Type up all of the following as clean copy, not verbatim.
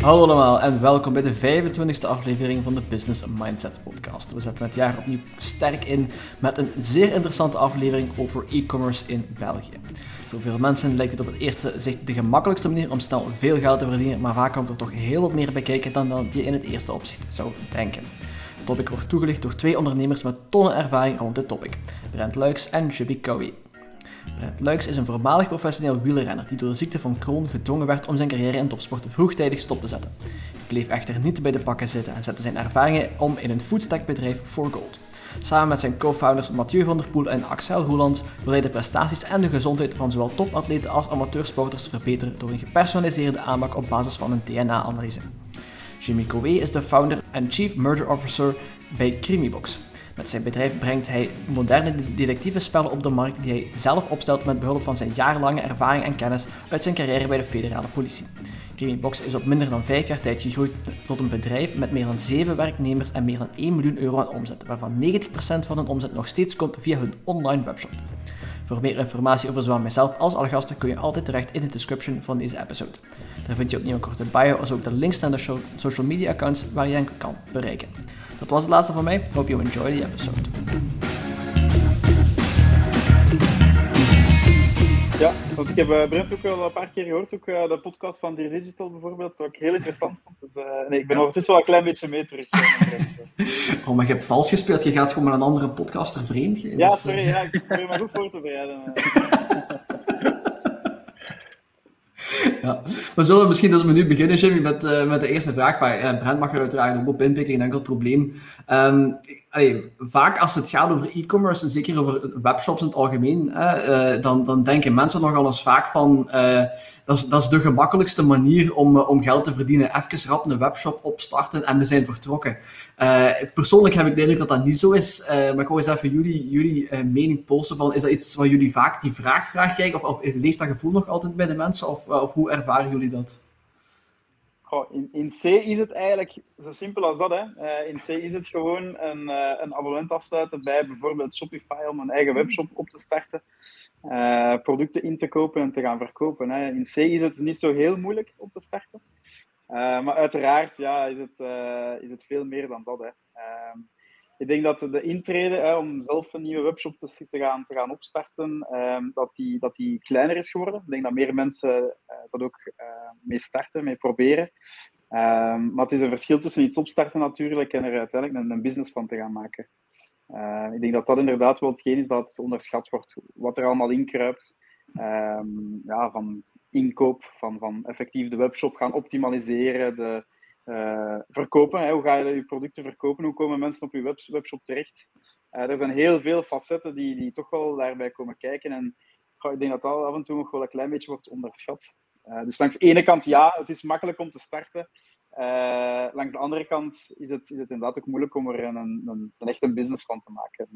Hallo allemaal en welkom bij de 25e aflevering van de Business Mindset podcast. We zetten het jaar opnieuw sterk in met een zeer interessante aflevering over e-commerce in België. Voor veel mensen lijkt het op het eerste zicht de gemakkelijkste manier om snel veel geld te verdienen, maar vaak komt er toch heel wat meer bij kijken dan je in het eerste opzicht zou denken. Het topic wordt toegelicht door twee ondernemers met tonnen ervaring rond dit topic, Brent Luijks en Jimmy Coué. Brent Luijks is een voormalig professioneel wielrenner die door de ziekte van Crohn gedwongen werd om zijn carrière in topsport vroegtijdig stop te zetten. Hij bleef echter niet bij de pakken zitten en zette zijn ervaringen om in een foodtech-bedrijf For Gold. Samen met zijn co-founders Mathieu van der Poel en Axel Roelands wil hij de prestaties en de gezondheid van zowel topatleten als amateursporters verbeteren door een gepersonaliseerde aanpak op basis van een DNA-analyse. Jimmy Coué is de founder en Chief Merger Officer bij Creamybox. Met zijn bedrijf brengt hij moderne detectivespellen op de markt die hij zelf opstelt met behulp van zijn jarenlange ervaring en kennis uit zijn carrière bij de federale politie. Creamybox is op minder dan 5 jaar tijd gegroeid tot een bedrijf met meer dan 7 werknemers en meer dan 1 miljoen euro aan omzet, waarvan 90% van hun omzet nog steeds komt via hun online webshop. Voor meer informatie over zowel mijzelf als alle gasten kun je altijd terecht in de description van deze episode. Daar vind je opnieuw een korte bio als ook de links naar de social media accounts waar je hen kan bereiken. Dat was het laatste van mij. Hope you enjoy the episode. Ja, want ik heb Brent ook al een paar keer gehoord, ook de podcast van Dear Digital bijvoorbeeld, wat ik heel interessant vond. Dus ik ben ondertussen wel een klein beetje mee terug. Oh, maar je hebt vals gespeeld. Je gaat gewoon met een andere podcaster vreemd. Ja, sorry, ik probeer me goed voor te bereiden. Ja. We zullen misschien als we nu beginnen, Jimmy, met de eerste vraag. Brent mag er uiteraard ook op inpikken, geen enkel probleem. Vaak als het gaat over e-commerce, en zeker over webshops in het algemeen, dan denken mensen nogal eens vaak van dat is de gemakkelijkste manier om geld te verdienen. Even rap een webshop opstarten en we zijn vertrokken. Persoonlijk heb ik de indruk dat dat niet zo is, maar ik wil eens even jullie mening posten van, is dat iets waar jullie vaak die vraag krijgen of leeft dat gevoel nog altijd bij de mensen of hoe ervaren jullie dat? Goh, in C is het eigenlijk zo simpel als dat. Hè. In C is het gewoon een abonnement afsluiten bij bijvoorbeeld Shopify om een eigen webshop op te starten, producten in te kopen en te gaan verkopen. Hè. In C is het niet zo heel moeilijk op te starten. Maar uiteraard is het veel meer dan dat. Hè. Ik denk dat de intrede om zelf een nieuwe webshop te gaan opstarten, dat die kleiner is geworden. Ik denk dat meer mensen dat ook mee starten, mee proberen. Maar het is een verschil tussen iets opstarten natuurlijk en er uiteindelijk een business van te gaan maken. Ik denk dat dat inderdaad wel hetgeen is dat onderschat wordt. Wat er allemaal inkruipt. Van inkoop, van effectief de webshop gaan optimaliseren, verkopen. Hè. Hoe ga je je producten verkopen? Hoe komen mensen op je webshop terecht? Er zijn heel veel facetten die toch wel daarbij komen kijken. En ik denk dat dat af en toe nog wel een klein beetje wordt onderschat. Dus langs de ene kant, ja, het is makkelijk om te starten. Langs de andere kant is het inderdaad ook moeilijk om er een echte business van te maken.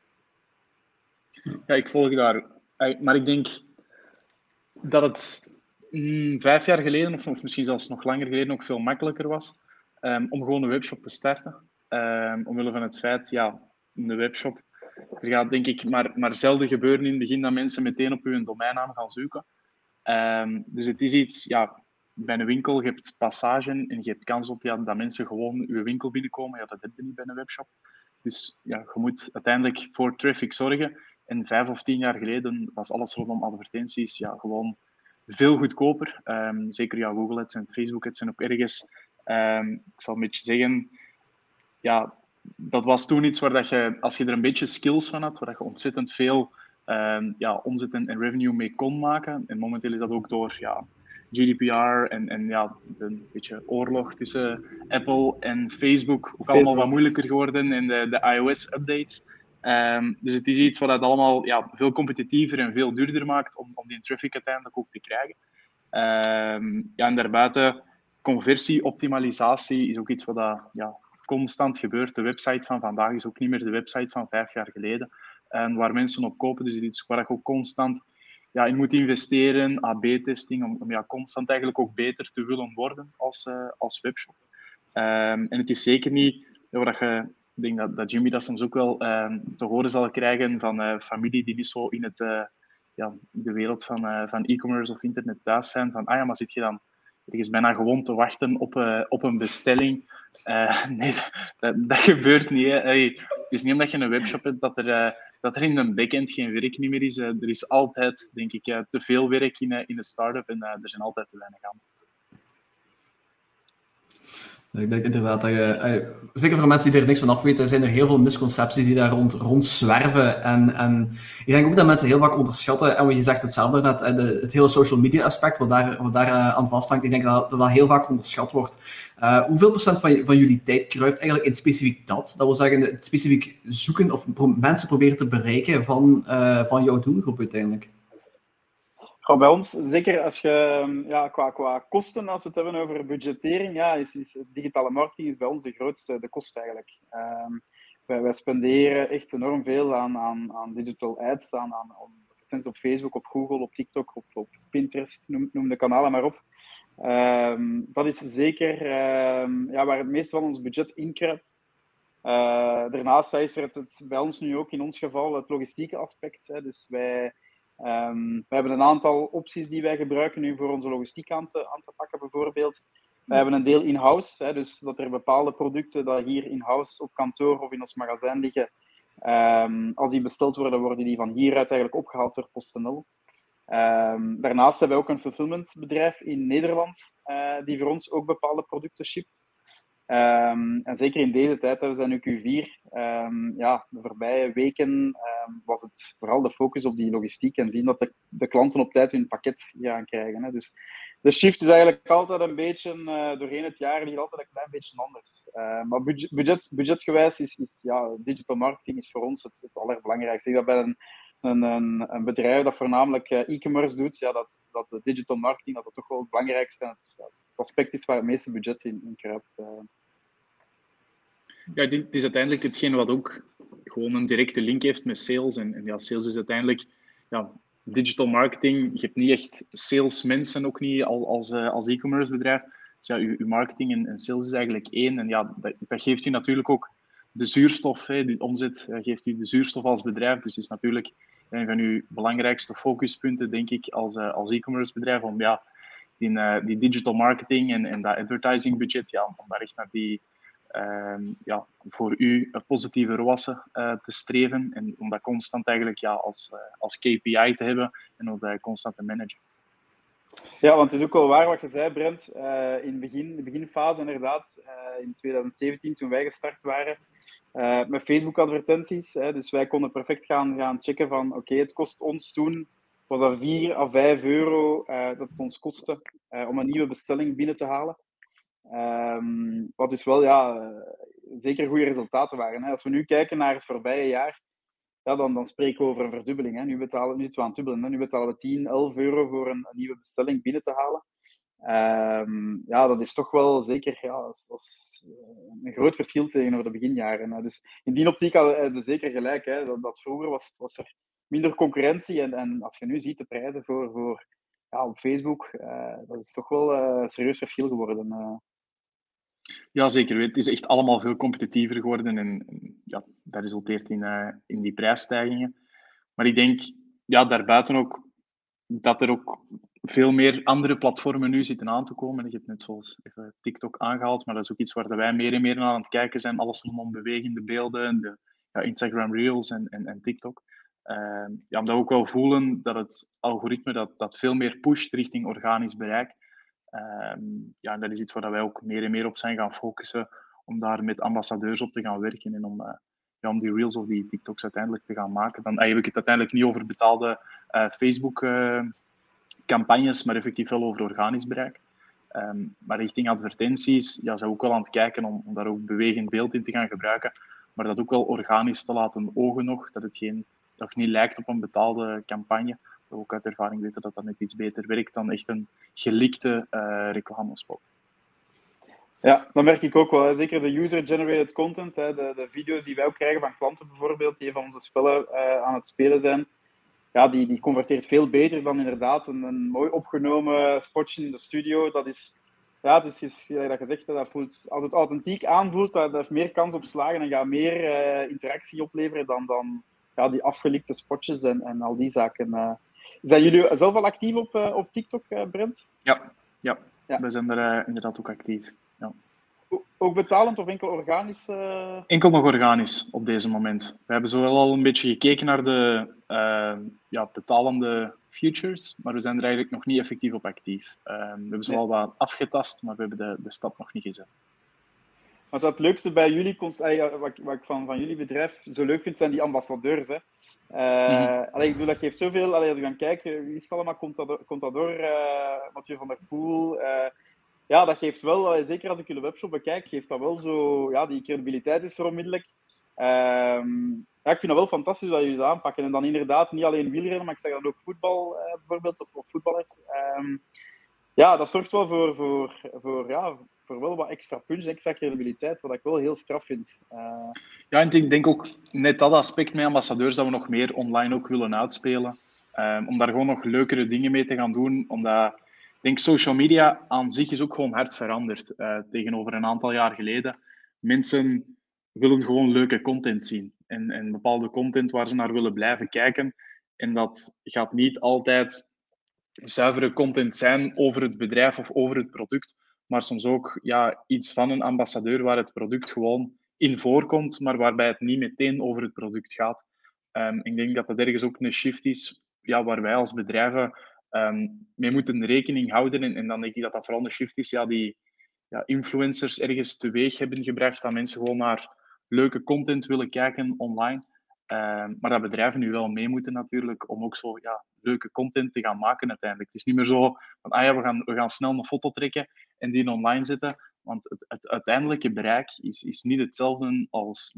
Ja, ik volg daar. Maar ik denk dat het 5 jaar geleden, of misschien zelfs nog langer geleden, ook veel makkelijker was om gewoon een webshop te starten. Omwille van het feit, een webshop, er gaat denk ik maar zelden gebeuren in het begin dat mensen meteen op hun domeinnaam gaan zoeken. Dus het is iets, bij een winkel, je hebt passage en je hebt kans op dat mensen gewoon je winkel binnenkomen. Ja, dat heb je niet bij een webshop. Dus je moet uiteindelijk voor traffic zorgen. En 5 of 10 jaar geleden was alles rondom advertenties gewoon veel goedkoper. Zeker Google Ads en Facebook Ads zijn ook ergens, ik zal een beetje zeggen, dat was toen iets waar dat je, als je er een beetje skills van had, waar dat je ontzettend veel omzet en revenue mee kon maken. En momenteel is dat ook door GDPR en de beetje oorlog tussen Apple en Facebook ook allemaal wat moeilijker geworden en de iOS-updates. Dus het is iets wat het allemaal veel competitiever en veel duurder maakt om die traffic uiteindelijk ook te krijgen. En daarbuiten, conversieoptimalisatie is ook iets wat constant gebeurt. De website van vandaag is ook niet meer de website van 5 jaar geleden. Waar mensen op kopen. Dus het is iets waar je ook constant in moet investeren. AB-testing, om constant eigenlijk ook beter te willen worden als webshop. En het is zeker niet waar je... Ik denk dat Jimmy dat soms ook wel te horen zal krijgen van familie die niet zo in de wereld van e-commerce of internet thuis zijn. Van, maar zit je dan er is bijna gewoon te wachten op een bestelling. Nee, dat gebeurt niet. Hè. Het is niet omdat je een webshop hebt dat er in een backend geen werk niet meer is. Er is altijd, denk ik, te veel werk in een start-up en er zijn altijd te weinig aan. Ik denk inderdaad dat zeker voor mensen die er niks van af weten, zijn er heel veel misconcepties die daar rond zwerven. En ik denk ook dat mensen heel vaak onderschatten, en wat je zegt hetzelfde net, het hele social media aspect, wat daar aan vasthangt, ik denk dat heel vaak onderschat wordt. Hoeveel procent van jullie tijd kruipt eigenlijk in specifiek dat? Dat wil zeggen, specifiek zoeken of mensen proberen te bereiken van jouw doelgroep uiteindelijk? Bij ons, zeker als je qua kosten, als we het hebben over budgettering, is digitale marketing is bij ons de grootste kost eigenlijk. Wij spenderen echt enorm veel aan digital ads, aan advertenties op Facebook, op Google, op TikTok, op Pinterest, noem de kanalen maar op. Dat is zeker waar het meeste van ons budget inkruipt. Daarnaast is er het bij ons nu ook in ons geval het logistieke aspect. Dus wij hebben een aantal opties die wij gebruiken nu voor onze logistiek aan te pakken, bijvoorbeeld. Wij hebben een deel in-house, dus dat er bepaalde producten die hier in-house op kantoor of in ons magazijn liggen, als die besteld worden, worden die van hieruit eigenlijk opgehaald door PostNL. Daarnaast hebben we ook een fulfillmentbedrijf in Nederland die voor ons ook bepaalde producten shipt. En zeker in deze tijd, we zijn nu Q4, de voorbije weken was het vooral de focus op die logistiek en zien dat de klanten op tijd hun pakket gaan krijgen. Hè. Dus de shift is eigenlijk altijd een beetje, doorheen het jaar ligt altijd een klein beetje anders. Maar budgetgewijs is digital marketing is voor ons het allerbelangrijkste. Ik zeg dat bij een bedrijf dat voornamelijk e-commerce doet, dat de digital marketing dat toch wel het belangrijkste en het aspect is waar het meeste budget in kruipt. Ja, het is uiteindelijk hetgeen wat ook gewoon een directe link heeft met sales. En sales is uiteindelijk digital marketing. Je hebt niet echt salesmensen, ook niet als e-commerce bedrijf. Dus uw marketing en sales is eigenlijk één. En dat geeft u natuurlijk ook de zuurstof. Die omzet geeft u de zuurstof als bedrijf. Dus het is natuurlijk een van uw belangrijkste focuspunten, denk ik, als e-commerce bedrijf. Om die digital marketing en dat advertising budget, om daar echt naar die... voor u positieve ROAS'en te streven en om dat constant eigenlijk als KPI te hebben en om dat constant te managen. Ja, want het is ook wel waar wat je zei, Brent. In de beginfase inderdaad, in 2017 toen wij gestart waren met Facebook-advertenties. Dus wij konden perfect gaan checken van oké, het kost ons toen, was dat 4 à 5 euro dat het ons kostte om een nieuwe bestelling binnen te halen. Wat dus wel zeker goede resultaten waren. Hè. Als we nu kijken naar het voorbije jaar, dan spreken we over een verdubbeling. Hè. Nu zitten we aan het dubbelen. Hè. Nu betalen we 10, 11 euro voor een nieuwe bestelling binnen te halen. Dat is toch wel zeker dat is een groot verschil tegenover de beginjaren. Dus in die optiek hebben we zeker gelijk. Hè. Dat vroeger was er minder concurrentie. En als je nu ziet de prijzen voor op Facebook, dat is toch wel een serieus verschil geworden. Ja, zeker. Het is echt allemaal veel competitiever geworden en dat resulteert in die prijsstijgingen. Maar ik denk daarbuiten ook dat er ook veel meer andere platformen nu zitten aan te komen. Je hebt net zoals even TikTok aangehaald, maar dat is ook iets waar wij meer en meer aan het kijken zijn. Alles rondom bewegende beelden, de Instagram Reels en TikTok. Omdat we ook wel voelen dat het algoritme dat veel meer pusht richting organisch bereik. En dat is iets waar wij ook meer en meer op zijn gaan focussen, om daar met ambassadeurs op te gaan werken en om die Reels of die TikToks uiteindelijk te gaan maken. Dan heb ik het uiteindelijk niet over betaalde Facebook-campagnes, maar effectief wel over organisch bereik. Maar richting advertenties zijn we ook wel aan het kijken om daar ook bewegend beeld in te gaan gebruiken, maar dat ook wel organisch te laten ogen nog, dat het niet lijkt op een betaalde campagne. Dat we ook uit ervaring weten dat dat net iets beter werkt dan echt een gelikte reclamespot. Ja, dat merk ik ook wel. Hè. Zeker de user-generated content, hè. De video's die wij ook krijgen van klanten bijvoorbeeld, die van onze spellen aan het spelen zijn, die converteert veel beter dan inderdaad een mooi opgenomen spotje in de studio. Dat is, het is dat gezegd, dat voelt, als het authentiek aanvoelt, dat heeft meer kans op slagen en gaat meer interactie opleveren dan die afgelikte spotjes en al die zaken. Zijn jullie zelf al actief op TikTok, Brent? Ja. We zijn er inderdaad ook actief. Ja. Ook betalend of enkel organisch? Enkel nog organisch op deze moment. We hebben zo al een beetje gekeken naar de betalende futures, maar we zijn er eigenlijk nog niet effectief op actief. We hebben zo al wat afgetast, maar we hebben de stap nog niet gezet. Wat het leukste bij jullie, wat ik van jullie bedrijf zo leuk vind, zijn die ambassadeurs. Hè. Ik bedoel, dat geeft zoveel. Als ik dan kijk, wie is het allemaal? Contador, Mathieu van der Poel. Ja, dat geeft wel, zeker als ik jullie webshop bekijk, geeft dat wel zo... Ja, die credibiliteit is er onmiddellijk. Ik vind dat wel fantastisch dat jullie dat aanpakken. En dan inderdaad, niet alleen wielrennen, maar ik zeg dan ook voetbal, bijvoorbeeld, of voetballers. Dat zorgt wel voor wel wat extra punch, extra credibiliteit, wat ik wel heel straf vind. Ja, en ik denk ook net dat aspect met ambassadeurs dat we nog meer online ook willen uitspelen. Om daar gewoon nog leukere dingen mee te gaan doen. Omdat ik denk social media aan zich is ook gewoon hard veranderd tegenover een aantal jaar geleden. Mensen willen gewoon leuke content zien. En bepaalde content waar ze naar willen blijven kijken. En dat gaat niet altijd zuivere content zijn over het bedrijf of over het product. Maar soms ook iets van een ambassadeur waar het product gewoon in voorkomt, maar waarbij het niet meteen over het product gaat. Ik denk dat dat ergens ook een shift is waar wij als bedrijven mee moeten rekening houden. En dan denk ik dat dat vooral een shift is die influencers ergens teweeg hebben gebracht, dat mensen gewoon naar leuke content willen kijken online. Maar dat bedrijven nu wel mee moeten natuurlijk, om ook zo leuke content te gaan maken uiteindelijk. Het is niet meer zo van, we gaan snel een foto trekken en die online zetten. Want het uiteindelijke bereik is niet hetzelfde als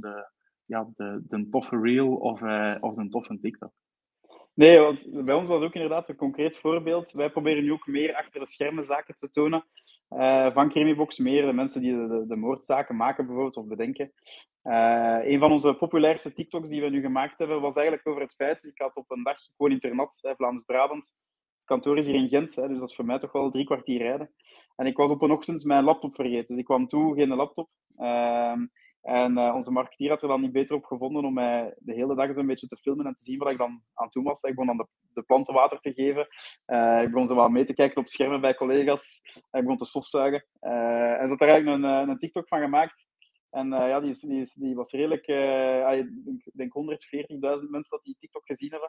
de toffe reel of de toffe TikTok. Nee, want bij ons is dat ook inderdaad een concreet voorbeeld. Wij proberen nu ook meer achter de schermen zaken te tonen. Van Chemiebox, meer de mensen die de moordzaken maken bijvoorbeeld, of bedenken. Een van onze populairste TikToks die we nu gemaakt hebben, was eigenlijk over het feit, ik had op een dag, ik woon internat, Vlaams-Brabant. Het kantoor is hier in Gent, dus dat is voor mij toch wel 3 kwartier rijden. En ik was op een ochtend mijn laptop vergeten, dus ik kwam toe, geen laptop. Onze marketeer had er dan niet beter op gevonden om mij de hele dag een beetje te filmen en te zien wat ik dan aan het doen was. Ik begon dan de planten water te geven. Ik begon ze wel mee te kijken op schermen bij collega's. Ik begon te stofzuigen. En ze had er eigenlijk een TikTok van gemaakt. En die was redelijk... ik denk 140.000 mensen dat die TikTok gezien hebben.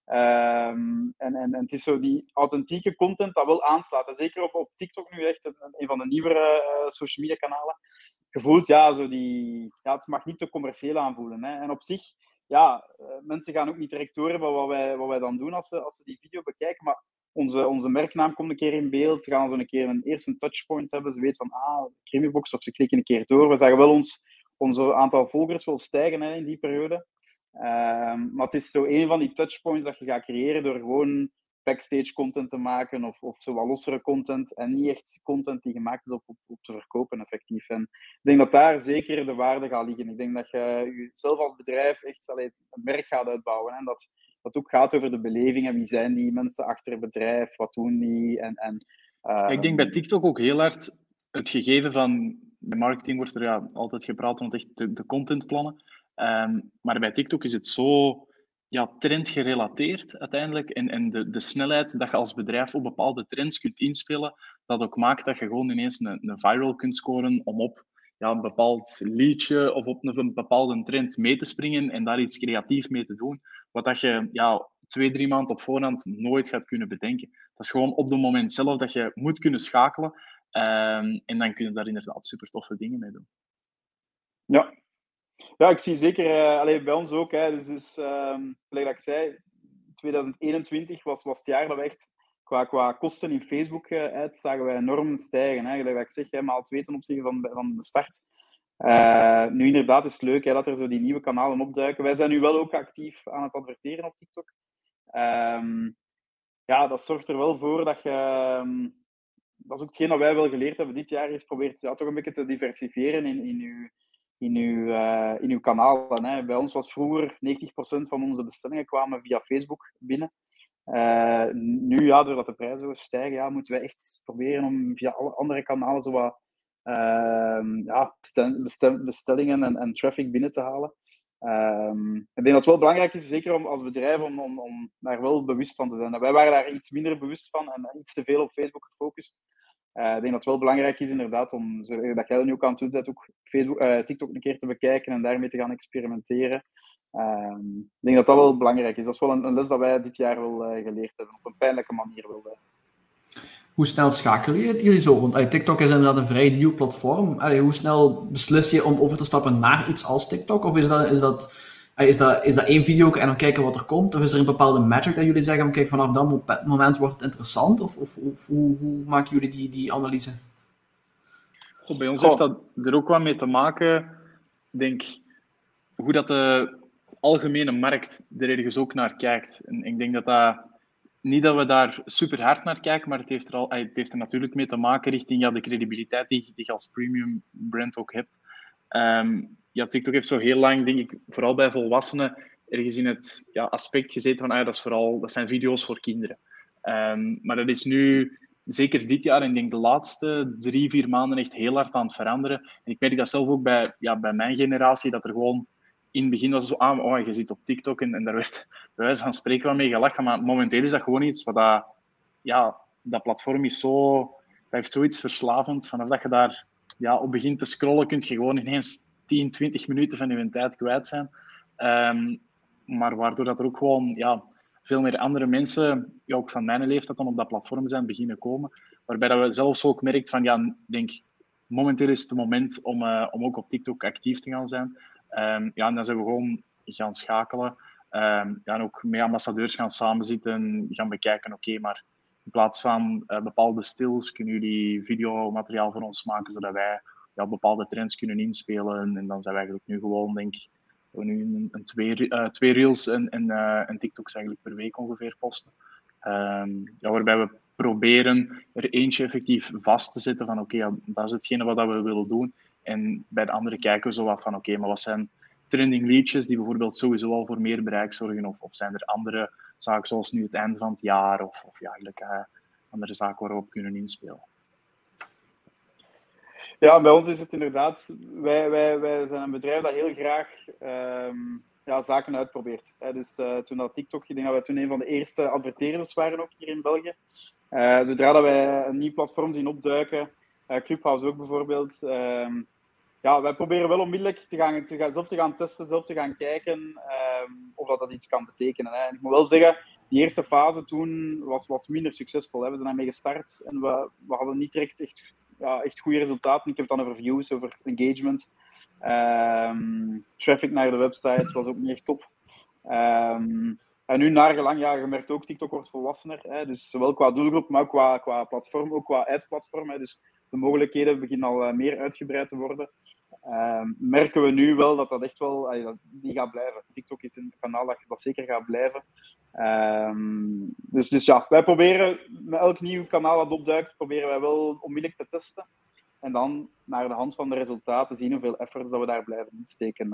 En het is zo die authentieke content dat wel aanslaat. En zeker op TikTok nu echt een van de nieuwere social media kanalen. Gevoeld, het mag niet te commercieel aanvoelen. Hè. En op zich, mensen gaan ook niet direct horen wat wij dan doen als ze die video bekijken. Maar onze merknaam komt een keer in beeld. Ze gaan zo een keer een eerste touchpoint hebben. Ze weten van, Chemiebox, of ze klikken een keer door. We zagen wel onze aantal volgers wil stijgen in die periode. Maar het is zo een van die touchpoints dat je gaat creëren door gewoon backstage content te maken of zo wat lossere content en niet echt content die gemaakt is op te verkopen effectief. En ik denk dat daar zeker de waarde gaat liggen. Ik denk dat je jezelf als bedrijf echt een merk gaat uitbouwen. En dat ook gaat over de beleving en wie zijn die mensen achter het bedrijf, wat doen die. Ik denk bij TikTok ook heel hard het gegeven van de marketing wordt er altijd gepraat rond echt de contentplannen. Maar bij TikTok is het zo trendgerelateerd uiteindelijk. En de snelheid dat je als bedrijf op bepaalde trends kunt inspelen, dat ook maakt dat je gewoon ineens een viral kunt scoren om op een bepaald liedje of op een bepaalde trend mee te springen en daar iets creatief mee te doen. Wat dat je 2-3 maanden op voorhand nooit gaat kunnen bedenken. Dat is gewoon op het moment zelf dat je moet kunnen schakelen. En dan kun je daar inderdaad super toffe dingen mee doen. Ja, ik zie zeker, bij ons ook. Hè, dus gelijk dat ik zei, 2021 was het jaar dat we echt qua kosten in Facebook zagen wij enorm stijgen. Hè, gelijk dat ik zeg, maal 2 ten opzichte van de start. Nu inderdaad is het leuk dat er zo die nieuwe kanalen opduiken. Wij zijn nu wel ook actief aan het adverteren op TikTok. Dat zorgt er wel voor dat je... dat is ook hetgeen dat wij wel geleerd hebben dit jaar, is probeert toch een beetje te diversifiëren in uw kanalen. Hè. Bij ons was vroeger 90% van onze bestellingen kwamen via Facebook binnen. Nu, doordat de prijzen zo stijgen, moeten wij echt proberen om via alle andere kanalen zo wat bestellingen en traffic binnen te halen. Ik denk dat het wel belangrijk is, zeker als bedrijf, om daar wel bewust van te zijn. Wij waren daar iets minder bewust van en iets te veel op Facebook gefocust. Ik denk dat het wel belangrijk is inderdaad om, dat jij dat nu ook aan het doen bent, ook TikTok een keer te bekijken en daarmee te gaan experimenteren. Ik denk dat dat wel belangrijk is. Dat is wel een les dat wij dit jaar wel geleerd hebben, op een pijnlijke manier wel. Hoe snel schakelen jullie zo? Want TikTok is inderdaad een vrij nieuw platform. Hoe snel beslis je om over te stappen naar iets als TikTok? Of is dat één video en dan kijken wat er komt? Of is er een bepaalde metric dat jullie zeggen, kijk, vanaf dat moment wordt het interessant? Of hoe maken jullie die analyse? Bij ons heeft dat er ook wat mee te maken, denk hoe dat de algemene markt er ergens ook naar kijkt. En ik denk dat niet dat we daar super hard naar kijken, maar het heeft er natuurlijk mee te maken richting de credibiliteit die je als premium brand ook hebt. TikTok heeft zo heel lang, denk ik, vooral bij volwassenen, ergens in het aspect gezeten van dat zijn video's voor kinderen. Maar dat is nu, zeker dit jaar, en ik denk de laatste 3-4 maanden, echt heel hard aan het veranderen. En ik merk dat zelf ook bij mijn generatie, dat er gewoon in het begin was het zo, je zit op TikTok en daar werd bij wijze van spreken wel mee gelachen, maar momenteel is dat gewoon iets wat dat platform is zo, dat heeft zoiets verslavend. Vanaf dat je daar op begint te scrollen, kun je gewoon ineens 10, 20 minuten van je tijd kwijt zijn. Maar waardoor dat er ook gewoon veel meer andere mensen, ook van mijn leeftijd, dan op dat platform zijn beginnen komen. Waarbij dat we zelfs ook merkt van, denk, momenteel is het het moment om ook op TikTok actief te gaan zijn. En dan zijn we gewoon gaan schakelen. En ook met ambassadeurs gaan samenzitten, gaan bekijken, maar in plaats van bepaalde stills kunnen jullie videomateriaal voor ons maken, zodat wij bepaalde trends kunnen inspelen. En dan zijn we eigenlijk nu gewoon, denk ik, nu twee reels en TikToks eigenlijk per week ongeveer posten. Waarbij we proberen er eentje effectief vast te zetten van dat is hetgene wat we willen doen. En bij de andere kijken we zo wat van maar wat zijn trending leadjes die bijvoorbeeld sowieso al voor meer bereik zorgen, of zijn er andere zaken zoals nu het eind van het jaar of eigenlijk andere zaken waar we op kunnen inspelen. Ja, bij ons is het inderdaad, wij zijn een bedrijf dat heel graag zaken uitprobeert. Dus toen dat TikTok, ik denk dat wij toen een van de eerste adverteerders waren ook hier in België. Zodra dat wij een nieuw platform zien opduiken, Clubhouse ook bijvoorbeeld, wij proberen wel onmiddellijk zelf te gaan testen, zelf te gaan kijken of dat iets kan betekenen. En ik moet wel zeggen, die eerste fase toen was minder succesvol. We zijn daarmee gestart en we hadden niet direct echt goede resultaten. Ik heb het dan over views, over engagement. Traffic naar de websites was ook niet echt top. En nu naargelang, je merkt ook, TikTok wordt volwassener. Dus zowel qua doelgroep, maar ook qua platform, ook qua ad-platform. Dus de mogelijkheden beginnen al meer uitgebreid te worden. Merken we nu wel dat echt wel die gaat blijven. TikTok is een kanaal dat zeker gaat blijven. Dus wij proberen met elk nieuw kanaal dat opduikt, proberen wij wel onmiddellijk te testen. En dan naar de hand van de resultaten zien hoeveel efforts dat we daar blijven insteken.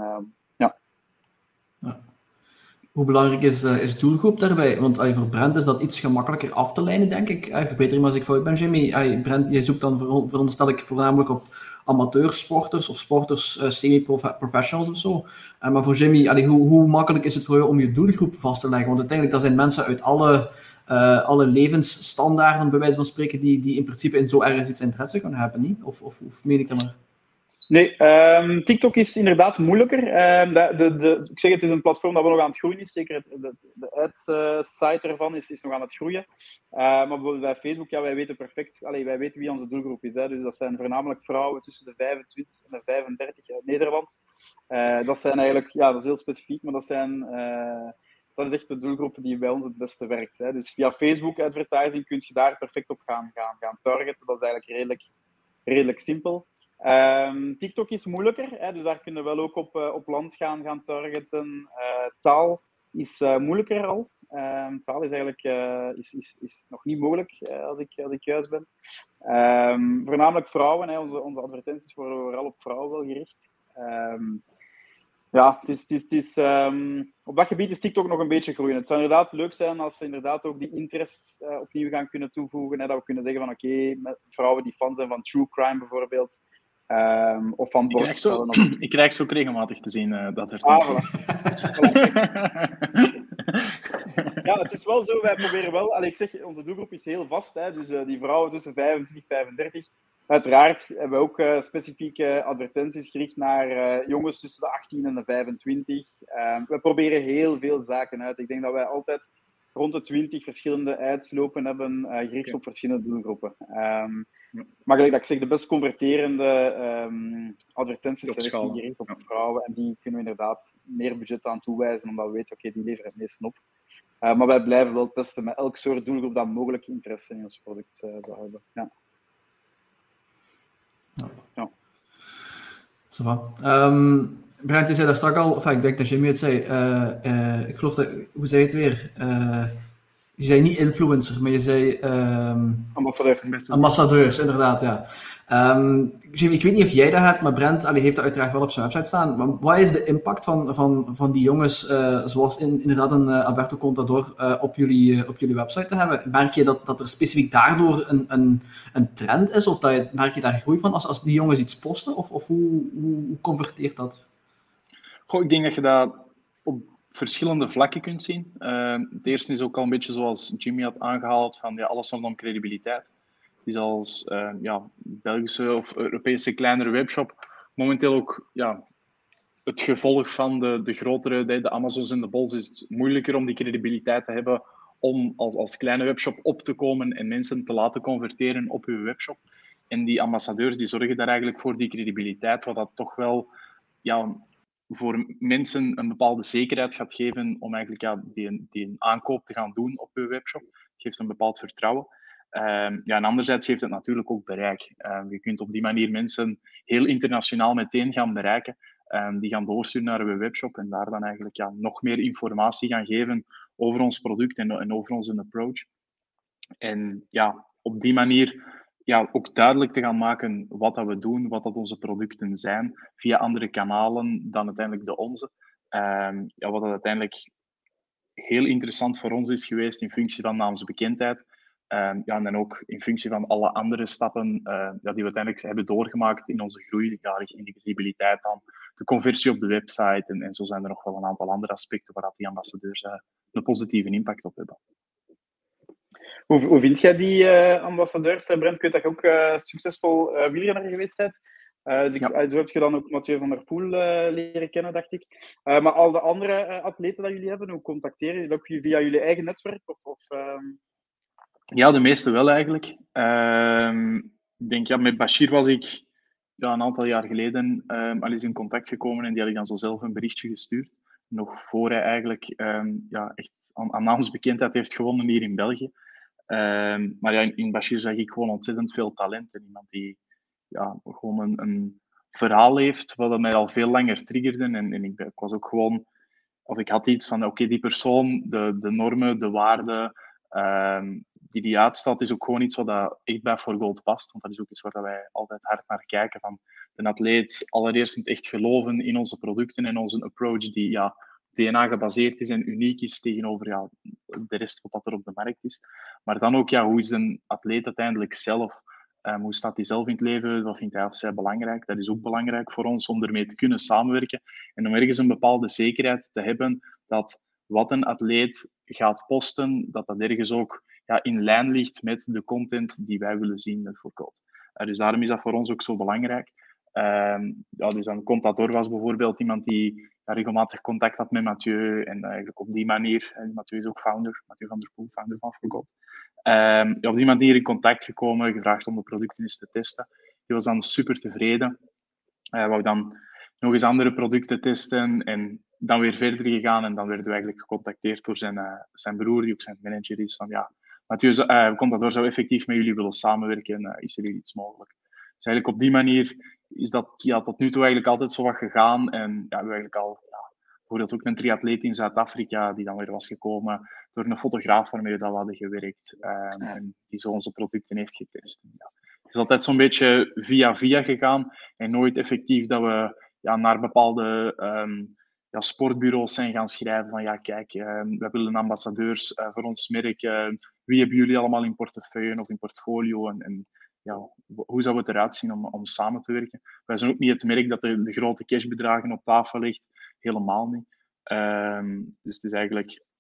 Hoe belangrijk is doelgroep daarbij? Want voor Brent is dat iets gemakkelijker af te leiden, denk ik. Verbeter me als ik fout ben, Jimmy. Brent, jij zoekt dan, veronderstel ik, voornamelijk op amateursporters of sporters, semi-professionals of zo. Maar voor Jimmy, hoe makkelijk is het voor jou om je doelgroep vast te leggen? Want uiteindelijk, dat zijn mensen uit alle levensstandaarden, bij wijze van spreken, die in principe in zo ergens iets interesse kunnen hebben, niet? Of meen ik dat maar? Nee, TikTok is inderdaad moeilijker. Ik zeg het is een platform dat wel nog aan het groeien is. Zeker de ads-site ervan is nog aan het groeien. Maar bijvoorbeeld bij Facebook, wij weten perfect. Wij weten wie onze doelgroep is. Dus dat zijn voornamelijk vrouwen tussen de 25 en de 35 uit Nederland. Dat zijn eigenlijk, dat is heel specifiek, maar dat is echt de doelgroep die bij ons het beste werkt. Dus via Facebook advertising kun je daar perfect op gaan targeten. Dat is eigenlijk redelijk simpel. TikTok is moeilijker, dus daar kunnen we wel ook op land gaan targeten. Taal is moeilijker al. Taal is eigenlijk is nog niet mogelijk, als ik juist ben. Voornamelijk vrouwen, onze advertenties worden vooral op vrouwen wel gericht. Op dat gebied is TikTok nog een beetje groeien. Het zou inderdaad leuk zijn als ze inderdaad ook die interest opnieuw gaan kunnen toevoegen. Dat we kunnen zeggen van met vrouwen die fan zijn van true crime bijvoorbeeld. Of van bordspellen. Ik krijg ze ook regelmatig te zien, dat er voilà. ja, het is wel zo, wij proberen wel... Allee, ik zeg, onze doelgroep is heel vast, hè, dus die vrouwen tussen 25 en 35. Uiteraard hebben we ook specifieke advertenties gericht naar jongens tussen de 18 en de 25. We proberen heel veel zaken uit. Ik denk dat wij altijd rond de 20 verschillende ads lopen hebben, gericht op verschillende doelgroepen. Maar gelijk dat ik zeg, de best converterende advertenties zijn echt gericht op vrouwen. En die kunnen we inderdaad meer budget aan toewijzen, omdat we weten, oké, die leveren het meeste op. Maar wij blijven wel testen met elk soort doelgroep dat mogelijk interesse in ons product zou hebben. Ja. Ja. Brent, je zei daar straks al, ik denk dat Jimmy het zei, ik geloof dat, hoe zei je het weer? Je zei niet influencer, maar je zei... Ambassadeurs, inderdaad, ja. Jimmy, ik weet niet of jij dat hebt, maar Brent heeft dat uiteraard wel op zijn website staan. Maar wat is de impact van die jongens, zoals inderdaad een Alberto Contador, op jullie website te hebben? Merk je dat er specifiek daardoor een trend is? Of merk je daar groei van als die jongens iets posten? Of hoe converteert dat? Goh, ik denk dat je dat op verschillende vlakken kunt zien. Het eerste is ook al een beetje zoals Jimmy had aangehaald, van alles om credibiliteit. Die is als Belgische of Europese kleinere webshop momenteel ook het gevolg van de grotere, de Amazons en de Bols, is het moeilijker om die credibiliteit te hebben om als kleine webshop op te komen en mensen te laten converteren op uw webshop. En die ambassadeurs die zorgen daar eigenlijk voor die credibiliteit, wat dat toch wel voor mensen een bepaalde zekerheid gaat geven om eigenlijk die aankoop te gaan doen op uw webshop. Het geeft een bepaald vertrouwen. En anderzijds geeft het natuurlijk ook bereik. Je kunt op die manier mensen heel internationaal meteen gaan bereiken. Die gaan doorsturen naar uw webshop en daar dan eigenlijk nog meer informatie gaan geven over ons product en over onze approach. En op die manier ook duidelijk te gaan maken wat dat we doen, wat dat onze producten zijn, via andere kanalen dan uiteindelijk de onze. Wat dat uiteindelijk heel interessant voor ons is geweest in functie van naamsbekendheid. En dan ook in functie van alle andere stappen die we uiteindelijk hebben doorgemaakt in onze groei, richting de visibiliteit dan, de conversie op de website en zo zijn er nog wel een aantal andere aspecten waar die ambassadeurs een positieve impact op hebben. Hoe vind jij die ambassadeurs, Brent? Ik weet dat je ook succesvol wielrenner geweest bent. Zo heb je dan ook Mathieu van der Poel leren kennen, dacht ik. Maar al de andere atleten dat jullie hebben, hoe contacteren jullie? Ook via jullie eigen netwerk? Ja, de meeste wel eigenlijk. Ik denk, met Bashir was ik een aantal jaar geleden al eens in contact gekomen en die had ik dan zo zelf een berichtje gestuurd. Nog voor hij eigenlijk echt aan naamsbekendheid heeft gewonnen hier in België. Maar in Bashir zag ik gewoon ontzettend veel talent. En iemand die gewoon een verhaal heeft wat mij al veel langer triggerde. En ik was ook gewoon... Of ik had iets van, oké, die persoon, de normen, de waarden die uitstaat, is ook gewoon iets wat dat echt bij For Gold past. Want dat is ook iets waar wij altijd hard naar kijken. Van de atleet allereerst moet echt geloven in onze producten en onze approach die DNA gebaseerd is en uniek is tegenover de rest wat er op de markt is. Maar dan ook, hoe is een atleet uiteindelijk zelf? Hoe staat hij zelf in het leven? Wat vindt hij of zij belangrijk? Dat is ook belangrijk voor ons om ermee te kunnen samenwerken en om ergens een bepaalde zekerheid te hebben dat wat een atleet gaat posten, dat ergens ook in lijn ligt met de content die wij willen zien met For Gold. Dus daarom is dat voor ons ook zo belangrijk. Dus dan Contador was bijvoorbeeld iemand die regelmatig contact had met Mathieu en eigenlijk op die manier, Mathieu is ook founder, Mathieu van der Poel, founder van For Gold. Op die manier in contact gekomen, gevraagd om de producten eens te testen. Die was dan super tevreden. Wou dan nog eens andere producten testen en dan weer verder gegaan. En dan werden we eigenlijk gecontacteerd door zijn broer, die ook zijn manager is. Van Mathieu, Contador zou effectief met jullie willen samenwerken. Is er hier iets mogelijk? Dus eigenlijk op die manier is dat tot nu toe eigenlijk altijd zo wat gegaan. En we hebben eigenlijk al bijvoorbeeld ook een triatleet in Zuid-Afrika die dan weer was gekomen door een fotograaf waarmee we hadden gewerkt en die zo onze producten heeft getest. Het is altijd zo'n beetje via gegaan en nooit effectief dat we naar bepaalde sportbureaus zijn gaan schrijven van kijk, we willen ambassadeurs voor ons merk. Wie hebben jullie allemaal in portefeuille of in portfolio en hoe zou het eruit zien om samen te werken? Wij zijn ook niet het merk dat de grote cashbedragen op tafel ligt. Helemaal niet. Dus het is eigenlijk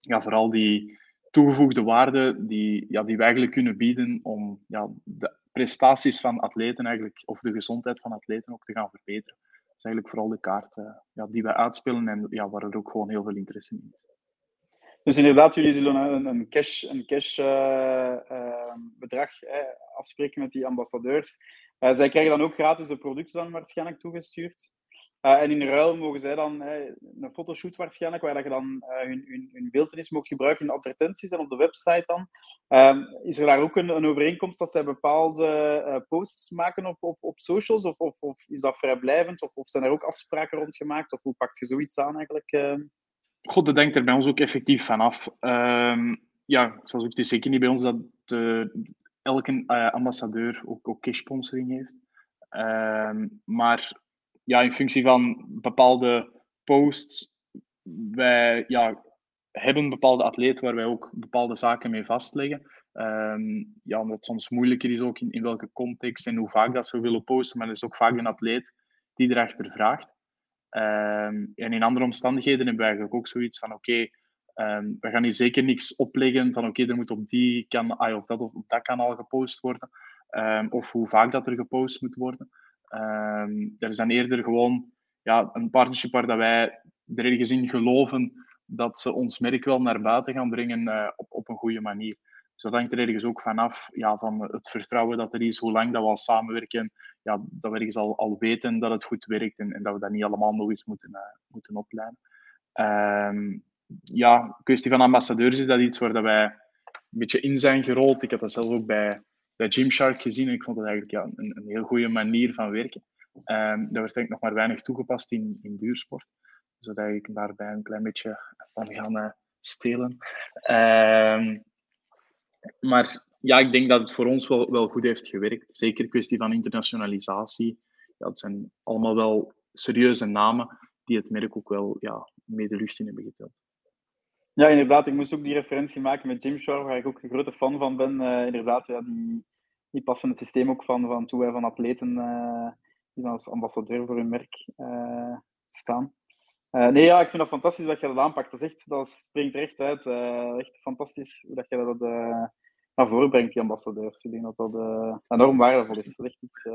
vooral die toegevoegde waarde die we eigenlijk kunnen bieden om de prestaties van atleten eigenlijk, of de gezondheid van atleten ook te gaan verbeteren. Dat is eigenlijk vooral de kaart die wij uitspelen en waar er ook gewoon heel veel interesse in is. Dus inderdaad, jullie zullen een cash bedrag afspreken met die ambassadeurs. Zij krijgen dan ook gratis de producten dan waarschijnlijk toegestuurd. En in ruil mogen zij dan een fotoshoot waarschijnlijk, waar dat je dan hun beeltenis mag gebruiken in de advertenties en op de website dan. Is er daar ook een overeenkomst dat zij bepaalde posts maken op socials? Of is dat vrijblijvend? Of zijn er ook afspraken rond gemaakt? Of hoe pakt je zoiets aan eigenlijk? God, dat denkt er bij ons ook effectief vanaf. Zoals ook, het is zeker niet bij ons dat elke ambassadeur ook cash sponsoring heeft. Maar in functie van bepaalde posts, wij hebben bepaalde atleten waar wij ook bepaalde zaken mee vastleggen. Omdat het soms moeilijker is ook in welke context en hoe vaak dat ze willen posten, maar er is ook vaak een atleet die erachter vraagt. En in andere omstandigheden hebben we eigenlijk ook zoiets van we gaan hier zeker niks opleggen van er moet op die kanaal of op dat kanaal gepost worden. Of hoe vaak dat er gepost moet worden. Er is dan eerder gewoon een partnership waar dat wij er ergens in geloven dat ze ons merk wel naar buiten gaan brengen op een goede manier. Dus dat hangt er ergens ook vanaf van het vertrouwen dat er is, hoe lang dat we al samenwerken, dat we ergens al weten dat het goed werkt en dat we dat niet allemaal nog eens moeten opleiden. Kwestie van ambassadeurs is dat iets waar dat wij een beetje in zijn gerold. Ik had dat zelf ook bij Gymshark gezien en ik vond dat eigenlijk een heel goede manier van werken. Dat werd eigenlijk nog maar weinig toegepast in duursport. Dus dat eigenlijk daarbij een klein beetje van gaan stelen. Maar ik denk dat het voor ons wel goed heeft gewerkt. Zeker kwestie van internationalisatie. Het zijn allemaal wel serieuze namen die het merk ook wel mee de lucht in hebben geteld. Ja, inderdaad. Ik moest ook die referentie maken met Gymshark, waar ik ook een grote fan van ben. Inderdaad, die passen het systeem ook van toe wij van atleten die dan als ambassadeur voor hun merk staan. Ik vind dat fantastisch dat je dat aanpakt. Dat springt er echt uit. Echt fantastisch hoe dat je dat naar voren brengt, die ambassadeurs. Ik denk dat dat enorm waardevol is. Dat is echt iets,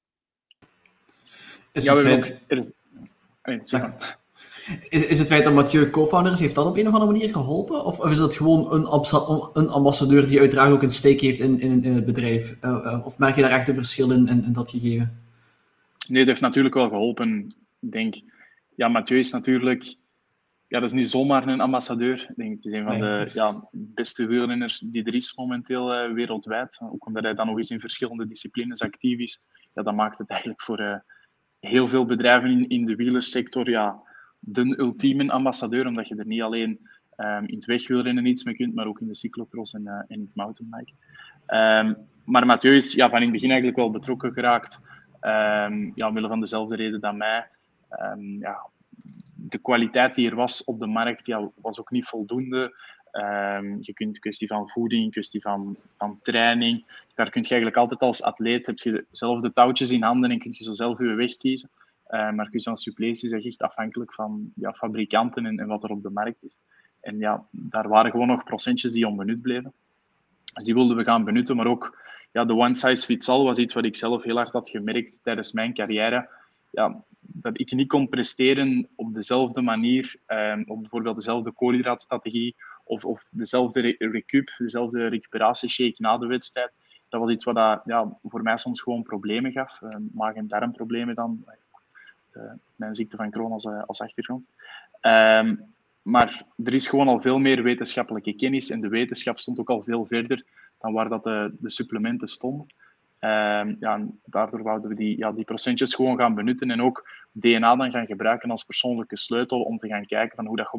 Is het feit dat Mathieu co-founder is, heeft dat op een of andere manier geholpen? Of is het gewoon een ambassadeur die uiteraard ook een stake heeft in het bedrijf? Of merk je daar echt een verschil in dat gegeven? Nee, het heeft natuurlijk wel geholpen. Ik denk, Mathieu is natuurlijk... dat is niet zomaar een ambassadeur. Ik denk, het is een van de beste wielrenners die er is momenteel wereldwijd. Ook omdat hij dan nog eens in verschillende disciplines actief is. Dat maakt het eigenlijk voor heel veel bedrijven in de wielersector de ultieme ambassadeur. Omdat je er niet alleen in het wegwielrennen iets mee kunt, maar ook in de cyclocross en in het mountainbiken. Maar Mathieu is van in het begin eigenlijk wel betrokken geraakt. Omwille van dezelfde reden dan mij. De kwaliteit die er was op de markt was ook niet voldoende. Je kunt kwestie van voeding, kwestie van training. Daar kun je eigenlijk altijd als atleet, heb je zelf de touwtjes in handen en kun je zo zelf je weg kiezen. Maar kwestie van suppletie is echt afhankelijk van fabrikanten en wat er op de markt is. En daar waren gewoon nog procentjes die onbenut bleven. Dus die wilden we gaan benutten, maar ook de one size fits all was iets wat ik zelf heel hard had gemerkt tijdens mijn carrière. Dat ik niet kon presteren op dezelfde manier, op bijvoorbeeld dezelfde koolhydraatstrategie of dezelfde dezelfde recuperatieshake na de wedstrijd. Dat was iets wat voor mij soms gewoon problemen gaf. Maag- en darmproblemen dan. Mijn ziekte van Crohn als achtergrond. Maar er is gewoon al veel meer wetenschappelijke kennis en de wetenschap stond ook al veel verder dan waar dat de supplementen stonden. Daardoor wouden we die procentjes gewoon gaan benutten en ook DNA dan gaan gebruiken als persoonlijke sleutel om te gaan kijken van hoe dat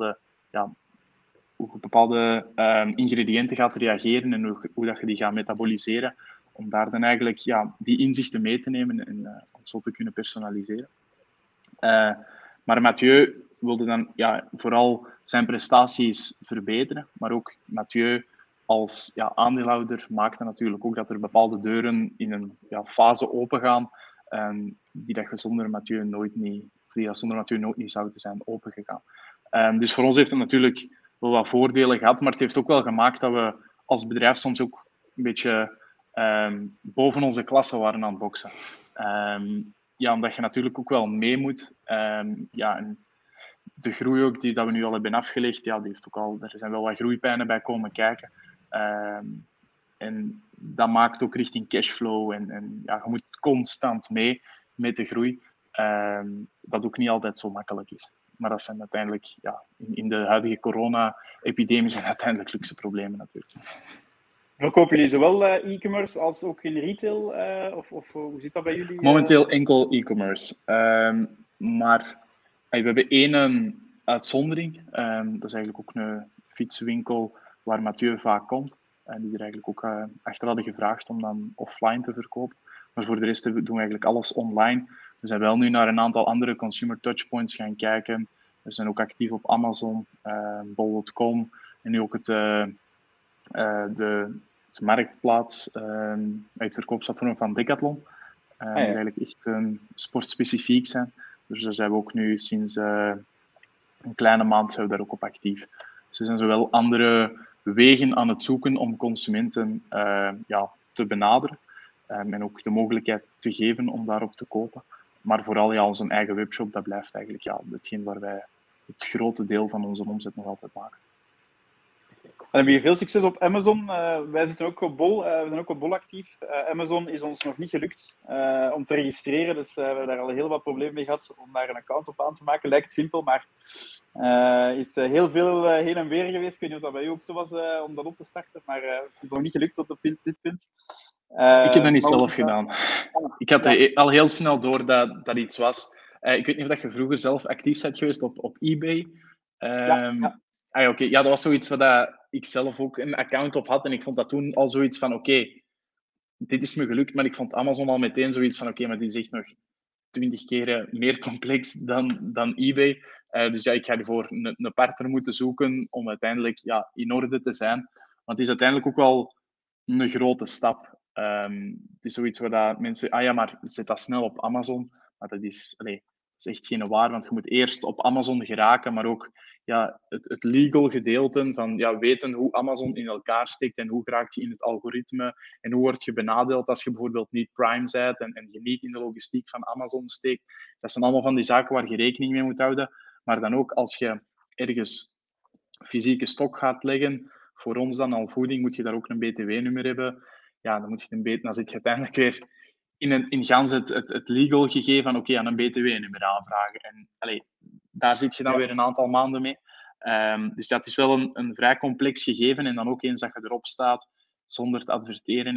op bepaalde ingrediënten gaat reageren en hoe dat je die gaat metaboliseren, om daar dan eigenlijk die inzichten mee te nemen en om zo te kunnen personaliseren. Maar Mathieu wilde dan vooral zijn prestaties verbeteren, maar ook Mathieu als aandeelhouder maakte natuurlijk ook dat er bepaalde deuren in een fase opengaan die dat zonder Mathieu nooit niet zouden zijn opengegaan. Dus voor ons heeft het natuurlijk wel wat voordelen gehad, maar het heeft ook wel gemaakt dat we als bedrijf soms ook een beetje boven onze klasse waren aan het boksen. Omdat je natuurlijk ook wel mee moet. En de groei ook dat we nu al hebben afgelegd, die heeft ook al, er zijn wel wat groeipijnen bij komen kijken. En dat maakt ook richting cashflow en je moet constant mee met de groei. Dat ook niet altijd zo makkelijk is. Maar dat zijn uiteindelijk, in de huidige corona-epidemie zijn uiteindelijk luxe problemen natuurlijk. Verkopen jullie zowel e-commerce als ook in retail? Of hoe zit dat bij jullie? Momenteel enkel e-commerce. Maar we hebben één uitzondering. Dat is eigenlijk ook een fietswinkel waar Mathieu vaak komt. En die er eigenlijk ook achter hadden gevraagd om dan offline te verkopen. Maar voor de rest doen we eigenlijk alles online. We zijn wel nu naar een aantal andere consumer touchpoints gaan kijken. We zijn ook actief op Amazon, bol.com en nu ook de marktplaats, het verkoopsplatform van Decathlon. Die eigenlijk echt sportspecifiek zijn. Dus daar zijn we ook nu sinds een kleine maand zijn we daar ook op actief. Dus er zijn zowel andere wegen aan het zoeken om consumenten te benaderen en ook de mogelijkheid te geven om daarop te kopen. Maar vooral onze eigen webshop, dat blijft eigenlijk hetgeen waar wij het grote deel van onze omzet nog altijd maken. En hebben je veel succes op Amazon? Wij zitten ook op Bol. We zijn ook op Bol actief. Amazon is ons nog niet gelukt om te registreren. Dus we hebben daar al heel wat problemen mee gehad om daar een account op aan te maken. Lijkt simpel, maar is heel veel heen en weer geweest. Ik weet niet of dat bij u ook zo was om dat op te starten. Maar het is nog niet gelukt op dit punt. Ik heb dat niet zelf gedaan. Ik had al heel snel door dat iets was. Ik weet niet of je vroeger zelf actief bent geweest op eBay. Dat was zoiets waar ik zelf ook een account op had. En ik vond dat toen al zoiets van, dit is me gelukt. Maar ik vond Amazon al meteen zoiets van, maar dit is echt nog 20 keer meer complex dan eBay. Dus ik ga ervoor een partner moeten zoeken om uiteindelijk in orde te zijn. Want het is uiteindelijk ook wel een grote stap. Het is zoiets waar mensen... maar zet dat snel op Amazon. Maar dat is echt geen waar, want je moet eerst op Amazon geraken, maar ook het legal gedeelte van weten hoe Amazon in elkaar steekt en hoe raakt je in het algoritme en hoe word je benadeeld als je bijvoorbeeld niet Prime bent en je niet in de logistiek van Amazon steekt. Dat zijn allemaal van die zaken waar je rekening mee moet houden. Maar dan ook als je ergens fysieke stok gaat leggen, voor ons dan al voeding, moet je daar ook een BTW-nummer hebben. Dan zit je uiteindelijk weer in gans het legal gegeven van aan een BTW-nummer aanvragen. En daar zit je dan weer een aantal maanden mee. Dus het is wel een vrij complex gegeven. En dan ook eens dat je erop staat, zonder te adverteren,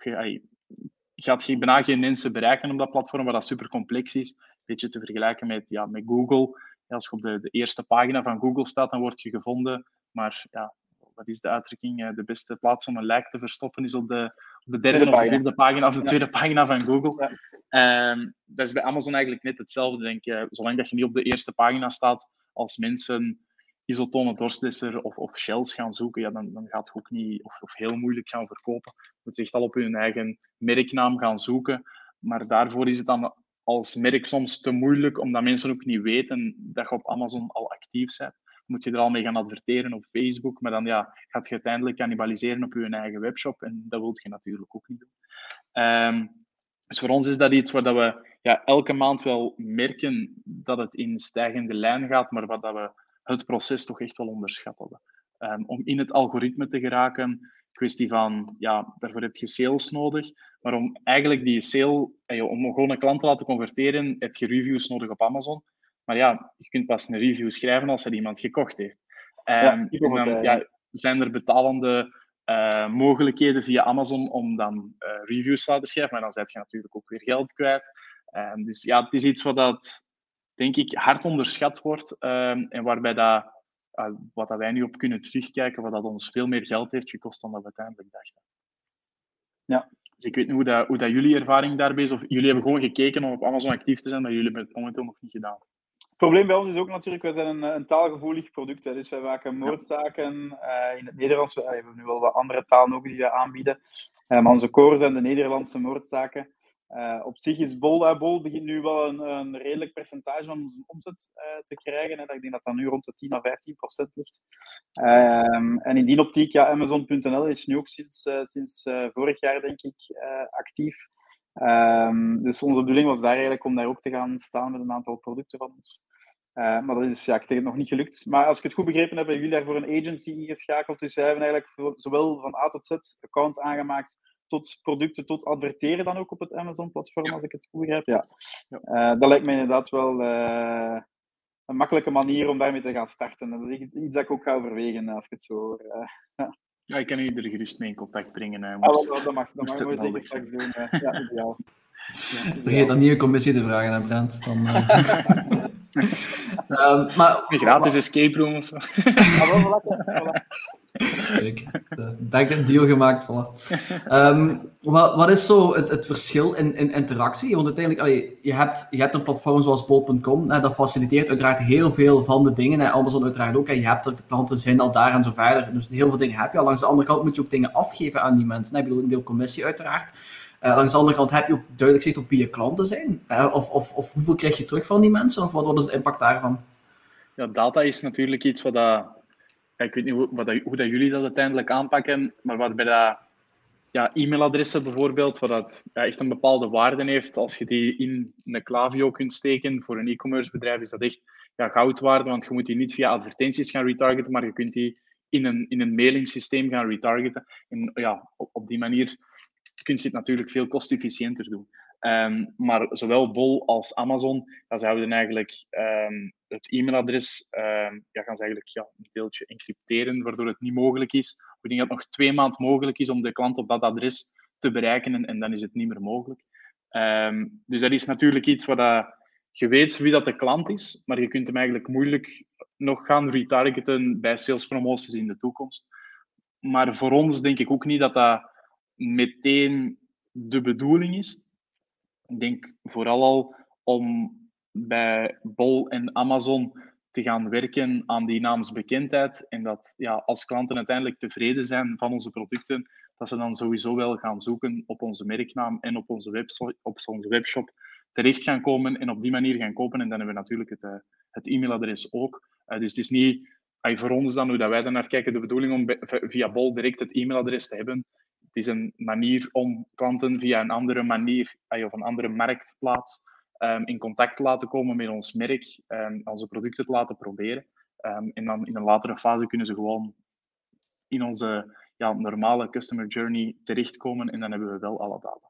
gaat je bijna geen mensen bereiken op dat platform, waar dat super complex is. Een beetje te vergelijken met Google. Als je op de eerste pagina van Google staat, dan word je gevonden. Maar wat is de uitdrukking? De beste plaats om een lijk te verstoppen is op de derde of de vierde pagina of de tweede pagina van Google. Dat is bij Amazon eigenlijk net hetzelfde, denk ik. Zolang dat je niet op de eerste pagina staat, als mensen isotone dorstlesser of shells gaan zoeken, dan gaat het ook niet of heel moeilijk gaan verkopen. Je moet echt al op je eigen merknaam gaan zoeken. Maar daarvoor is het dan als merk soms te moeilijk, omdat mensen ook niet weten dat je op Amazon al actief bent. Moet je er al mee gaan adverteren op Facebook, maar dan gaat je uiteindelijk cannibaliseren op je eigen webshop en dat wil je natuurlijk ook niet doen. Dus voor ons is dat iets waar we elke maand wel merken dat het in stijgende lijn gaat, maar waar dat we het proces toch echt wel onderschat hadden. Om in het algoritme te geraken, kwestie van, daarvoor heb je sales nodig, maar om eigenlijk die sale, om gewoon een klant te laten converteren, heb je reviews nodig op Amazon. Maar je kunt pas een review schrijven als er iemand gekocht heeft. En dan zijn er betalende mogelijkheden via Amazon om dan reviews te laten schrijven, maar dan zet je natuurlijk ook weer geld kwijt. Dus het is iets wat denk ik hard onderschat wordt en waarbij wat wij nu op kunnen terugkijken, wat dat ons veel meer geld heeft gekost dan dat we uiteindelijk dachten. Ja. Dus ik weet niet hoe dat jullie ervaring daarbij is, of jullie hebben gewoon gekeken om op Amazon actief te zijn, maar jullie hebben het momenteel nog niet gedaan. Het probleem bij ons is ook natuurlijk, wij zijn een taalgevoelig product. Hè, dus wij maken moordzaken in het Nederlands. We hebben nu wel wat andere talen ook die we aanbieden. Maar onze core zijn de Nederlandse moordzaken. Op zich is Bol begint nu wel een redelijk percentage van onze omzet te krijgen. Hè. Ik denk dat dat nu rond de 10 à 15% ligt. En in die optiek, ja, Amazon.nl is nu ook sinds vorig jaar, denk ik, actief. Dus onze bedoeling was daar eigenlijk om daar ook te gaan staan met een aantal producten van ons. Maar dat is, ja, ik zeg het, nog niet gelukt. Maar als ik het goed begrepen heb, hebben jullie daarvoor een agency ingeschakeld. Dus zij hebben eigenlijk zowel van A tot Z account aangemaakt, tot producten, tot adverteren dan ook op het Amazon-platform, als ik het goed begrijp. Ja. Dat lijkt me inderdaad wel een makkelijke manier om daarmee te gaan starten. Dat is iets dat ik ook ga overwegen, als ik het zo hoor. Ja, ik kan u er gerust mee in contact brengen. Dat mag we zeker straks doen. Ja, ideaal. Vergeet dan niet een commissie te vragen, hè, Brent. Dan, maar, een gratis escape room of zo. Kijk, denk een deal gemaakt. Voilà. Wat is zo het verschil in interactie? Want uiteindelijk, je hebt een platform zoals bol.com, dat faciliteert uiteraard heel veel van de dingen. Amazon uiteraard ook. Je hebt de klanten zijn al daar en zo verder. Dus heel veel dingen heb je al. Langs de andere kant moet je ook dingen afgeven aan die mensen. Ik bedoel, een deel commissie uiteraard. Langs de andere kant heb je ook duidelijk zicht op wie je klanten zijn. Of hoeveel krijg je terug van die mensen? Of wat is de impact daarvan? Ja, data is natuurlijk iets wat dat... Ik weet niet hoe dat jullie dat uiteindelijk aanpakken, maar waarbij dat... Ja, e-mailadressen bijvoorbeeld, wat dat echt een bepaalde waarde heeft. Als je die in een Klaviyo kunt steken voor een e-commerce bedrijf, is dat echt goudwaarde, want je moet die niet via advertenties gaan retargeten, maar je kunt die in een mailingsysteem gaan retargeten. En ja, op die manier kun je het natuurlijk veel kostefficiënter doen. Maar zowel Bol als Amazon, ze houden eigenlijk het e-mailadres, gaan ze eigenlijk een deeltje encrypteren, waardoor het niet mogelijk is. Ik denk dat het nog 2 maanden mogelijk is om de klant op dat adres te bereiken en dan is het niet meer mogelijk. Dus dat is natuurlijk iets wat je weet wie dat de klant is, maar je kunt hem eigenlijk moeilijk nog gaan retargeten bij salespromoties in de toekomst. Maar voor ons denk ik ook niet dat dat meteen de bedoeling is. Ik denk vooral al om bij Bol en Amazon te gaan werken aan die naamsbekendheid en dat als klanten uiteindelijk tevreden zijn van onze producten, dat ze dan sowieso wel gaan zoeken op onze merknaam en op onze webshop terecht gaan komen en op die manier gaan kopen. En dan hebben we natuurlijk het e-mailadres ook. Dus het is niet voor ons dan, hoe dat wij daar naar kijken, de bedoeling om via Bol direct het e-mailadres te hebben. Het is een manier om klanten via een andere manier of een andere marktplaats in contact te laten komen met ons merk, onze producten te laten proberen. En dan in een latere fase kunnen ze gewoon in onze normale customer journey terechtkomen en dan hebben we wel alle data.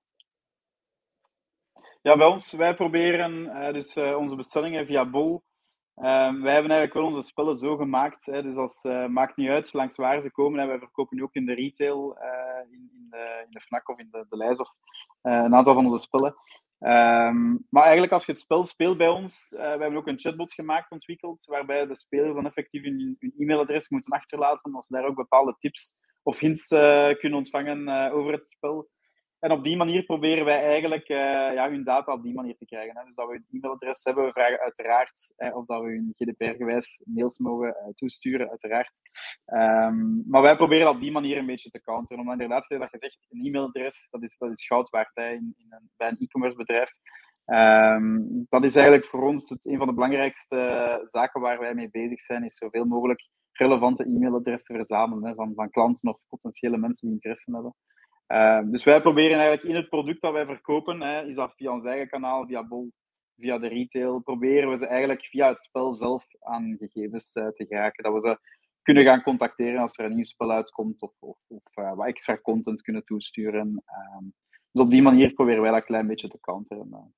Ja, bij ons, wij proberen onze bestellingen via Bol. Wij hebben eigenlijk wel onze spullen zo gemaakt. Dus maakt niet uit langs waar ze komen. Wij verkopen nu ook in de retail, in de Fnac of in de Leijs of een aantal van onze spullen. Maar eigenlijk als je het spel speelt bij ons, we hebben ook een chatbot ontwikkeld, waarbij de spelers dan effectief hun e-mailadres moeten achterlaten als ze daar ook bepaalde tips of hints kunnen ontvangen over het spel. En op die manier proberen wij eigenlijk hun data op die manier te krijgen. Hè. Dus dat we hun e-mailadres hebben, we vragen uiteraard of dat we hun GDPR-gewijs mails mogen toesturen, uiteraard. Maar wij proberen op die manier een beetje te counteren. Omdat inderdaad, dat je zegt, een e-mailadres, dat is goud waard bij een e-commerce bedrijf. Dat is eigenlijk voor ons een van de belangrijkste zaken waar wij mee bezig zijn, is zoveel mogelijk relevante e-mailadressen verzamelen van klanten of potentiële mensen die interesse hebben. Dus wij proberen eigenlijk in het product dat wij verkopen, is dat via ons eigen kanaal, via Bol, via de retail, proberen we ze eigenlijk via het spel zelf aan gegevens te geraken. Dat we ze kunnen gaan contacteren als er een nieuw spel uitkomt of wat extra content kunnen toesturen. Dus op die manier proberen wij dat een klein beetje te counteren.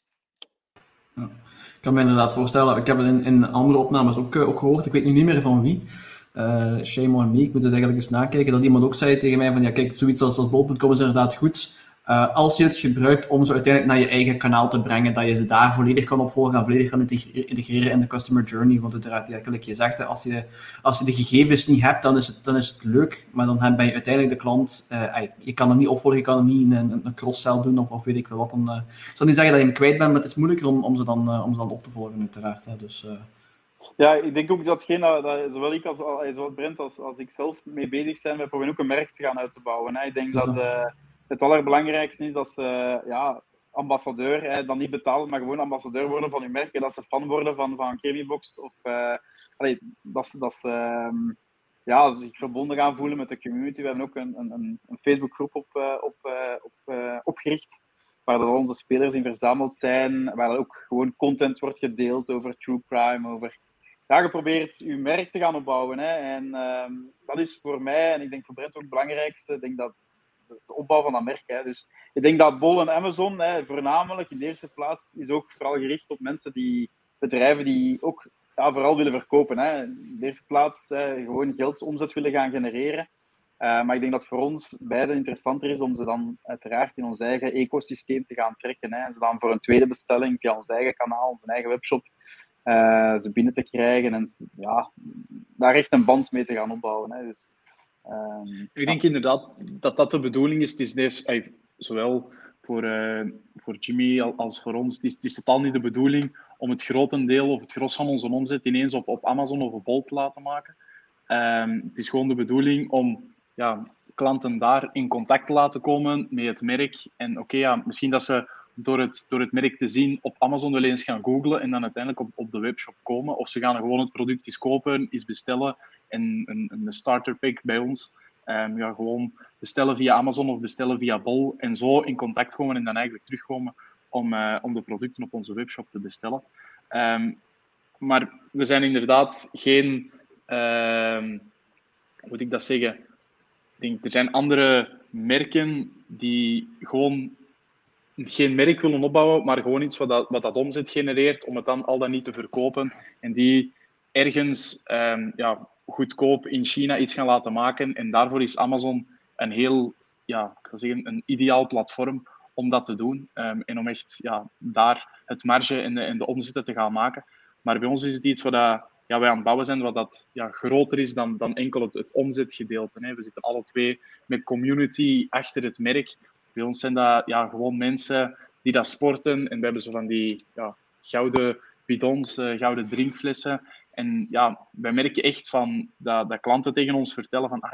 Ja. Ik kan me inderdaad voorstellen, ik heb het in andere opnames ook gehoord, ik weet nu niet meer van wie. Shame on me, ik moet het eigenlijk eens nakijken, dat iemand ook zei tegen mij van, kijk, zoiets als bol.com is inderdaad goed. Als je het gebruikt om ze uiteindelijk naar je eigen kanaal te brengen, dat je ze daar volledig kan opvolgen en volledig kan integreren in de customer journey. Want uiteraard, gelijk je zegt, als je de gegevens niet hebt, dan is het leuk, maar dan ben je uiteindelijk de klant, je kan hem niet opvolgen, je kan hem niet een cross-sell doen of weet ik veel wat. Ik zal niet zeggen dat je hem kwijt bent, maar het is moeilijker om ze dan op te volgen uiteraard. Dus... Ja, ik denk ook dat zowel ik zowel Brent als ik zelf mee bezig zijn, wij proberen ook een merk te gaan uit te bouwen. Ik denk dat het allerbelangrijkste is dat ze ambassadeur, dan niet betalen, maar gewoon ambassadeur worden van uw merk. Dat ze fan worden van Chemiebox. Of dat ze zich verbonden gaan voelen met de community. We hebben ook een Facebookgroep opgericht, waar dat onze spelers in verzameld zijn, waar dat ook gewoon content wordt gedeeld over true crime, over geprobeerd uw merk te gaan opbouwen. Hè. En dat is voor mij, en ik denk voor Brent ook het belangrijkste, ik denk dat de opbouw van dat merk. Hè. Dus ik denk dat Bol en Amazon, voornamelijk in de eerste plaats, is ook vooral gericht op bedrijven die ook vooral willen verkopen. Hè. In de eerste plaats gewoon omzet willen gaan genereren. Maar ik denk dat voor ons beiden interessanter is om ze dan uiteraard in ons eigen ecosysteem te gaan trekken. Hè. En ze dan voor een tweede bestelling via ons eigen kanaal, onze eigen webshop, ze binnen te krijgen en daar echt een band mee te gaan opbouwen. Hè. Dus, ik denk inderdaad dat de bedoeling is. Het is zowel voor Jimmy als voor ons. Het is totaal niet de bedoeling om het grotendeel of het gros van onze omzet ineens op Amazon of op Bol te laten maken. Het is gewoon de bedoeling om klanten daar in contact te laten komen met het merk. En misschien dat ze door het merk te zien op Amazon wel eens gaan googlen en dan uiteindelijk op de webshop komen. Of ze gaan gewoon het product eens kopen, eens bestellen en een starter pack bij ons. Gewoon bestellen via Amazon of bestellen via Bol en zo in contact komen en dan eigenlijk terugkomen om de producten op onze webshop te bestellen. Maar we zijn inderdaad geen... hoe moet ik dat zeggen? Ik denk, er zijn andere merken die gewoon geen merk willen opbouwen, maar gewoon iets wat dat omzet genereert, om het dan al dan niet te verkopen. En die ergens goedkoop in China iets gaan laten maken. En daarvoor is Amazon een heel, een ideaal platform om dat te doen. En om echt daar het marge en de omzetten te gaan maken. Maar bij ons is het iets wat wij aan het bouwen zijn, wat dat groter is dan enkel het omzetgedeelte. Hè. We zitten alle twee met community achter het merk. Bij ons zijn dat gewoon mensen die dat sporten. En we hebben zo van die gouden bidons, gouden drinkflessen. En wij merken echt van dat klanten tegen ons vertellen van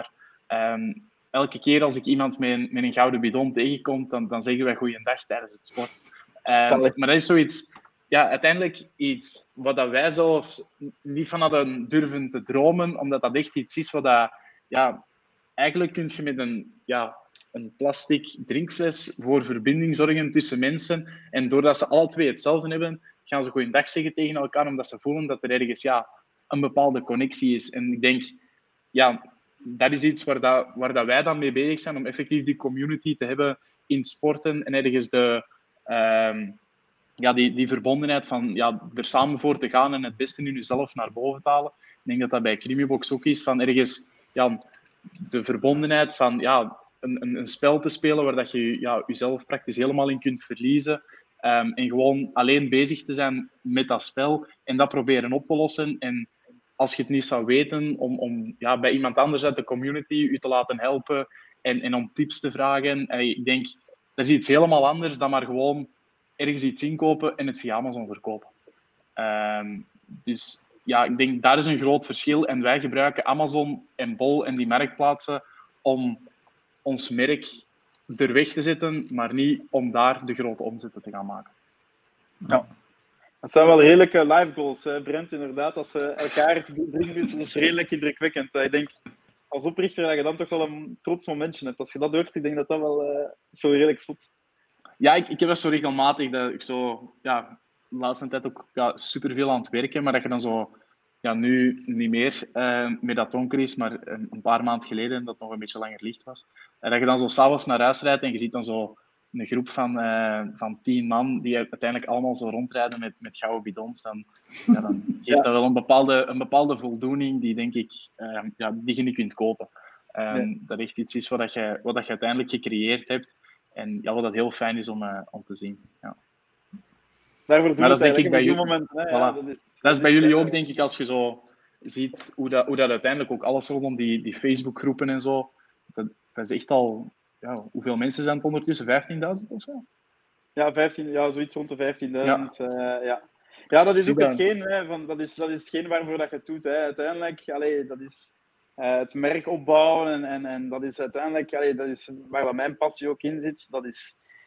elke keer als ik iemand met een gouden bidon tegenkom, dan zeggen wij goeiedag tijdens het sport. Maar dat is zoiets... uiteindelijk iets wat dat wij zelf niet van hadden durven te dromen, omdat dat echt iets is wat dat... eigenlijk kun je met een plastic drinkfles voor verbinding zorgen tussen mensen. En doordat ze alle twee hetzelfde hebben, gaan ze goeiedag zeggen tegen elkaar, omdat ze voelen dat er ergens een bepaalde connectie is. En ik denk, dat is iets waar dat wij dan mee bezig zijn, om effectief die community te hebben in sporten en ergens die verbondenheid van er samen voor te gaan en het beste in jezelf naar boven te halen. Ik denk dat dat bij Chemiebox ook is, van ergens de verbondenheid van een spel te spelen waar dat je jezelf praktisch helemaal in kunt verliezen. En gewoon alleen bezig te zijn met dat spel en dat proberen op te lossen. En als je het niet zou weten, om bij iemand anders uit de community je te laten helpen en om tips te vragen. Ik denk, dat is iets helemaal anders dan maar gewoon ergens iets inkopen en het via Amazon verkopen. Dus ik denk, daar is een groot verschil. En wij gebruiken Amazon en Bol en die marktplaatsen om ons merk er weg te zetten, maar niet om daar de grote omzetten te gaan maken. Ja. Dat zijn wel redelijke life goals, hè, Brent, inderdaad. Als ze elkaar dringen, dat is redelijk indrukwekkend. Ik denk, als oprichter, dat je dan toch wel een trots momentje hebt. Als je dat hoort, ik denk dat dat wel zo redelijk zot. Ja, ik heb dat zo regelmatig, dat ik zo, de laatste tijd ook superveel aan het werken, maar dat je dan zo, nu niet meer met dat donker is, maar een paar maanden geleden, dat het nog een beetje langer licht was, dat je dan zo s'avonds naar huis rijdt en je ziet dan zo een groep van 10 man die uiteindelijk allemaal zo rondrijden met gouden bidons, dan geeft dat wel een bepaalde voldoening die, denk ik, die je niet kunt kopen. Dat echt iets is wat je uiteindelijk gecreëerd hebt en wat dat heel fijn is om te zien. Ja. Daarvoor doen we het eigenlijk bij zo'n moment. Hè? Voilà. Dat is bij jullie ook, denk ik, als je zo ziet hoe dat uiteindelijk ook alles rondom die Facebookgroepen en zo, dat is echt al... hoeveel mensen zijn het ondertussen? 15.000 of zo? Ja, zoiets rond de 15.000. Ja, dat is ook hetgeen, hè, dat is hetgeen waarvoor dat je het doet. Hè. Uiteindelijk, dat is het merk opbouwen en dat is uiteindelijk, dat is waar mijn passie ook in zit. Dat is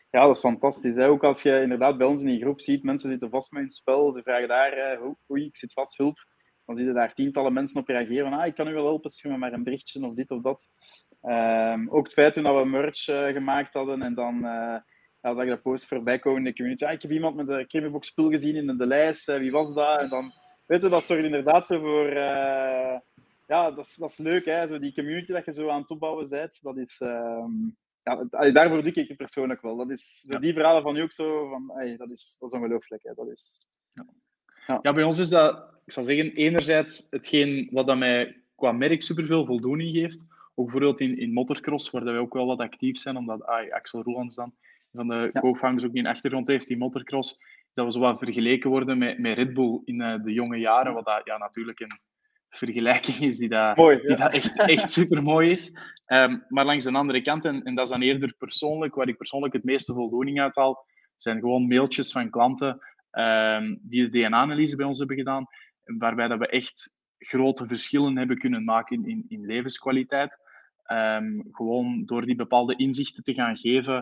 Ja, dat is fantastisch. Hè? Ook als je inderdaad bij ons in die groep ziet, mensen zitten vast met hun spel, ze vragen daar, oei, ik zit vast, hulp. Dan zie je daar tientallen mensen op reageren van, ik kan u wel helpen, stuur me maar een berichtje of dit of dat. Ook het feit toen we merch gemaakt hadden en dan zag ik de post voorbij komen in de community. Ik heb iemand met een Crimebox spul gezien in de lijst, wie was dat? En dan, weet je, dat zorgt inderdaad zo voor... ja, dat is leuk, hè? Zo die community dat je zo aan het opbouwen bent, dat is... ja, daarvoor doe ik het persoonlijk wel. Dat is, zo die verhalen van u ook zo, van, dat is ongelooflijk. Hè. Dat is, ja, bij ons is dat, ik zal zeggen, enerzijds hetgeen wat dat mij qua merk superveel voldoening geeft. Ook bijvoorbeeld in motocross, waar wij ook wel wat actief zijn, omdat Axel Roelands dan, van de co-founders ook die een achtergrond heeft in motocross, dat we zo wat vergeleken worden met Red Bull in de jonge jaren, wat dat natuurlijk een vergelijking is die dat echt super mooi is. Maar langs de andere kant, en dat is dan eerder persoonlijk, waar ik persoonlijk het meeste voldoening uit haal, zijn gewoon mailtjes van klanten die de DNA-analyse bij ons hebben gedaan, waarbij dat we echt grote verschillen hebben kunnen maken in levenskwaliteit. Gewoon door die bepaalde inzichten te gaan geven,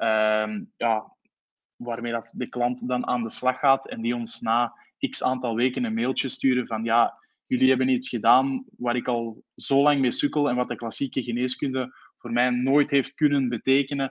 waarmee dat de klant dan aan de slag gaat en die ons na x aantal weken een mailtje sturen van jullie hebben iets gedaan waar ik al zo lang mee sukkel en wat de klassieke geneeskunde voor mij nooit heeft kunnen betekenen.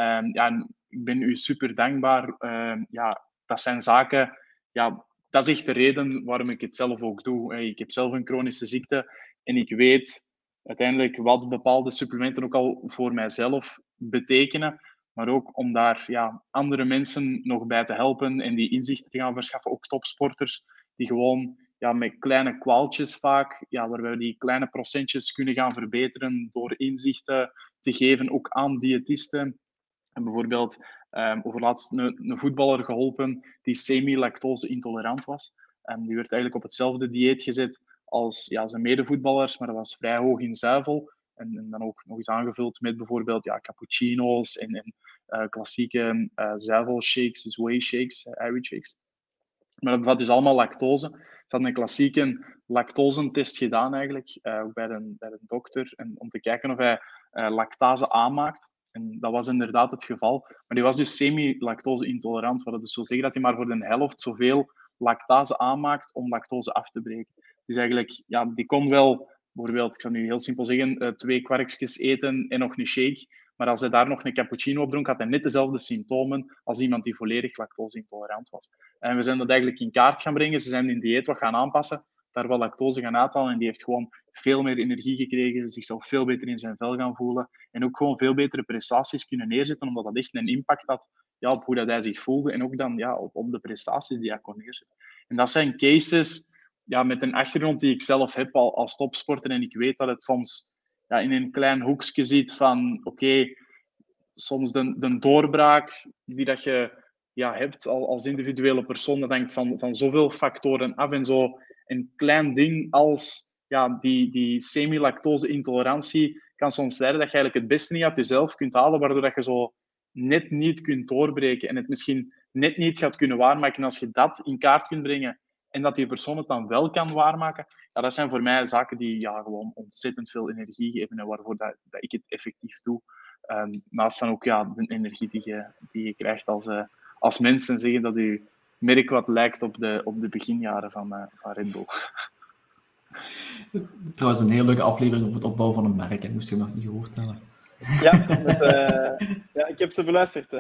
Ik ben u super dankbaar. Dat zijn zaken... dat is echt de reden waarom ik het zelf ook doe. Ik heb zelf een chronische ziekte en ik weet uiteindelijk wat bepaalde supplementen ook al voor mijzelf betekenen. Maar ook om daar andere mensen nog bij te helpen en die inzichten te gaan verschaffen. Ook topsporters die gewoon met kleine kwaaltjes vaak, waarbij we die kleine procentjes kunnen gaan verbeteren door inzichten te geven, ook aan diëtisten. En bijvoorbeeld overlaatst een voetballer geholpen die semi-lactose-intolerant was. Die werd eigenlijk op hetzelfde dieet gezet als zijn medevoetballers, maar dat was vrij hoog in zuivel. En dan ook nog eens aangevuld met bijvoorbeeld cappuccino's en klassieke zuivelshakes, dus whey shakes, irie shakes. Maar dat bevat dus allemaal lactose. Ze hadden een klassieke lactosentest gedaan eigenlijk, bij de dokter, om te kijken of hij lactase aanmaakt. En dat was inderdaad het geval. Maar die was dus semi-lactose-intolerant, wat dus wil zeggen dat hij maar voor de helft zoveel lactase aanmaakt om lactose af te breken. Dus eigenlijk, die kon wel, bijvoorbeeld, ik zal nu heel simpel zeggen, 2 kwarkjes eten en nog een shake. Maar als hij daar nog een cappuccino op dronk, had hij net dezelfde symptomen als iemand die volledig lactose-intolerant was. En we zijn dat eigenlijk in kaart gaan brengen. Ze zijn in dieet wat gaan aanpassen, daar wat lactose gaan uithalen. En die heeft gewoon veel meer energie gekregen, zichzelf veel beter in zijn vel gaan voelen. En ook gewoon veel betere prestaties kunnen neerzetten, omdat dat echt een impact had op hoe dat hij zich voelde. En ook dan op de prestaties die hij kon neerzetten. En dat zijn cases met een achtergrond die ik zelf heb als topsporter. En ik weet dat het soms in een klein hoekje zit van soms de doorbraak die dat je hebt als individuele persoon, dat hangt van zoveel factoren af. En zo een klein ding als die semi-lactose-intolerantie kan soms leiden dat je eigenlijk het beste niet uit jezelf kunt halen, waardoor dat je zo net niet kunt doorbreken en het misschien net niet gaat kunnen waarmaken. En als je dat in kaart kunt brengen en dat die persoon het dan wel kan waarmaken, dat zijn voor mij zaken die gewoon ontzettend veel energie geven en waarvoor dat ik het effectief doe. Naast dan ook de energie die je krijgt als mens en zeggen dat je merk wat lijkt op de beginjaren van Red Bull. Trouwens, een heel leuke aflevering over het opbouwen van een merk. En moest je nog niet gehoord hebben. Ja, ik heb ze beluisterd.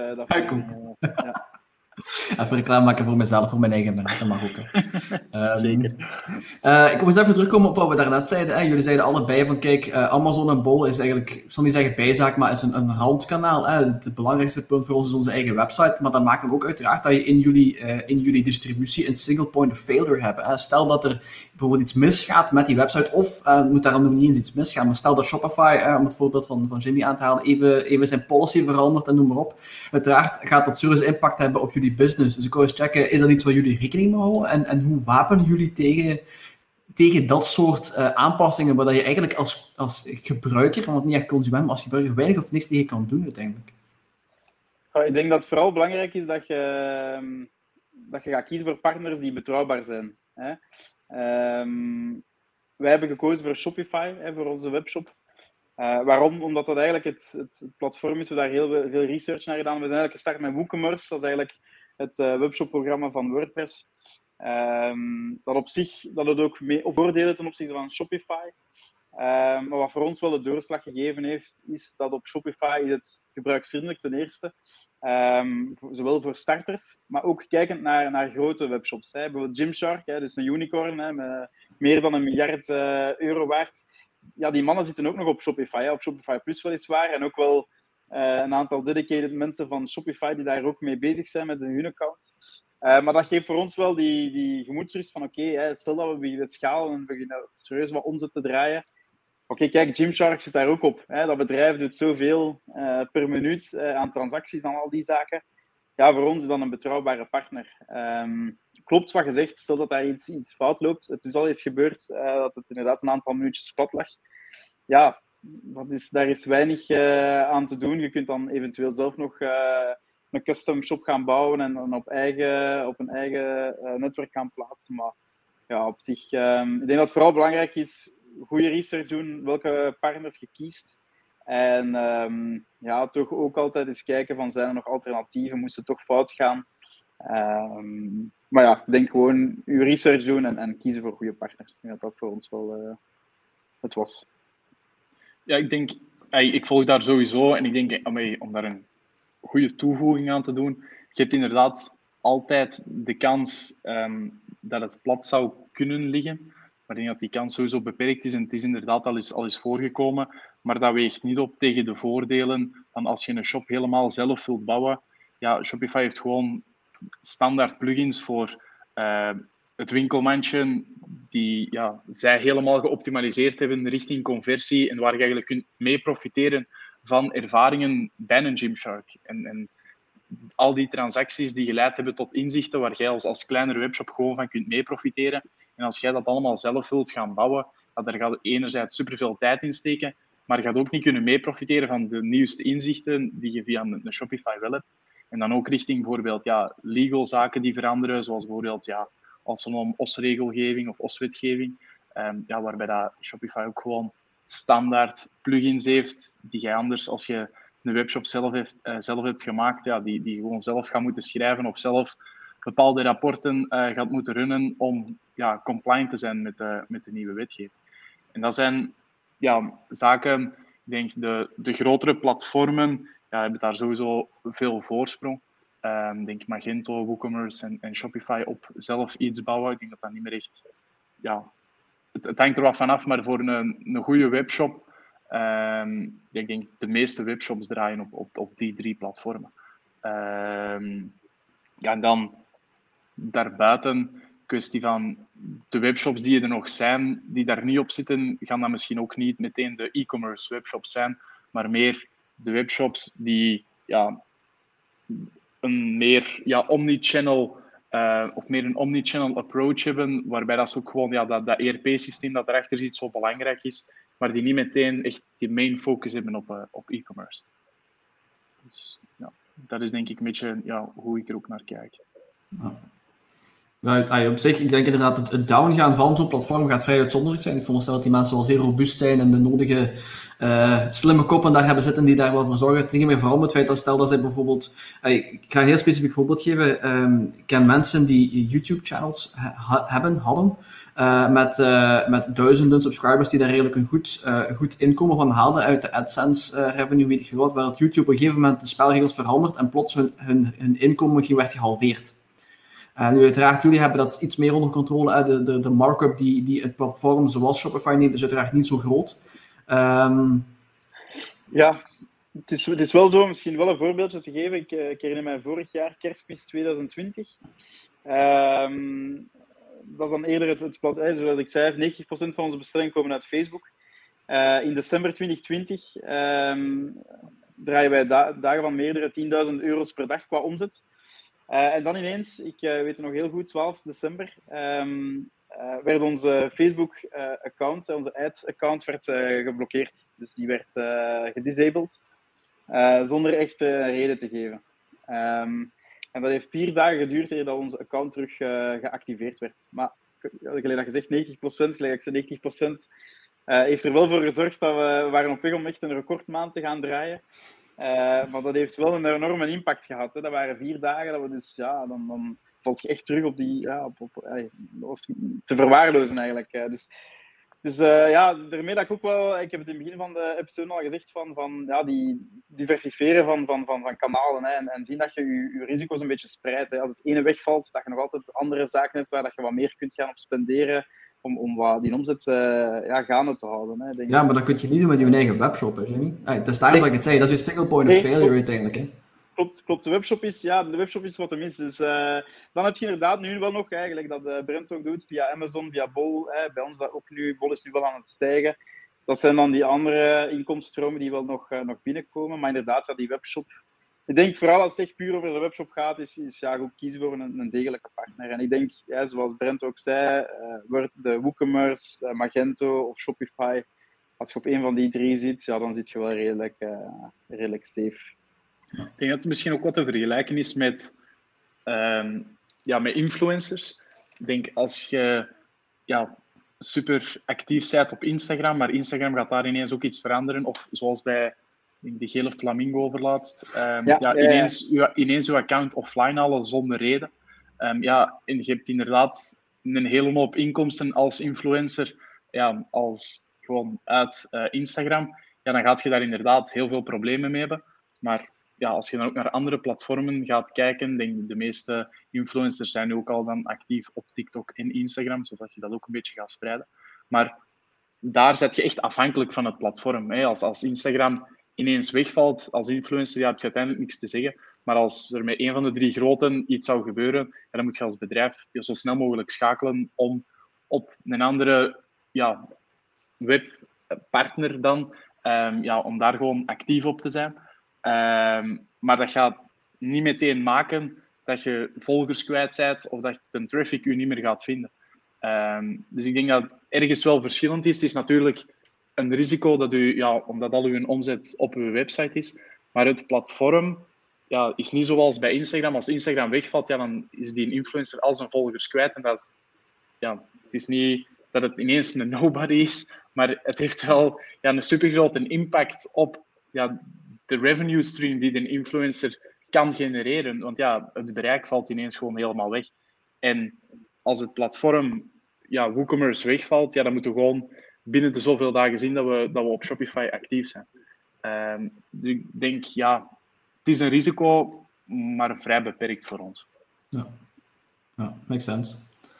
Even reclame maken voor mezelf, voor mijn eigen merk. Dat mag ook. Zeker. Ik wil eens even terugkomen op wat we daarnet zeiden. Jullie zeiden allebei van, kijk, Amazon en Bol is eigenlijk, ik zal niet zeggen bijzaak, maar is een randkanaal. Het belangrijkste punt voor ons is onze eigen website. Maar dat maakt dan ook uiteraard dat je in jullie distributie een single point of failure hebt. Stel dat er bijvoorbeeld iets misgaat met die website, of moet daarom niet eens iets misgaan, maar stel dat Shopify, om het voorbeeld van Jimmy aan te halen, even zijn policy verandert en noem maar op. Uiteraard gaat dat serious impact hebben op jullie business. Dus ik wil eens checken, is dat iets waar jullie rekening mee houden? En hoe wapenen jullie tegen dat soort aanpassingen, waar je eigenlijk als gebruiker, want niet echt consument, maar als gebruiker weinig of niks tegen kan doen uiteindelijk? Ik denk dat het vooral belangrijk is dat je gaat kiezen voor partners die betrouwbaar zijn. Wij hebben gekozen voor Shopify, voor onze webshop. Waarom? Omdat dat eigenlijk het platform is. We daar heel veel research naar gedaan. We zijn eigenlijk gestart met WooCommerce. Dat is eigenlijk het webshop-programma van WordPress. Dat op zich dat het ook voordelen ten opzichte van Shopify. Maar wat voor ons wel de doorslag gegeven heeft, is dat op Shopify is het gebruiksvriendelijk ten eerste. Zowel voor starters, maar ook kijkend naar grote webshops. Hè. Bijvoorbeeld Gymshark, dus een unicorn hè, met meer dan €1 miljard waard. Ja, die mannen zitten ook nog op Shopify. Op Shopify Plus weliswaar. En ook wel een aantal dedicated mensen van Shopify die daar ook mee bezig zijn met hun account. Maar dat geeft voor ons wel die gemoedsrust van oké, stel dat we beginnen schalen en beginnen serieus wat omzet te draaien. Oké, kijk, Gymshark zit daar ook op. Hè. Dat bedrijf doet zoveel per minuut aan transacties en al die zaken. Ja, voor ons is dat een betrouwbare partner. Klopt wat gezegd, stel dat daar iets fout loopt. Het is al eens gebeurd dat het inderdaad een aantal minuutjes plat lag. Ja, daar is weinig aan te doen. Je kunt dan eventueel zelf nog een custom shop gaan bouwen en op een eigen netwerk gaan plaatsen. Maar ja, op zich, ik denk dat het vooral belangrijk is goede research doen, welke partners je kiest. En toch ook altijd eens kijken van zijn er nog alternatieven, moest het toch fout gaan. Maar ja, ik denk gewoon je research doen en kiezen voor goede partners. Ik denk dat dat voor ons wel het was. Ja, ik volg daar sowieso en ik denk om daar een goede toevoeging aan te doen, je hebt inderdaad altijd de kans dat het plat zou kunnen liggen. Maar ik denk dat die kans sowieso beperkt is en het is inderdaad al eens voorgekomen. Maar dat weegt niet op tegen de voordelen van als je een shop helemaal zelf wilt bouwen. Ja, Shopify heeft gewoon standaard plugins voor het winkelmandje die zij helemaal geoptimaliseerd hebben richting conversie en waar je eigenlijk kunt mee profiteren van ervaringen bij een Gymshark. En al die transacties die geleid hebben tot inzichten waar jij als kleinere webshop gewoon van kunt mee profiteren. En als jij dat allemaal zelf wilt gaan bouwen, daar gaat enerzijds superveel tijd in steken, maar je gaat ook niet kunnen mee profiteren van de nieuwste inzichten die je via een Shopify wel hebt. En dan ook richting bijvoorbeeld legal zaken die veranderen, zoals bijvoorbeeld als het om OS-regelgeving of OS-wetgeving, waarbij dat Shopify ook gewoon standaard plugins heeft die jij anders, als je een webshop zelf hebt gemaakt, die gewoon zelf gaat moeten schrijven of zelf bepaalde rapporten gaat moeten runnen om compliant te zijn met de nieuwe wetgeving. En dat zijn zaken, ik denk de grotere platformen hebben daar sowieso veel voorsprong. Ik denk Magento, WooCommerce en Shopify op zelf iets bouwen. Ik denk dat dat niet meer echt... Het hangt er wat vanaf, maar voor een goede webshop... ik denk de meeste webshops draaien op die 3 platformen. En dan daarbuiten, kwestie van de webshops die er nog zijn, die daar niet op zitten, gaan dan misschien ook niet meteen de e-commerce webshops zijn, maar meer de webshops die een meer omnichannel of meer een omnichannel approach hebben, waarbij dat ze ook gewoon dat ERP-systeem dat erachter zit zo belangrijk is, maar die niet meteen echt die main focus hebben op e-commerce. Dus dat is denk ik een beetje hoe ik er ook naar kijk. Op zich, ik denk inderdaad, het downgaan van zo'n platform gaat vrij uitzonderlijk zijn. Ik veronderstel dat die mensen wel zeer robuust zijn en de nodige slimme koppen daar hebben zitten die daar wel voor zorgen. Het ging meer vooral om het feit dat stel dat zij bijvoorbeeld... ik ga een heel specifiek voorbeeld geven. Ik ken mensen die YouTube-channels hadden, met duizenden subscribers die daar redelijk een goed inkomen van haalden uit de AdSense revenue, weet ik veel wat, waar YouTube op een gegeven moment de spelregels verandert en plots hun inkomen werd gehalveerd. Nu uiteraard, jullie hebben dat iets meer onder controle. De markup die het platform zoals Shopify neemt, is uiteraard niet zo groot. Het is wel zo, misschien wel een voorbeeldje te geven. Ik herinner mij vorig jaar, Kerstmis 2020. Dat is dan eerder het plat. Zoals ik zei, 90% van onze bestellingen komen uit Facebook. In december 2020 draaien wij dagen van meerdere 10.000 euro's per dag qua omzet. En dan ineens, ik weet het nog heel goed, 12 december, werd onze Facebook-account, onze ads-account, geblokkeerd. Dus die werd gedisabled, zonder echt reden te geven. En dat heeft 4 dagen geduurd eer dat onze account terug geactiveerd werd. Maar, gelijk dat gezegd, 90%, gelijk ik zei, Heeft er wel voor gezorgd dat we waren op weg om echt een recordmaand te gaan draaien. Maar dat heeft wel een enorme impact gehad. Hè. Dat waren 4 dagen dat we dus, ja, dan valt je echt terug op die, ja, dat was te verwaarlozen eigenlijk. Dus ja, daarmee dat ik ook wel, ik heb het in het begin van de episode al gezegd, van ja, die diversifiëren van kanalen, hè, en zien dat je je risico's een beetje spreidt. Hè. Als het ene wegvalt, dat je nog altijd andere zaken hebt waar dat je wat meer kunt gaan op spenderen om wat die omzet ja, gaande te houden. Hè, denk Ja, ik. maar dat kun je niet doen met je eigen webshop, hè, Jimmy? Het is daarom dat ik het zei, dat is je single point of Nee, failure klopt. uiteindelijk. Hè? Klopt. De webshop is wat er mis. Dus dan heb je inderdaad nu wel nog eigenlijk dat Brent ook doet via Amazon, via Bol. Bij ons dat ook nu, Bol is nu wel aan het stijgen. Dat zijn dan die andere inkomstenstromen die wel nog binnenkomen. Maar inderdaad, ja, die webshop. Ik denk vooral als het echt puur over de webshop gaat, is ja, goed kiezen voor een degelijke partner. En ik denk, ja, zoals Brent ook zei, wordt de WooCommerce, Magento of Shopify, als je op een van die 3 zit, ja, dan zit je wel redelijk safe. Ik denk dat het misschien ook wat te vergelijken is met influencers. Ik denk als je super actief bent op Instagram, maar Instagram gaat daar ineens ook iets veranderen. Of zoals bij de gele flamingo overlaatst. Ineens je account offline halen zonder reden. En je hebt inderdaad een hele hoop inkomsten als influencer, als gewoon uit Instagram. Ja, dan gaat je daar inderdaad heel veel problemen mee hebben. Maar ja, als je dan ook naar andere platformen gaat kijken, denk ik de meeste influencers zijn nu ook al dan actief op TikTok en Instagram, zodat je dat ook een beetje gaat spreiden. Maar daar zet je echt afhankelijk van het platform. Hè. Als Instagram ineens wegvalt als influencer, heb je uiteindelijk niks te zeggen. Maar als er met een van de 3 groten iets zou gebeuren, dan moet je als bedrijf je zo snel mogelijk schakelen om op een andere webpartner dan, om daar gewoon actief op te zijn. Maar dat gaat niet meteen maken dat je volgers kwijt bent of dat de traffic je niet meer gaat vinden. Dus ik denk dat het ergens wel verschillend is. Het is natuurlijk een risico dat omdat al uw omzet op uw website is. Maar het platform is niet zoals bij Instagram. Als Instagram wegvalt, dan is die influencer al zijn volgers kwijt. En het is niet dat het ineens een nobody is, maar het heeft wel een supergrote impact op de revenue stream die de influencer kan genereren. Want het bereik valt ineens gewoon helemaal weg. En als het platform WooCommerce wegvalt, dan moeten we gewoon binnen de zoveel dagen zien dat we op Shopify actief zijn. Dus ik denk, het is een risico, maar vrij beperkt voor ons. Ja, makes sense.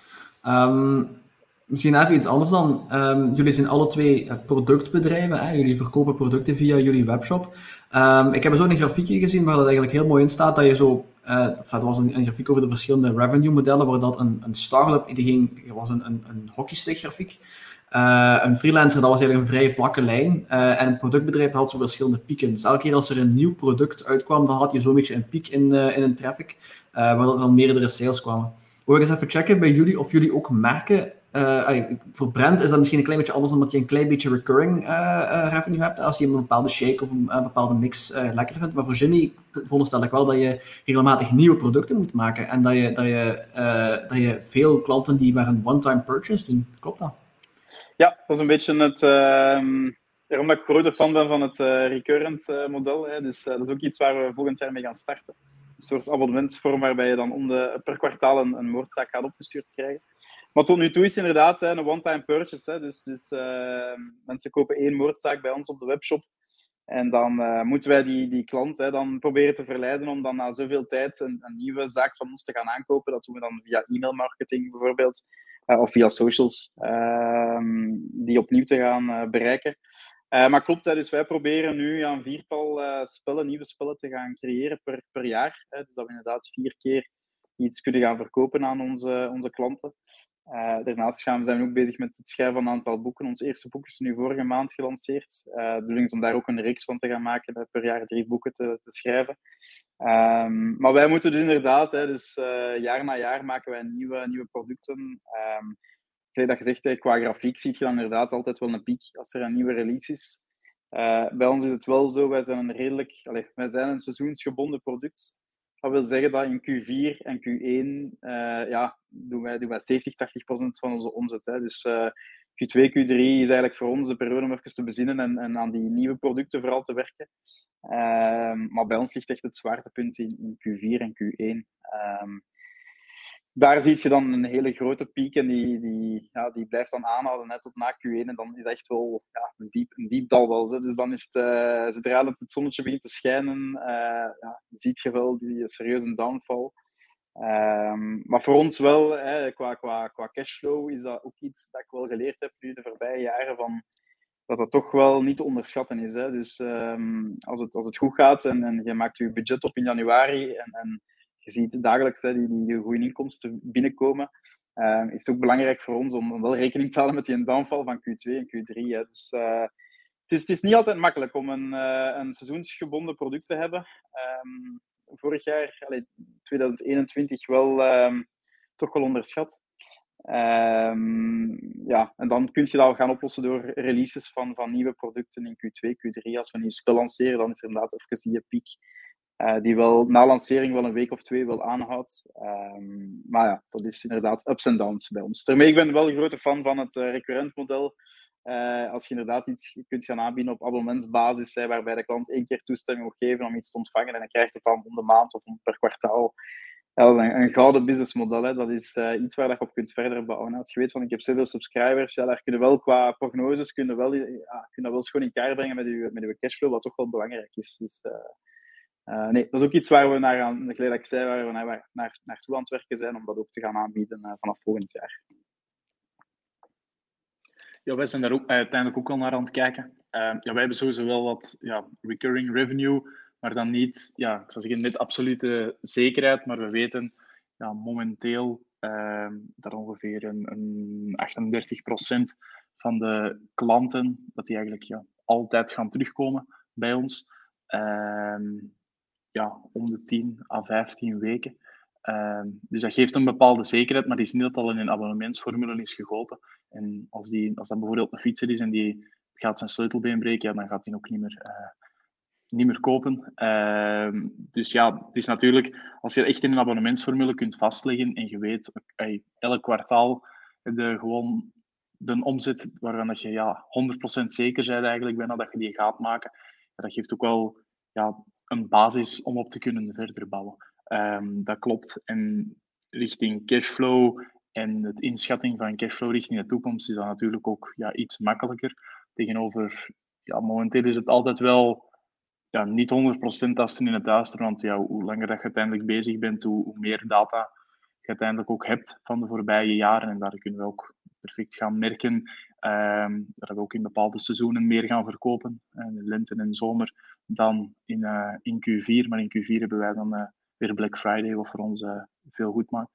Misschien even iets anders dan. Jullie zijn alle 2 productbedrijven. Hè? Jullie verkopen producten via jullie webshop. Ik heb zo een grafiekje gezien waar dat eigenlijk heel mooi in staat. Dat je zo... dat was een grafiek over de verschillende revenue modellen, waar dat een start-up, was een hockeystick grafiek. Een freelancer, dat was eigenlijk een vrij vlakke lijn. En een productbedrijf dat had zo verschillende pieken. Dus elke keer als er een nieuw product uitkwam, dan had je zo'n beetje een piek in een traffic, waar dat dan meerdere sales kwamen. Wil ik eens even checken bij jullie of jullie ook merken. Voor Brent is dat misschien een klein beetje anders, omdat je een klein beetje recurring revenue hebt. Als je een bepaalde shake of een bepaalde mix lekker vindt. Maar voor Jimmy veronderstel ik wel dat je regelmatig nieuwe producten moet maken. En dat je veel klanten die maar een one-time purchase doen. Klopt dat? Ja, dat is een beetje het... Daarom dat ik grote fan ben van het recurrent model. Hè. Dus dat is ook iets waar we volgend jaar mee gaan starten. Een soort abonnementsvorm waarbij je dan per kwartaal een moordzaak gaat opgestuurd krijgen. Maar tot nu toe is het inderdaad een one-time purchase. Hè. Dus mensen kopen 1 moordzaak bij ons op de webshop. En dan moeten wij die klant dan proberen te verleiden om dan na zoveel tijd een nieuwe zaak van ons te gaan aankopen. Dat doen we dan via e-mailmarketing bijvoorbeeld. Of via socials. Die opnieuw te gaan bereiken. Maar klopt, dus wij proberen nu een 4-tal nieuwe spellen te gaan creëren per jaar. Dus dat we inderdaad 4 keer iets kunnen gaan verkopen aan onze klanten. Daarnaast zijn we ook bezig met het schrijven van een aantal boeken. Ons eerste boek is nu vorige maand gelanceerd. De bedoeling is om daar ook een reeks van te gaan maken, per jaar 3 boeken te schrijven. Maar wij moeten dus inderdaad, jaar na jaar maken wij nieuwe producten. Dat gezegd, qua grafiek zie je dan inderdaad altijd wel een piek als er een nieuwe release is. Bij ons is het wel zo, wij zijn een seizoensgebonden product. Dat wil zeggen dat in Q4 en Q1 doen wij 70-80% van onze omzet. Hè. Dus Q2, Q3 is eigenlijk voor ons de periode om even te bezinnen en aan die nieuwe producten vooral te werken. Maar bij ons ligt echt het zwaartepunt in Q4 en Q1. Daar zie je dan een hele grote piek en die blijft dan aanhouden net tot na Q1. En dan is het echt wel een diep dal wel. Hè. Dus dan is zodra het zonnetje begint te schijnen, ziet je wel die serieuze downfall. Maar voor ons wel, qua cashflow, is dat ook iets dat ik wel geleerd heb nu de voorbije jaren, dat toch wel niet te onderschatten is. Hè. Dus als het goed gaat en je maakt je budget op in januari en je ziet dagelijks die goede inkomsten binnenkomen, is het ook belangrijk voor ons om wel rekening te houden met die downfall van Q2 en Q3. Hè. Dus het is niet altijd makkelijk om een seizoensgebonden product te hebben. Vorig jaar, 2021, toch wel onderschat. En dan kun je dat gaan oplossen door releases van nieuwe producten in Q2, Q3. Als we een nieuw spel lanceren, dan is er inderdaad even die piek die wel na lancering wel een week of 2 wel aanhoudt. Maar ja, dat is inderdaad ups en downs bij ons. Daarmee, ik ben wel een grote fan van het recurrent model. Als je inderdaad iets kunt gaan aanbieden op abonnementsbasis, waarbij de klant 1 keer toestemming moet geven om iets te ontvangen en dan krijgt het dan om de maand of per kwartaal. Ja, dat is een gouden businessmodel. Hè. Dat is iets waar je op kunt verder bouwen. Als je weet van ik heb zoveel subscribers, daar kun je wel qua prognoses kun je wel schoon in kaart brengen met je cashflow, wat toch wel belangrijk is. Dus, nee, dat is ook iets waar we naartoe aan het werken zijn om dat ook te gaan aanbieden vanaf volgend jaar. Ja, wij zijn daar ook uiteindelijk ook al naar aan het kijken. Wij hebben sowieso wel wat recurring revenue, maar dan niet, ik zou zeggen, met absolute zekerheid. Maar we weten momenteel dat ongeveer een 38% van de klanten, dat die eigenlijk altijd gaan terugkomen bij ons. Om de 10 à 15 weken. Dus dat geeft een bepaalde zekerheid, maar die is niet dat al in een abonnementsformule is gegoten. En als dat bijvoorbeeld een fietser is en die gaat zijn sleutelbeen breken, dan gaat hij ook niet meer kopen. Dus het is natuurlijk, als je echt in een abonnementsformule kunt vastleggen en je weet, elk kwartaal heb je gewoon de omzet waarvan dat je 100% zeker bent eigenlijk bijna dat je die gaat maken. Dat geeft ook wel een basis om op te kunnen verder bouwen. Dat klopt. En richting cashflow en het inschatting van cashflow richting de toekomst is dat natuurlijk ook iets makkelijker. Tegenover, momenteel is het altijd wel niet 100% tasten in het duister, want hoe langer dat je uiteindelijk bezig bent, hoe meer data je uiteindelijk ook hebt van de voorbije jaren. En daar kunnen we ook perfect gaan merken dat we ook in bepaalde seizoenen meer gaan verkopen, in lente en zomer, dan in Q4. Maar in Q4 hebben wij dan weer Black Friday, wat voor ons veel goed maakt.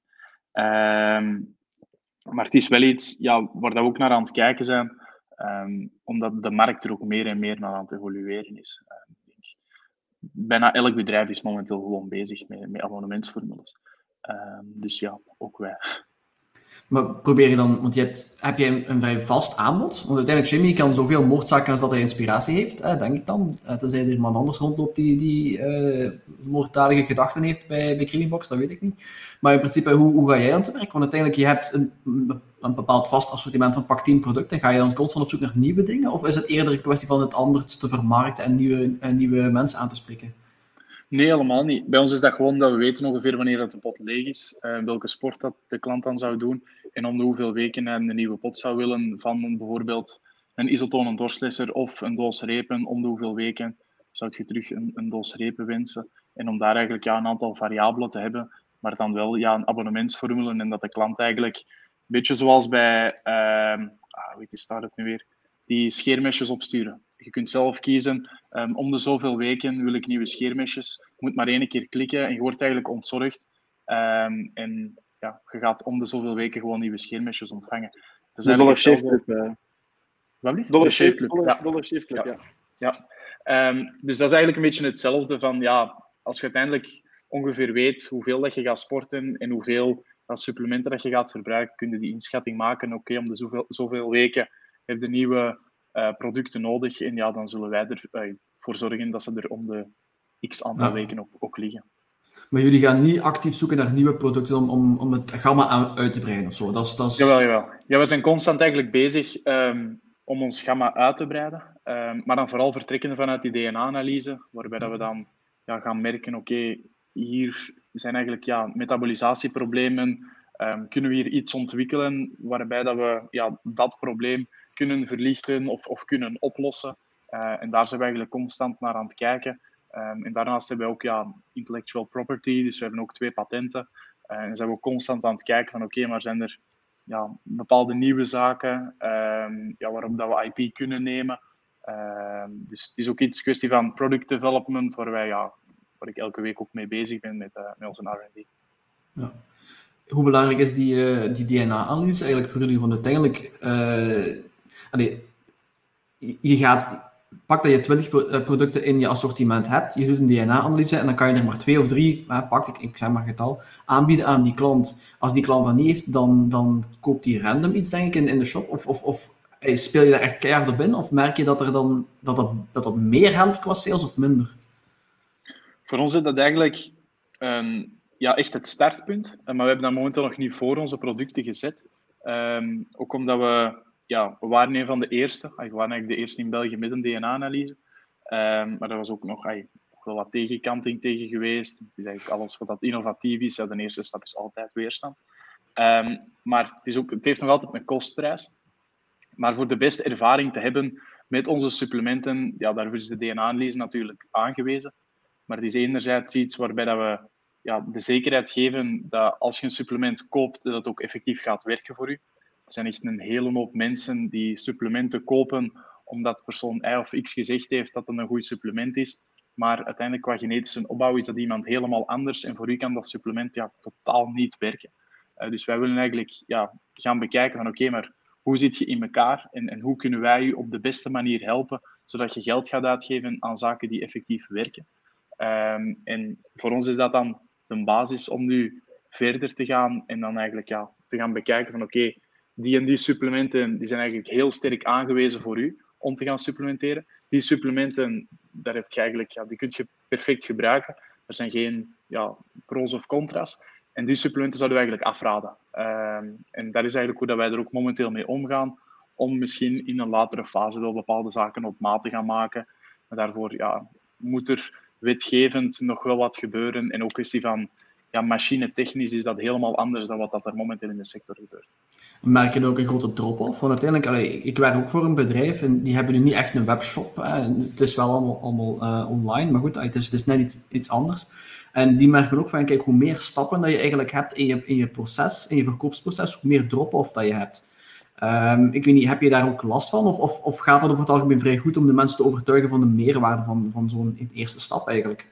Maar het is wel iets waar we ook naar aan het kijken zijn, omdat de markt er ook meer en meer naar aan het evolueren is. Bijna elk bedrijf is momenteel gewoon bezig met abonnementsformules. Dus ook wij. Maar probeer je dan, want heb je een vrij vast aanbod? Want uiteindelijk, Jimmy kan zoveel moordzaken als dat hij inspiratie heeft, denk ik dan. Tenzij er iemand anders rondloopt die moorddadige gedachten heeft bij Creamybox, dat weet ik niet. Maar in principe, hoe ga jij dan te werk? Want uiteindelijk, je hebt een bepaald vast assortiment van pak 10 producten. Ga je dan constant op zoek naar nieuwe dingen? Of is het eerder een kwestie van het anders te vermarkten en nieuwe mensen aan te spreken? Nee, helemaal niet. Bij ons is dat gewoon dat we weten ongeveer wanneer dat de pot leeg is, welke sport dat de klant dan zou doen en om de hoeveel weken hij een nieuwe pot zou willen van bijvoorbeeld een isotonen doorslesser of een doos repen. Om de hoeveel weken zou je terug een doos repen wensen. En om daar eigenlijk een aantal variabelen te hebben, maar dan wel een abonnementsformule en dat de klant eigenlijk, een beetje zoals bij, hoe staat het nu weer, die scheermesjes opsturen. Je kunt zelf kiezen, om de zoveel weken wil ik nieuwe scheermesjes. Je moet maar 1 keer klikken en je wordt eigenlijk ontzorgd. En je gaat om de zoveel weken gewoon nieuwe scheermesjes ontvangen. Dus de Dollar Shave Club. Dollar Shave Club, Dollar Shave Club, ja. Dus dat is eigenlijk een beetje hetzelfde van, als je uiteindelijk ongeveer weet hoeveel dat je gaat sporten en hoeveel supplementen dat je gaat verbruiken, kun je die inschatting maken. Oké, om de zoveel weken heb je nieuwe producten nodig en dan zullen wij ervoor zorgen dat ze er om de x aantal weken ook liggen. Maar jullie gaan niet actief zoeken naar nieuwe producten om het gamma uit te breiden of zo? Jawel, jawel. Ja, we zijn constant eigenlijk bezig om ons gamma uit te breiden. Maar dan vooral vertrekken vanuit die DNA-analyse, waarbij dat we dan gaan merken, oké, hier zijn eigenlijk metabolisatieproblemen. Kunnen we hier iets ontwikkelen waarbij dat we dat probleem kunnen verlichten of kunnen oplossen? En daar zijn we eigenlijk constant naar aan het kijken. En daarnaast hebben we ook intellectual property, dus we hebben ook 2 patenten. En zijn we ook constant aan het kijken van oké, maar zijn er bepaalde nieuwe zaken waarop dat we IP kunnen nemen. Dus het is ook iets kwestie van product development, waar ik elke week ook mee bezig ben met onze R&D. Ja. Hoe belangrijk is die DNA-analyse eigenlijk voor jullie? Want uiteindelijk, pak dat je 20 producten in je assortiment hebt, je doet een DNA-analyse en dan kan je er maar 2 of 3, ik zeg maar getal, aanbieden aan die klant. Als die klant dat niet heeft, dan koopt die random iets, denk ik, in de shop? Of speel je daar echt keihard op in? Of merk je dat meer helpt qua sales of minder? Voor ons is dat eigenlijk echt het startpunt. Maar we hebben dat momenteel nog niet voor onze producten gezet. Ook omdat we waren een van de eerste. We waren eigenlijk de eerste in België met een DNA-analyse. Maar er was ook nog wel wat tegenkanting tegen geweest. Het is eigenlijk alles wat innovatief is. Ja, de eerste stap is altijd weerstand. Maar het heeft nog altijd een kostprijs. Maar voor de beste ervaring te hebben met onze supplementen, daarvoor is de DNA-analyse natuurlijk aangewezen. Maar het is enerzijds iets waarbij dat we de zekerheid geven dat als je een supplement koopt, dat het ook effectief gaat werken voor u. Er zijn echt een hele hoop mensen die supplementen kopen omdat persoon Y of X gezegd heeft dat het een goed supplement is. Maar uiteindelijk qua genetische opbouw is dat iemand helemaal anders en voor u kan dat supplement totaal niet werken. Dus wij willen eigenlijk gaan bekijken van oké, maar hoe zit je in elkaar en hoe kunnen wij u op de beste manier helpen, zodat je geld gaat uitgeven aan zaken die effectief werken. En voor ons is dat dan de basis om nu verder te gaan en dan eigenlijk te gaan bekijken van oké, die en die supplementen die zijn eigenlijk heel sterk aangewezen voor u om te gaan supplementeren. Die supplementen, daar heb je eigenlijk, die kun je perfect gebruiken. Er zijn geen pro's of contra's. En die supplementen zouden we eigenlijk afraden. En dat is eigenlijk hoe dat wij er ook momenteel mee omgaan. Om misschien in een latere fase wel bepaalde zaken op maat te gaan maken. Maar daarvoor moet er wetgevend nog wel wat gebeuren. En ook kwestie van machinetechnisch is dat helemaal anders dan wat dat er momenteel in de sector gebeurt. Merk je ook een grote drop-off? Want uiteindelijk, ik werk ook voor een bedrijf en die hebben nu niet echt een webshop. Het is wel allemaal online, maar goed, het is net iets anders. En die merken ook van, kijk, hoe meer stappen dat je eigenlijk hebt in je proces, in je verkoopsproces, hoe meer drop-off dat je hebt. Ik weet niet, heb je daar ook last van? Of gaat dat over het algemeen vrij goed om de mensen te overtuigen van de meerwaarde van zo'n eerste stap eigenlijk?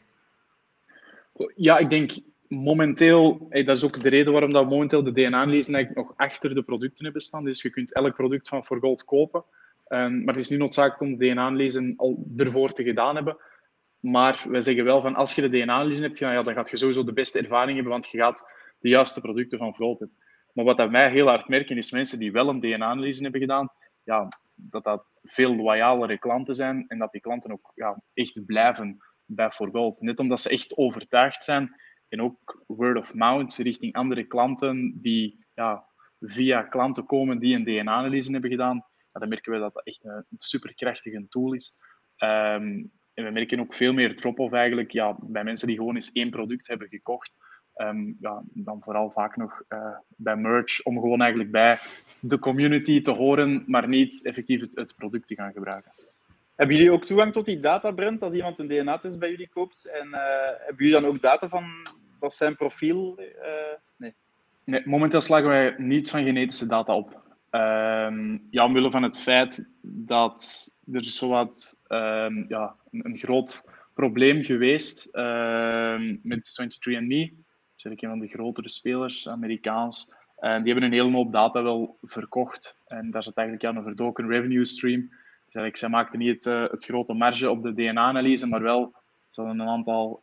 Ja, ik denk momenteel, dat is ook de reden waarom dat we momenteel de DNA-analyse eigenlijk nog achter de producten hebben staan. Dus je kunt elk product van ForGold kopen. Maar het is niet noodzakelijk om de DNA-analyse al ervoor te gedaan hebben. Maar wij zeggen wel van als je de DNA-analyse hebt gedaan, dan gaat je sowieso de beste ervaring hebben, want je gaat de juiste producten van ForGold hebben. Maar wat wij heel hard merken, is mensen die wel een DNA-analyse hebben gedaan, dat veel loyalere klanten zijn en dat die klanten ook echt blijven bij ForGold. Net omdat ze echt overtuigd zijn en ook word of mouth richting andere klanten die via klanten komen die een DNA-analyse hebben gedaan. Dan merken we dat dat echt een superkrachtige tool is. En we merken ook veel meer drop-off eigenlijk bij mensen die gewoon eens 1 product hebben gekocht. Dan vooral vaak nog bij merch, om gewoon eigenlijk bij de community te horen, maar niet effectief het product te gaan gebruiken. Hebben jullie ook toegang tot die data, Brent, als iemand een DNA-test bij jullie koopt? En hebben jullie dan ook data van dat zijn profiel? Nee, momenteel slagen wij niets van genetische data op. Omwille van het feit dat er zowat een groot probleem geweest met 23andMe. Dat is een van de grotere spelers, Amerikaans. Die hebben een hele hoop data wel verkocht. En daar zit eigenlijk een verdoken revenue stream. Dus eigenlijk, zij maakten niet het grote marge op de DNA-analyse, maar wel ze hadden een aantal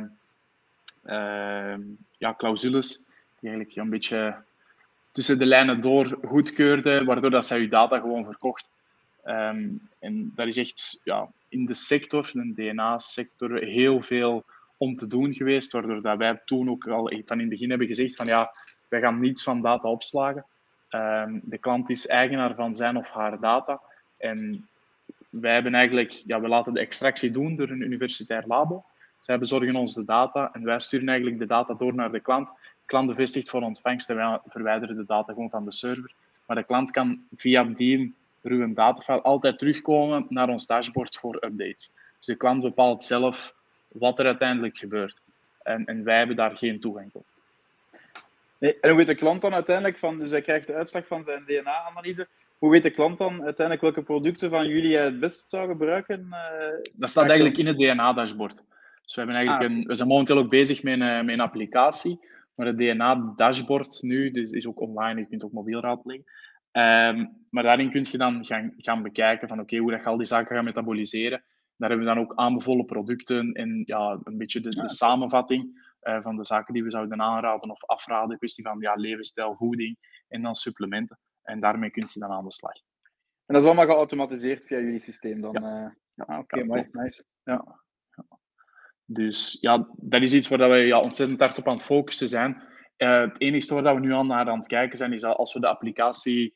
clausules die eigenlijk een beetje tussen de lijnen door goedkeurde, waardoor dat zij je data gewoon verkocht. En dat is echt in de sector, de DNA-sector, heel veel om te doen geweest, waardoor dat wij toen ook al van in het begin hebben gezegd van ja, wij gaan niets van data opslagen. De klant is eigenaar van zijn of haar data en wij hebben eigenlijk, we laten de extractie doen door een universitair labo. Zij bezorgen ons de data en wij sturen eigenlijk de data door naar de klant. De klant bevestigt voor ontvangst en wij verwijderen de data gewoon van de server. Maar de klant kan via die ruwe datafile altijd terugkomen naar ons dashboard voor updates. Dus de klant bepaalt zelf wat er uiteindelijk gebeurt. En wij hebben daar geen toegang tot. Nee, en hoe weet de klant dan uiteindelijk van, dus hij krijgt de uitslag van zijn DNA-analyse, hoe weet de klant dan uiteindelijk welke producten van jullie hij het best zou gebruiken? Dat staat eigenlijk in het DNA-dashboard. Dus we zijn momenteel ook bezig met een applicatie, maar het DNA-dashboard nu is ook online, je kunt ook mobiel raadplegen. Maar daarin kun je dan gaan bekijken van hoe dat je al die zaken gaat metaboliseren. Daar hebben we dan ook aanbevolen producten en een beetje de samenvatting van de zaken die we zouden aanraden of afraden. Kwestie van levensstijl, voeding en dan supplementen. En daarmee kun je dan aan de slag. En dat is allemaal geautomatiseerd via jullie systeem dan? Oké, mooi, nice. Ja. Dus dat is iets waar we ontzettend hard op aan het focussen zijn. Het enige waar we nu aan het kijken zijn, is dat als we de applicatie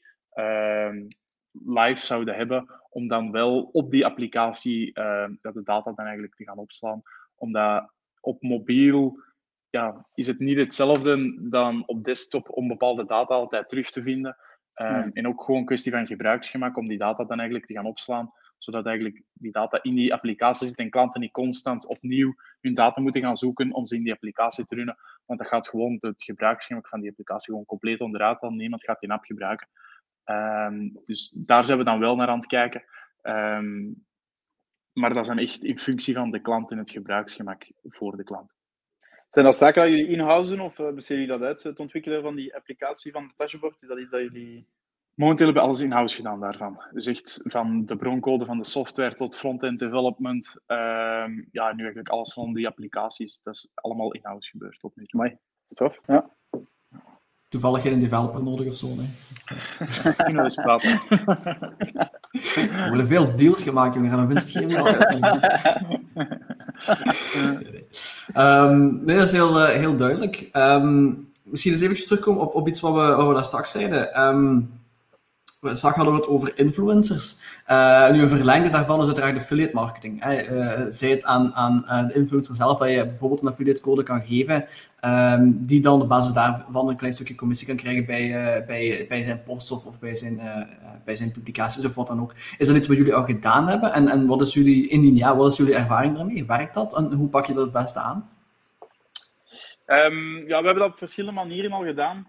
live zouden hebben, om dan wel op die applicatie de data dan eigenlijk te gaan opslaan. Omdat op mobiel is het niet hetzelfde dan op desktop om bepaalde data altijd terug te vinden. En ook gewoon een kwestie van gebruiksgemak om die data dan eigenlijk te gaan opslaan, zodat eigenlijk die data in die applicatie zit en klanten niet constant opnieuw hun data moeten gaan zoeken om ze in die applicatie te runnen. Want dat gaat gewoon het gebruiksgemak van die applicatie gewoon compleet onderuit halen. Niemand gaat die app gebruiken. Dus daar zijn we dan wel naar aan het kijken. Maar dat is dan echt in functie van de klant en het gebruiksgemak voor de klant. Zijn dat zaken dat jullie in-house doen of besteden jullie dat uit, het ontwikkelen van die applicatie van het dashboard? Is dat iets dat jullie... Momenteel hebben we alles in-house gedaan daarvan. Dus echt van de broncode van de software tot front-end development. Nu eigenlijk alles van die applicaties. Dat is allemaal in-house gebeurd tot nu toe. Mooi, tof. Ja. Toevallig geen developer nodig of zo, nee. Kunnen we eens praten. We willen veel deals gemaakt, jongens, en dan winst geen nee, dat is heel duidelijk. Misschien eens even terugkomen op iets wat we daar straks zeiden. Straks hadden we het over influencers. Nu een verlengde daarvan is uiteraard affiliate marketing. Zij het aan de influencer zelf dat je bijvoorbeeld een affiliate code kan geven, die dan op basis daarvan een klein stukje commissie kan krijgen bij zijn posts of bij zijn publicaties of wat dan ook. Is dat iets wat jullie al gedaan hebben? En wat is jullie ervaring daarmee? Werkt dat? En hoe pak je dat het beste aan? We hebben dat op verschillende manieren al gedaan.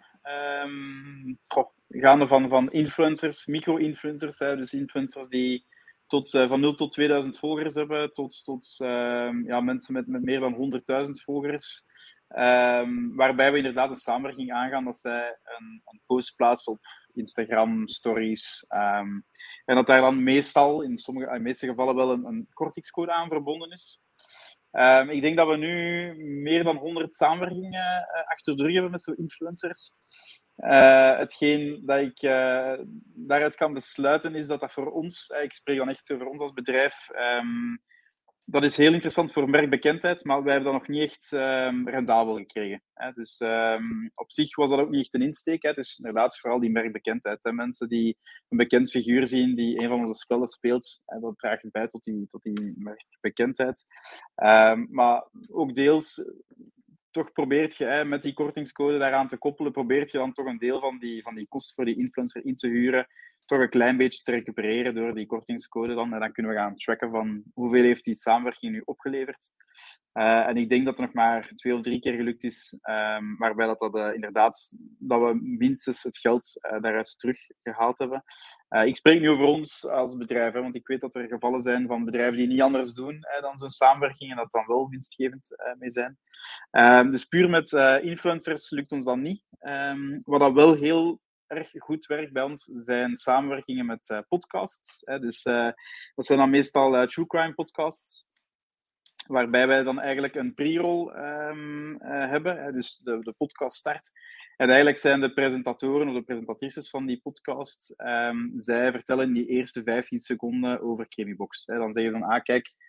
Gaande van influencers, micro-influencers, dus influencers die van 0 tot 2000 volgers hebben, tot mensen met meer dan 100.000 volgers. Waarbij we inderdaad een samenwerking aangaan dat zij een post plaatsen op Instagram, stories. En dat daar dan meestal, in de meeste gevallen wel een kortingscode aan verbonden is. Ik denk dat we nu meer dan 100 samenwerkingen achter de rug hebben met zo'n influencers. Hetgeen dat ik daaruit kan besluiten is dat voor ons, ik spreek dan echt voor ons als bedrijf, dat is heel interessant voor merkbekendheid, maar wij hebben dat nog niet echt rendabel gekregen. Dus op zich was dat ook niet echt een insteek. Het is inderdaad vooral die merkbekendheid. Mensen die een bekend figuur zien die een van onze spellen speelt, dat draagt bij tot die merkbekendheid. Maar ook deels toch probeert je met die kortingscode daaraan te koppelen, probeert je dan toch een deel van die kosten voor die influencer in te huren, toch een klein beetje te recupereren door die kortingscode dan. En dan kunnen we gaan tracken van hoeveel heeft die samenwerking nu opgeleverd. En ik denk dat er nog maar 2 of 3 keer gelukt is, waarbij dat inderdaad, dat we minstens het geld daaruit teruggehaald hebben. Ik spreek nu over ons als bedrijf, want ik weet dat er gevallen zijn van bedrijven die niet anders doen dan zo'n samenwerking en dat dan wel winstgevend mee zijn. Dus puur met influencers lukt ons dat niet. Wat dat wel heel erg goed werkt bij ons zijn samenwerkingen met podcasts. Dus dat zijn dan meestal true crime podcasts, waarbij wij dan eigenlijk een pre-roll hebben, dus de podcast start. En eigenlijk zijn de presentatoren of de presentatrices van die podcast, zij vertellen in die eerste 15 seconden over Chemiebox. Dan zeggen ze van, kijk,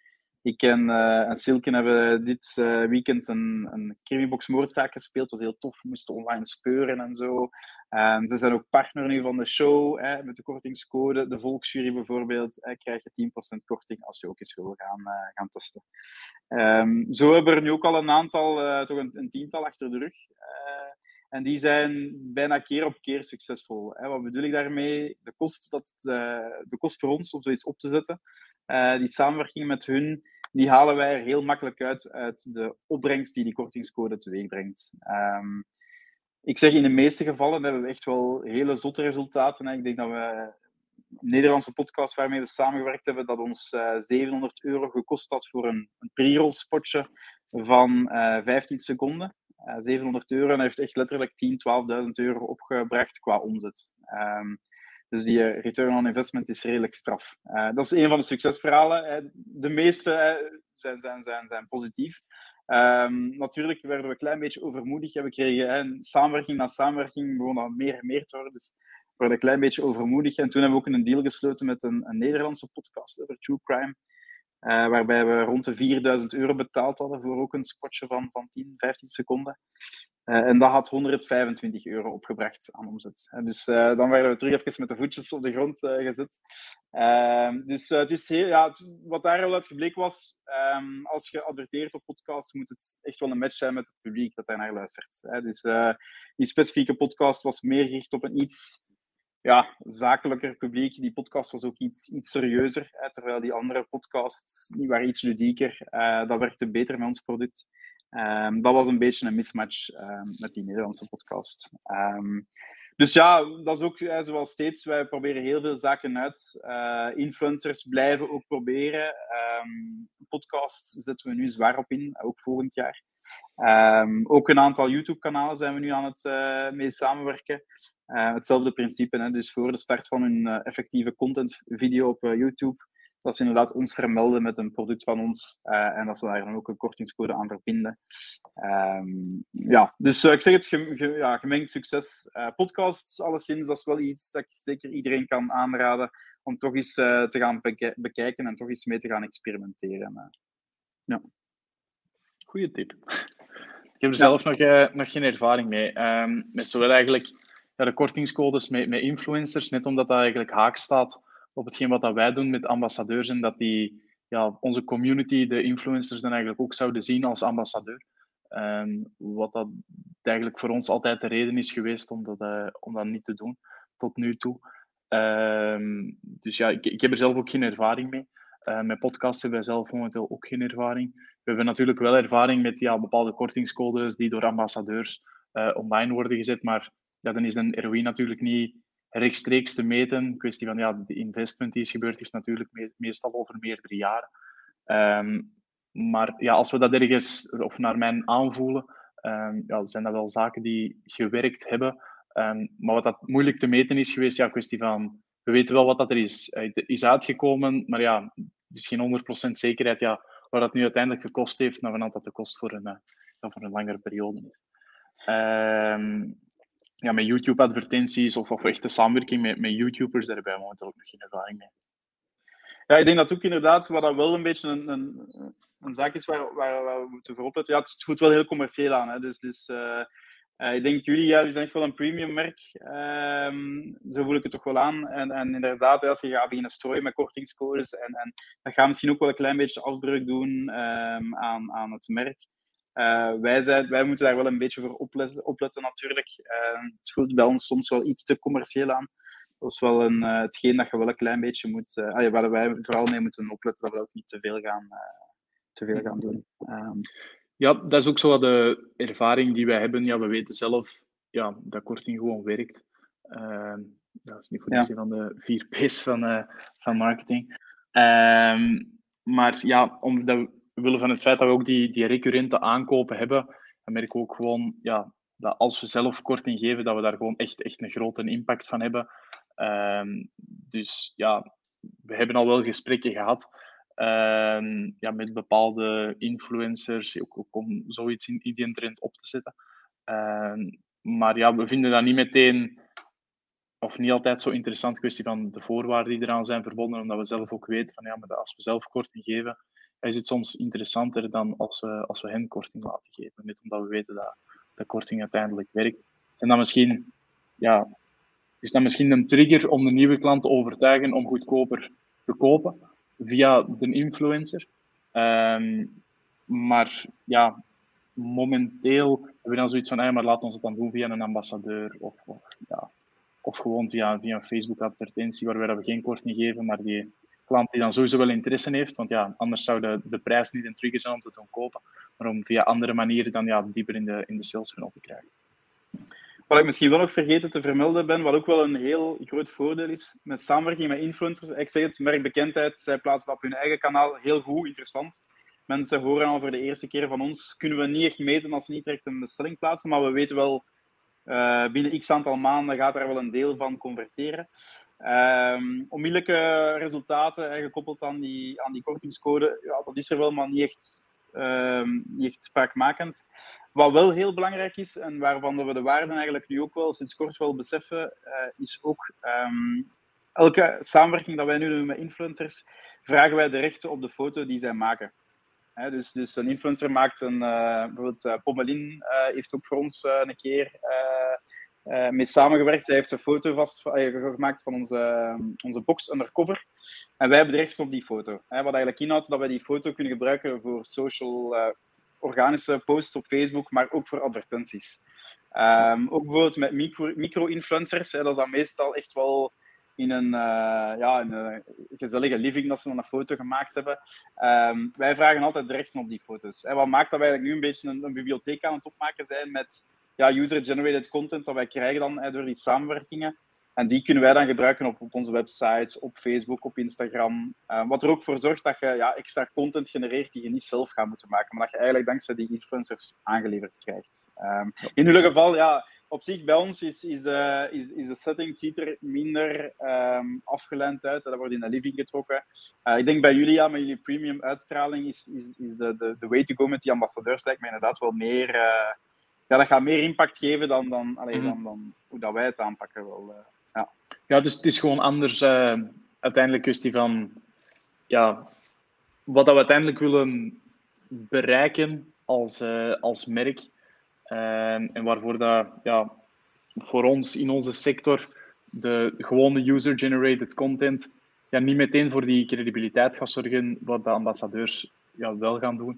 Ik en Silke hebben dit weekend een Crimibox moordzaak gespeeld. Het was heel tof. We moesten online speuren en zo. Ze zijn ook partner nu van de show, met de kortingscode. De Volksjury bijvoorbeeld, krijg je 10% korting als je ook eens wil gaan testen. Zo hebben we er nu ook al een aantal, toch een tiental achter de rug. En die zijn bijna keer op keer succesvol. Wat bedoel ik daarmee? De kost voor ons om zoiets op te zetten, die samenwerking met hun, die halen wij er heel makkelijk uit de opbrengst die kortingscode teweeg brengt. Ik zeg, in de meeste gevallen hebben we echt wel hele zotte resultaten. Ik denk dat we een Nederlandse podcast waarmee we samengewerkt hebben, dat ons €700 gekost had voor een pre-roll spotje van 15 seconden. €700 en heeft echt letterlijk 10.000, €12.000 opgebracht qua omzet. Dus die return on investment is redelijk straf. Dat is een van de succesverhalen. De meeste zijn positief. Natuurlijk werden we een klein beetje overmoedig. We kregen samenwerking na samenwerking, begon dat meer en meer te worden. Dus we werden een klein beetje overmoedig. En toen hebben we ook een deal gesloten met een Nederlandse podcast over true crime. Waarbij we rond de €4.000 betaald hadden voor ook een spotje van 10, 15 seconden. En dat had €125 opgebracht aan omzet. Dus dan werden we terug even met de voetjes op de grond gezet. Dus het is wat daar al uit gebleken was, als je adverteert op podcasts, moet het echt wel een match zijn met het publiek dat daar naar luistert. Dus die specifieke podcast was meer gericht op een iets zakelijker publiek. Die podcast was ook iets serieuzer, terwijl die andere podcasts die waren iets ludieker. Dat werkte beter met ons product. Dat was een beetje een mismatch met die Nederlandse podcast. Dus ja, dat is ook zoals steeds. Wij proberen heel veel zaken uit. Influencers blijven ook proberen. Podcasts zetten we nu zwaar op in, ook volgend jaar. Ook een aantal YouTube-kanalen zijn we nu aan het mee samenwerken. Hetzelfde principe, dus voor de start van hun effectieve contentvideo op YouTube, dat ze inderdaad ons vermelden met een product van ons en dat ze daar dan ook een kortingscode aan verbinden. Dus ik zeg het, gemengd succes. Podcasts, alleszins, dat is wel iets dat ik zeker iedereen kan aanraden om toch eens te gaan bekijken en toch eens mee te gaan experimenteren. Goeie tip. Ik heb er zelf nog geen ervaring mee. Met zowel eigenlijk de kortingscodes met influencers, net omdat dat eigenlijk haak staat op hetgeen wat dat wij doen met ambassadeurs en dat die onze community, de influencers, dan eigenlijk ook zouden zien als ambassadeur. Wat dat eigenlijk voor ons altijd de reden is geweest om dat niet te doen, tot nu toe. Dus ik heb er zelf ook geen ervaring mee. Met podcasts hebben wij zelf momenteel ook geen ervaring. We hebben natuurlijk wel ervaring met bepaalde kortingscodes die door ambassadeurs online worden gezet, maar dan is een ROI natuurlijk niet rechtstreeks te meten. Een kwestie van de investment die is gebeurd, is natuurlijk meestal over meerdere jaren. Maar als we dat ergens, of naar mijn aanvoelen, zijn dat wel zaken die gewerkt hebben. Maar wat dat moeilijk te meten is geweest, kwestie van, we weten wel wat dat er is. Het is uitgekomen, maar het is geen 100% zekerheid wat dat nu uiteindelijk gekost heeft, naar vanuit dat de kost voor een langere periode is. Met YouTube-advertenties of echte samenwerking met YouTubers, daar hebben wij momenteel ook nog geen ervaring mee. Ja, ik denk dat ook inderdaad, wat dat wel een beetje een zaak is waar we moeten voor opletten. Het voelt wel heel commercieel aan. Dus ik denk, jullie zijn echt wel een premium merk. Zo voel ik het toch wel aan. En inderdaad, als je gaat beginnen strooien met kortingscodes, en dat gaat misschien ook wel een klein beetje afbreuk doen aan het merk. Wij moeten daar wel een beetje voor opletten natuurlijk. Het voelt bij ons soms wel iets te commercieel aan. Dat is wel hetgeen dat je wel een klein beetje moet... waar wij vooral mee moeten opletten, dat we ook niet te veel gaan doen. Dat is ook zo de ervaring die wij hebben. We weten zelf dat korting gewoon werkt. Dat is niet voor niets een van de 4 P's van marketing. Maar omdat willen van het feit dat we ook die recurrente aankopen hebben, dan merken we ook gewoon dat als we zelf korting geven, dat we daar gewoon echt een grote impact van hebben. Dus we hebben al wel gesprekken gehad met bepaalde influencers, ook om zoiets in die trend op te zetten. Maar we vinden dat niet meteen, of niet altijd zo interessant, kwestie van de voorwaarden die eraan zijn verbonden, omdat we zelf ook weten van maar als we zelf korting geven, is het soms interessanter dan als we hen korting laten geven. Net omdat we weten dat de korting uiteindelijk werkt. En dan misschien, ja, is dat misschien een trigger om de nieuwe klant te overtuigen om goedkoper te kopen via de influencer. Maar ja, momenteel hebben we dan zoiets van, maar laat ons het dan doen via een ambassadeur of gewoon via een Facebook-advertentie waarbij we geen korting geven, maar die klant die dan sowieso wel interesse heeft, want ja, anders zou de prijs niet een trigger zijn om te doen kopen, maar om via andere manieren dan dieper in de sales funnel te krijgen. Wat ik misschien wel nog vergeten te vermelden ben, wat ook wel een heel groot voordeel is met samenwerking met influencers. Ik zeg het, merkbekendheid, zij plaatsen dat op hun eigen kanaal. Heel goed, interessant. Mensen horen al voor de eerste keer van ons. Kunnen we niet echt meten als ze niet direct een bestelling plaatsen, maar we weten wel, binnen x aantal maanden gaat daar wel een deel van converteren. Onmiddellijke resultaten, gekoppeld aan die kortingscode, ja, dat is er wel, maar niet echt spraakmakend. Wat wel heel belangrijk is, en waarvan we de waarden eigenlijk nu ook wel sinds kort wel beseffen, is ook elke samenwerking dat wij nu doen met influencers, vragen wij de rechten op de foto die zij maken. Dus een influencer maakt bijvoorbeeld Pommelin heeft ook voor ons een keer mee samengewerkt. Zij heeft een foto gemaakt van onze box undercover. En wij hebben de rechten op die foto. Wat eigenlijk inhoudt dat wij die foto kunnen gebruiken voor social organische posts op Facebook, maar ook voor advertenties. Ook bijvoorbeeld met micro-influencers, dat is dan meestal echt wel in een gezellige living dat ze dan een foto gemaakt hebben. Wij vragen altijd de rechten op die foto's. Wat maakt dat wij eigenlijk nu een beetje een bibliotheek aan het opmaken zijn met user-generated content dat wij krijgen dan door die samenwerkingen. En die kunnen wij dan gebruiken op onze website, op Facebook, op Instagram. Wat er ook voor zorgt dat je extra content genereert die je niet zelf gaat moeten maken, maar dat je eigenlijk dankzij die influencers aangeleverd krijgt. In ieder geval, op zich bij ons is de setting, het ziet er minder afgeleid uit. Dat wordt in de living getrokken. Ik denk bij jullie, met jullie premium uitstraling, is de way to go met die ambassadeurs lijkt mij inderdaad wel meer... dat gaat meer impact geven dan hoe dat wij het aanpakken. Ja, dus het is gewoon anders. Uiteindelijk kwestie van wat dat we uiteindelijk willen bereiken als merk. En waarvoor dat voor ons in onze sector de gewone user-generated content niet meteen voor die credibiliteit gaat zorgen, wat de ambassadeurs wel gaan doen.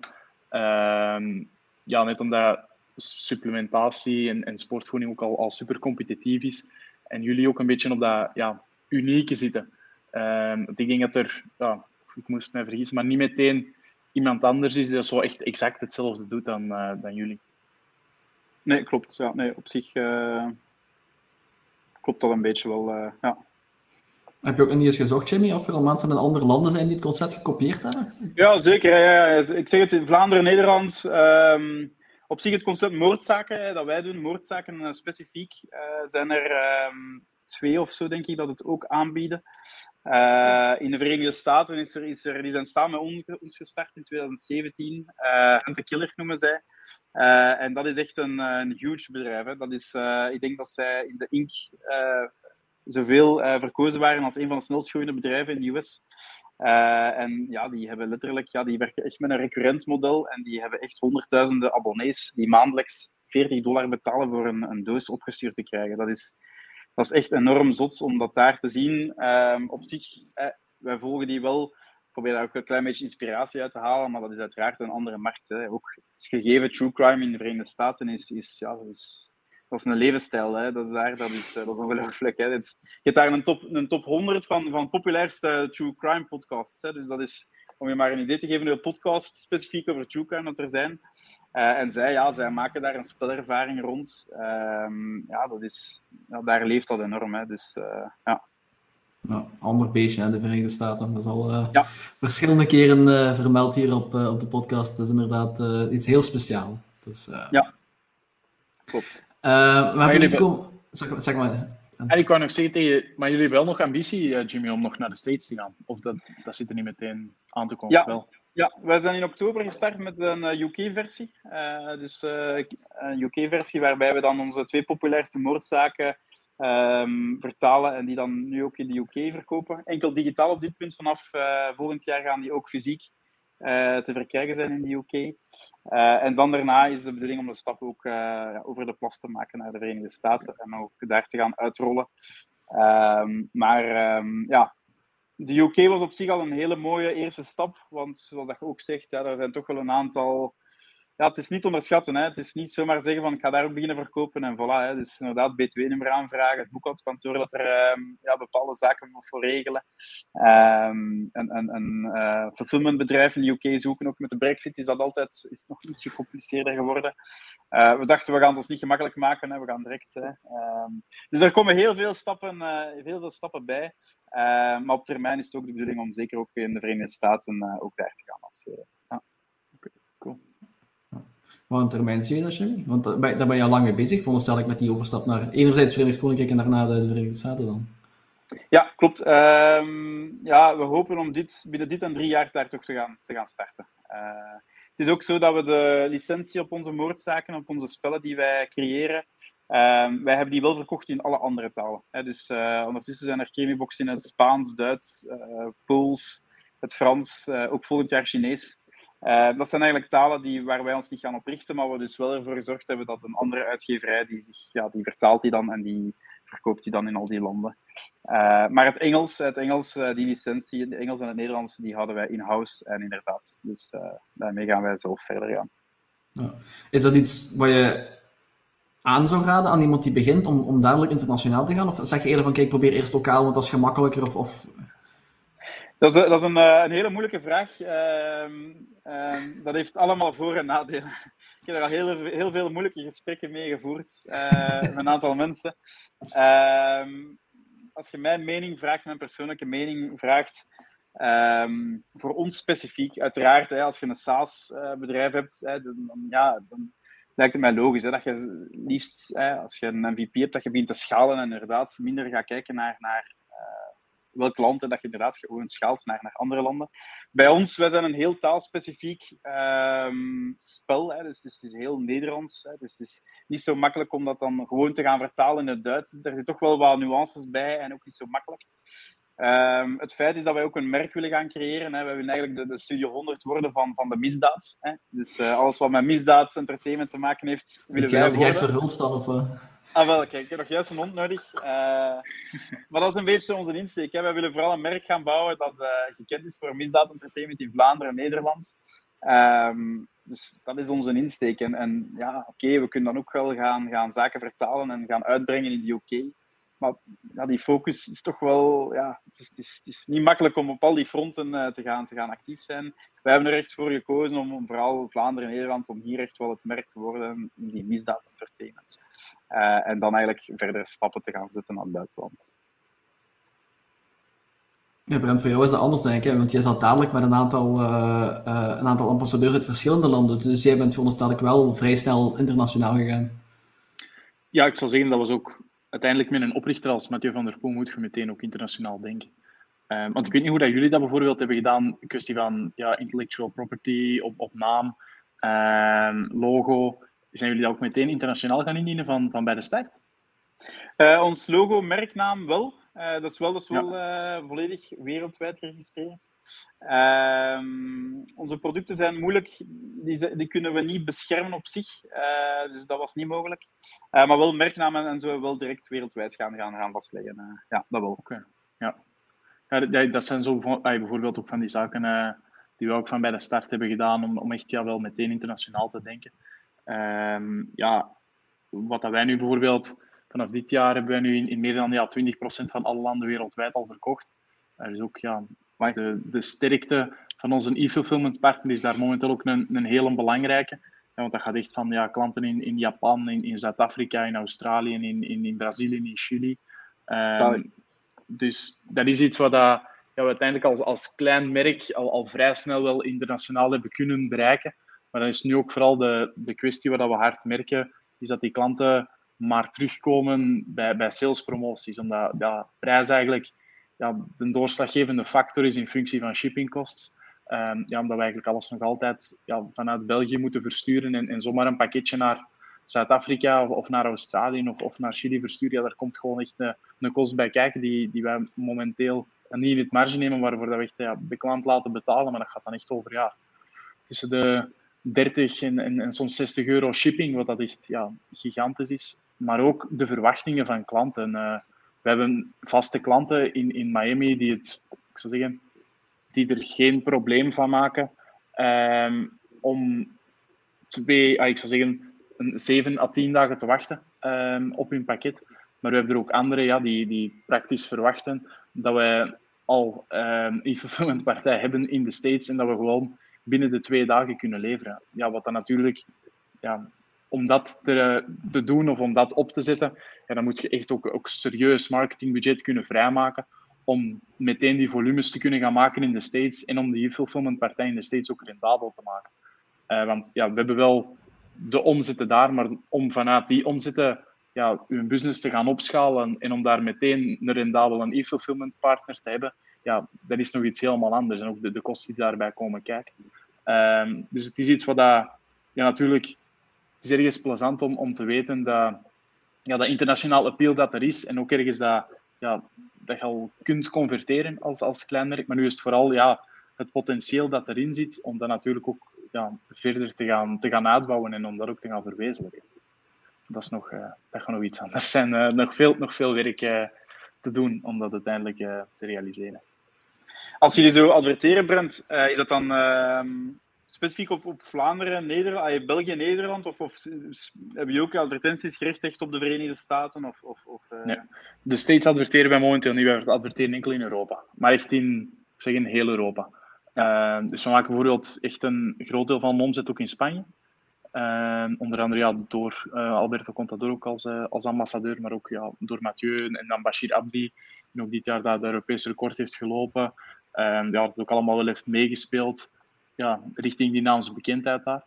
Net omdat supplementatie en sportvoeding ook al super competitief is. En jullie ook een beetje op dat unieke zitten. Want ik denk dat er, ik moest mij vergissen, maar niet meteen iemand anders is die zo echt exact hetzelfde doet dan jullie. Nee, klopt. Ja, nee, op zich klopt dat een beetje wel. Heb je ook niet eens gezocht, Jimmy, of er al mensen in andere landen zijn die het concept gekopieerd hebben? Ja, zeker. Ja. Ik zeg het, in Vlaanderen, Nederland... op zich het concept moordzaken dat wij doen, moordzaken specifiek, zijn er 2 of zo, denk ik, dat het ook aanbieden. In de Verenigde Staten die zijn samen met ons gestart in 2017. Hunt the Killer noemen zij. En dat is echt een huge bedrijf. Hè. Dat is, ik denk dat zij in de Inc. Zoveel verkozen waren als een van de snelst groeiende bedrijven in de US. Die hebben letterlijk, die werken echt met een recurrent model en die hebben echt honderdduizenden abonnees die maandelijks $40 betalen voor een doos opgestuurd te krijgen. Dat is echt enorm zot om dat daar te zien. Op zich, wij volgen die wel, proberen daar ook een klein beetje inspiratie uit te halen, maar dat is uiteraard een andere markt. Hè. Ook het gegeven true crime in de Verenigde Staten dat is een levensstijl. Hè. Dat is ongelooflijk. Hè. Je hebt daar een top 100 van populairste true crime podcasts. Hè. Dus dat is, om je maar een idee te geven, de podcast specifiek over true crime dat er zijn. En zij maken daar een spelervaring rond. Daar leeft dat enorm. Hè. Dus, ander beestje, hè, de Verenigde Staten. Dat is al verschillende keren vermeld hier op de podcast. Dat is inderdaad iets heel speciaals. Dus, klopt. Zeg maar. En ik wou nog zeggen tegen je, maar jullie hebben wel nog ambitie, Jimmy, om nog naar de States te gaan? Of dat zit er niet meteen aan te komen? Wel? Ja, wij zijn in oktober gestart met een UK-versie. Dus een UK-versie waarbij we dan onze 2 populairste moordzaken vertalen en die dan nu ook in de UK verkopen. Enkel digitaal op dit punt. Vanaf volgend jaar gaan die ook fysiek te verkrijgen zijn in de UK. En dan daarna is de bedoeling om de stap ook over de plas te maken naar de Verenigde Staten en ook daar te gaan uitrollen. De UK was op zich al een hele mooie eerste stap, want zoals dat je ook zegt, er zijn toch wel een aantal... Ja, het is niet onderschatten. Hè. Het is niet zomaar zeggen van ik ga daar ook beginnen verkopen en voilà. Hè. Dus inderdaad, B2-nummer aanvragen, het boekhoudkantoor dat er bepaalde zaken moet voor regelen. Een fulfillmentbedrijf in de UK zoeken, ook met de Brexit is dat altijd is nog iets gecompliceerder geworden. We dachten, we gaan het ons niet gemakkelijk maken, hè. We gaan direct. Hè. Dus er komen heel veel stappen bij. Maar op termijn is het ook de bedoeling om zeker ook in de Verenigde Staten ook daar te gaan lanceren. Ja. Okay, cool. Wat een termijn zie je dat, Jimmy? Want daar ben je al lang mee bezig, veronderstel ik, met die overstap naar enerzijds het Verenigd Koninkrijk en daarna de Verenigde Staten dan. Ja, klopt. We hopen om binnen dit en 3 jaar daar toch te gaan starten. Het is ook zo dat we de licentie op onze moordzaken, op onze spellen die wij creëren, wij hebben die wel verkocht in alle andere talen. Dus ondertussen zijn er Chemibox in het Spaans, Duits, Pools, het Frans, ook volgend jaar Chinees. Dat zijn eigenlijk talen waar wij ons niet gaan op richten, maar we dus wel ervoor gezorgd hebben dat een andere uitgeverij die vertaalt die dan en die verkoopt die dan in al die landen. Maar het Engels, die licentie, de Engels en het Nederlands, die hadden wij in-house en inderdaad. Dus daarmee gaan wij zelf verder gaan. Ja. Is dat iets wat je aan zou raden aan iemand die begint om dadelijk internationaal te gaan? Of zeg je eerder van kijk, probeer eerst lokaal, want dat is gemakkelijker? Of... Dat is een hele moeilijke vraag. Dat heeft allemaal voor- en nadelen. Ik heb er al heel veel moeilijke gesprekken mee gevoerd met een aantal mensen. Als je mijn mening vraagt, mijn persoonlijke mening vraagt, voor ons specifiek, uiteraard, als je een SaaS-bedrijf hebt, dan lijkt het mij logisch dat je liefst, als je een MVP hebt, dat je begint te schalen en inderdaad minder gaat kijken naar welke landen dat je inderdaad gewoon schaalt naar andere landen. Bij ons, wij zijn een heel taalspecifiek spel, dus het is heel Nederlands. Dus het is niet zo makkelijk om dat dan gewoon te gaan vertalen in het Duits. Er zitten toch wel wat nuances bij en ook niet zo makkelijk. Het feit is dat wij ook een merk willen gaan creëren. Wij willen eigenlijk de Studio 100 worden van de misdaad. Dus alles wat met misdaadsentertainment te maken heeft, willen wij worden. Gert Verhulst dan? Of... Ah, wel, kijk, ik heb nog juist een hond nodig. Maar dat is een beetje onze insteek. Wij willen vooral een merk gaan bouwen dat gekend is voor misdaadentertainment in Vlaanderen en Nederland. Dus dat is onze insteek. En we kunnen dan ook wel gaan zaken vertalen en gaan uitbrengen in de UK. Maar die focus is toch wel... Ja, het is niet makkelijk om op al die fronten te gaan actief zijn. Wij hebben er echt voor gekozen om vooral Vlaanderen en Nederland, om hier echt wel het merk te worden in die misdaadentertainment. En dan eigenlijk verder stappen te gaan zetten naar het buitenland. Ja, Brent, voor jou is dat anders, denk ik. Want jij zat dadelijk met een aantal ambassadeurs uit verschillende landen. Dus jij bent veronderstel ik wel vrij snel internationaal gegaan. Ja, ik zal zeggen, dat was ook... Uiteindelijk met een oprichter als Mathieu van der Poel moet je meteen ook internationaal denken. Want ik weet niet hoe dat jullie dat bijvoorbeeld hebben gedaan. Een kwestie van intellectual property, op naam, logo. Zijn jullie dat ook meteen internationaal gaan indienen van bij de start? Ons logo, merknaam wel. Dat is wel volledig wereldwijd geregistreerd. Onze producten zijn moeilijk, die kunnen we niet beschermen op zich, dus dat was niet mogelijk. Maar wel merknamen en zo wel direct wereldwijd gaan vastleggen. Ja, dat wel. Okay. Ja, dat zijn zo bijvoorbeeld ook van die zaken die we ook van bij de start hebben gedaan om echt wel meteen internationaal te denken. Wat dat wij nu bijvoorbeeld... Vanaf dit jaar hebben wij nu in meer dan 20% van alle landen wereldwijd al verkocht. Dus ook de sterkte van onze e-fulfillment partner is daar momenteel ook een hele belangrijke. Want dat gaat echt van klanten in Japan, in Zuid-Afrika, in Australië, in Brazilië, in Chili. Dus dat is iets wat we uiteindelijk als klein merk al vrij snel wel internationaal hebben kunnen bereiken. Maar dan is nu ook vooral de kwestie waar we hard merken, is dat die klanten maar terugkomen bij salespromoties. Omdat prijs eigenlijk de doorslaggevende factor is in functie van shippingkosten. Omdat we eigenlijk alles nog altijd vanuit België moeten versturen en zomaar een pakketje naar Zuid-Afrika of naar Australië of naar Chili versturen, daar komt gewoon echt een kost bij kijken die wij momenteel niet in het marge nemen, waarvoor we echt de klant laten betalen. Maar dat gaat dan echt over tussen de 30 en soms 60 euro shipping, wat dat echt gigantisch is. Maar ook de verwachtingen van klanten. We hebben vaste klanten in Miami die die er geen probleem van maken om 7 à 10 dagen te wachten op hun pakket. Maar we hebben er ook anderen die praktisch verwachten dat wij al een e-fulfillment partij hebben in de States en dat we gewoon binnen de 2 dagen kunnen leveren. Ja, wat dan natuurlijk, om dat te doen of om dat op te zetten, dan moet je echt ook serieus marketingbudget kunnen vrijmaken om meteen die volumes te kunnen gaan maken in de States en om die e-fulfillment partij in de States ook rendabel te maken. Want we hebben wel de omzetten daar, maar om vanuit die omzetten uw business te gaan opschalen en om daar meteen een rendabele e-fulfillment partner te hebben, dat is nog iets helemaal anders. En ook de kosten die daarbij komen kijken. Dus het is iets wat natuurlijk, het is ergens plezant om te weten dat internationaal appeal dat er is en ook ergens dat je al kunt converteren als klein merk. Maar nu is het vooral het potentieel dat erin zit om dat natuurlijk ook verder te gaan uitbouwen en om dat ook te gaan verwezenlijken. Dat gaat nog iets anders zijn. Nog veel werk te doen om dat uiteindelijk te realiseren. Als jullie zo adverteren, Brent, is dat dan specifiek op Vlaanderen, Nederland, België, Nederland? Of hebben jullie ook advertenties gericht echt op de Verenigde Staten? Nee. De States adverteren wij momenteel niet. Wij adverteren enkel in Europa. Maar echt in heel Europa. Dus we maken bijvoorbeeld echt een groot deel van de omzet ook in Spanje. Onder andere door Alberto Contador ook als ambassadeur, maar ook door Mathieu en dan Bashir Abdi, die ook dit jaar dat Europese record heeft gelopen. Dat ook allemaal wel heeft meegespeeld richting die naamsbekendheid daar.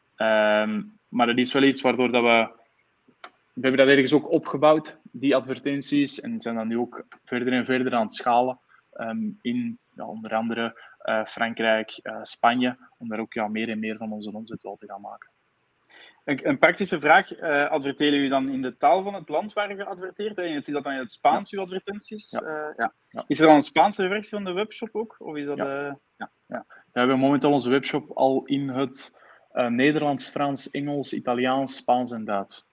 Maar het is wel iets waardoor dat we hebben dat ergens ook opgebouwd, die advertenties, en zijn dan nu ook verder en verder aan het schalen in onder andere Frankrijk, Spanje, om daar ook meer en meer van onze omzet wel te gaan maken. Een praktische vraag. Adverteren jullie dan in de taal van het land waar je adverteert? Is dat dan in het Spaans, uw advertenties? Ja. Is er dan een Spaanse versie van de webshop ook? Of is dat, we hebben momenteel onze webshop al in het Nederlands, Frans, Engels, Italiaans, Spaans en Duits.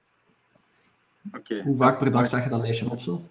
Okay. Hoe vaak per dag zeg je dat lijstje op zo?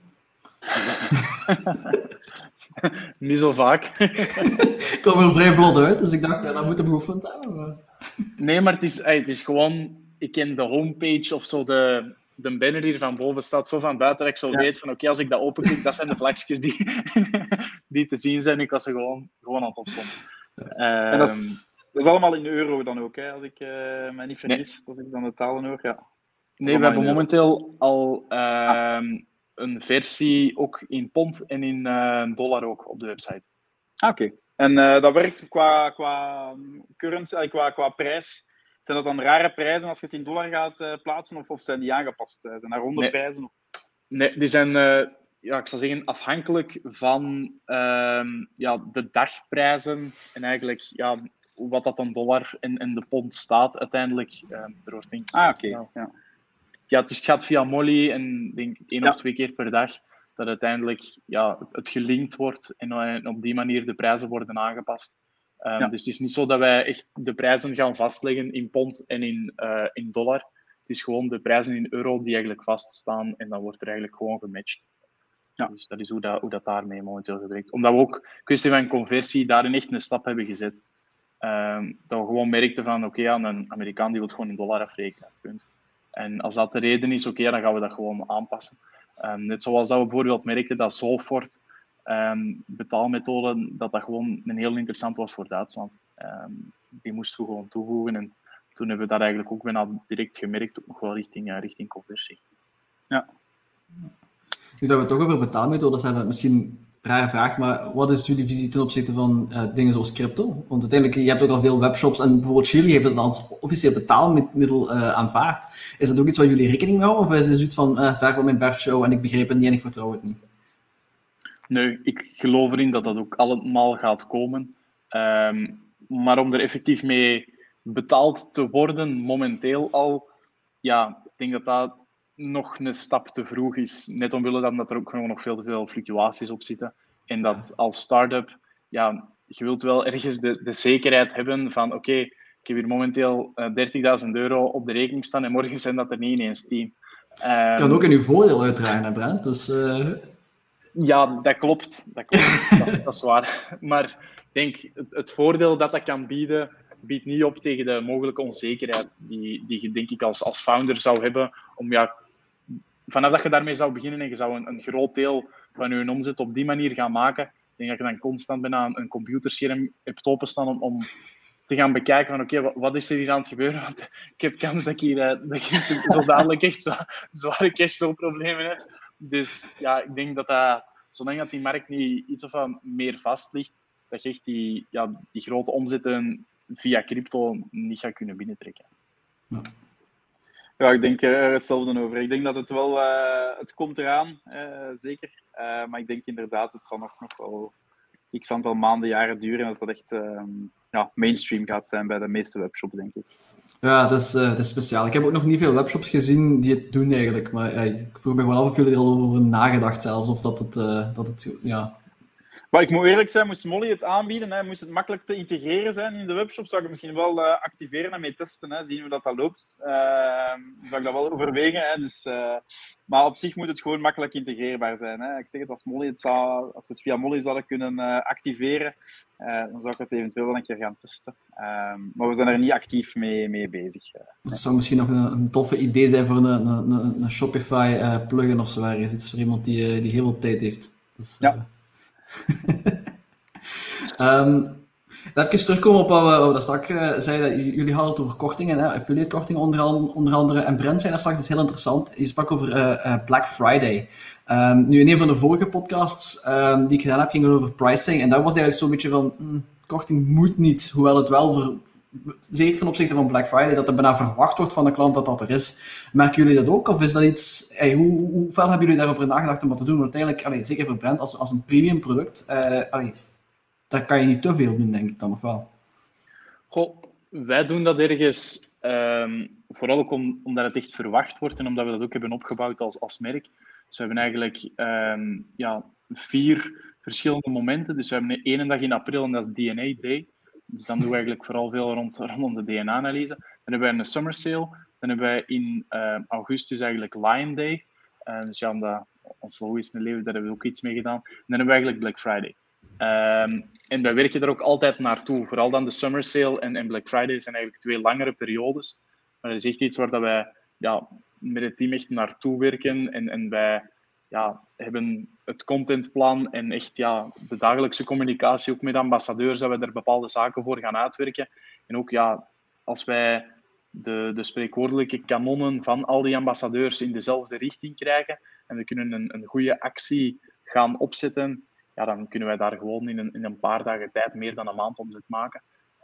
Niet zo vaak. Ik kom er vrij vlot uit, dus ik dacht, dat moet hem beoefend hebben. Nee, maar het is gewoon... Ik ken de homepage of zo, de banner hier van boven staat zo van buiten dat ik zo weet van oké, als ik dat openklik, dat zijn de vlagjes die te zien zijn. Ik was er gewoon aan het opzommen. En dat is allemaal in euro dan ook, hè? Als ik me niet vergis, als ik dan de talen hoor. Nee, we hebben momenteel al een versie ook in pond en in dollar ook op de website. Oké. En dat werkt qua currency, qua prijs. Zijn dat dan rare prijzen als je het in dollar gaat plaatsen, of zijn die aangepast? Zijn dat ronde prijzen? Nee, die zijn, ik zou zeggen, afhankelijk van de dagprijzen en eigenlijk wat dat een dollar en de pond staat uiteindelijk. Oké. Het gaat via Molly en denk 1 of 2 keer per dag dat uiteindelijk het gelinkt wordt en op die manier de prijzen worden aangepast. Dus het is niet zo dat wij echt de prijzen gaan vastleggen in pond en in dollar. Het is gewoon de prijzen in euro die eigenlijk vaststaan en dan wordt er eigenlijk gewoon gematcht. Ja. Dus dat is hoe dat daarmee momenteel gewerkt. Omdat we ook, kwestie van conversie, daarin echt een stap hebben gezet. Dat we gewoon merkten van, een Amerikaan die wil gewoon in dollar afrekenen. Punt. En als dat de reden is, dan gaan we dat gewoon aanpassen. Net zoals dat we bijvoorbeeld merkten dat Solfort, betaalmethode, dat gewoon een heel interessant was voor Duitsland. Die moesten we gewoon toevoegen en toen hebben we dat eigenlijk ook bijna direct gemerkt, ook nog wel richting conversie. Ja. Nu dat we het toch over betaalmethodes hebben, misschien een rare vraag, maar wat is jullie visie ten opzichte van dingen zoals crypto? Want uiteindelijk, je hebt ook al veel webshops en bijvoorbeeld Chili heeft het als officieel betaalmiddel aanvaard. Is dat ook iets waar jullie rekening mee houden? Of is het zoiets van, ver van mijn bedshow en ik begreep het niet en ik vertrouw het niet? Nee, ik geloof erin dat dat ook allemaal gaat komen. Maar om er effectief mee betaald te worden, momenteel al, ik denk dat dat nog een stap te vroeg is. Net omwille dat er ook gewoon nog veel te veel fluctuaties op zitten. En dat als start-up, je je wilt wel ergens de zekerheid hebben van oké, ik heb hier momenteel €30.000 op de rekening staan en morgen zijn dat er niet ineens 10. Kan ook in uw voordeel uitdragen, hè, Brent? Dus, Ja, dat klopt. Dat is waar. Maar ik denk, het voordeel dat kan bieden, biedt niet op tegen de mogelijke onzekerheid die je, denk ik, als founder zou hebben. Vanaf dat je daarmee zou beginnen en je zou een groot deel van je omzet op die manier gaan maken, ik denk dat je dan constant bijna een computerscherm hebt openstaan om te gaan bekijken van oké, wat is er hier aan het gebeuren? Want ik heb kans dat ik hier zo dadelijk echt zware cashflow-problemen heb. Dus ja, ik denk dat zolang dat die markt niet iets of wat meer vast ligt, dat je echt die grote omzetten via crypto niet gaat kunnen binnentrekken. Ja. Ja, ik denk er hetzelfde over. Ik denk dat het wel, het komt eraan, zeker. Maar ik denk inderdaad, het zal nog wel x aantal maanden, jaren duren en dat echt mainstream gaat zijn bij de meeste webshops, denk ik. Ja, het is speciaal. Ik heb ook nog niet veel webshops gezien die het doen eigenlijk, maar ik vroeg me wel af of jullie er al over nagedacht zelfs, of dat het Maar ik moet eerlijk zijn, moest Molly het aanbieden, moest het makkelijk te integreren zijn in de webshop, zou ik het misschien wel activeren en mee testen, zien hoe dat loopt. Zou ik dat wel overwegen. Dus, maar op zich moet het gewoon makkelijk integreerbaar zijn. Ik zeg het, als we het via Molly zouden kunnen activeren, dan zou ik het eventueel wel een keer gaan testen. Maar we zijn er niet actief mee bezig. Dat zou misschien nog een toffe idee zijn voor een Shopify plugin of zo ergens. Iets voor iemand die heel veel tijd heeft. Dus, ja. Even terugkomen op wat we daar straks zeiden. Jullie hadden het over kortingen, affiliate kortingen onder andere. En Brent zei daar straks iets heel interessant. Je sprak over Black Friday. Nu, in een van de vorige podcasts die ik gedaan heb, ging het over pricing. En dat was eigenlijk zo'n beetje van, korting moet niet. Hoewel het wel, zeker ten opzichte van Black Friday, dat er bijna verwacht wordt van de klant dat er is. Merken jullie dat ook? Of is dat iets... hoe veel hebben jullie daarover nagedacht om wat te doen? Want uiteindelijk, zeker voor Brent, als een premium product... daar kan je niet te veel doen, denk ik dan, of wel? Goh, wij doen dat ergens vooral ook omdat het echt verwacht wordt en omdat we dat ook hebben opgebouwd als merk. Dus we hebben eigenlijk 4 verschillende momenten. Dus we hebben één dag in april en dat is DNA Day. Dus dan doen we eigenlijk vooral veel rondom de DNA-analyse. Dan hebben we een summer sale. Dan hebben we in augustus eigenlijk Lion Day. Dus ja, omdat ons logo is in het leven, daar hebben we ook iets mee gedaan. En dan hebben we eigenlijk Black Friday. En wij werken er ook altijd naartoe. Vooral dan de summer sale en Black Friday zijn eigenlijk 2 langere periodes. Maar dat is echt iets waar dat wij met het team echt naartoe werken. En wij hebben het contentplan en echt de dagelijkse communicatie ook met ambassadeurs, dat we er bepaalde zaken voor gaan uitwerken. En ook als wij de spreekwoordelijke kanonnen van al die ambassadeurs in dezelfde richting krijgen en we kunnen een goede actie gaan opzetten, dan kunnen wij daar gewoon in een paar dagen tijd meer dan een maand omzet maken.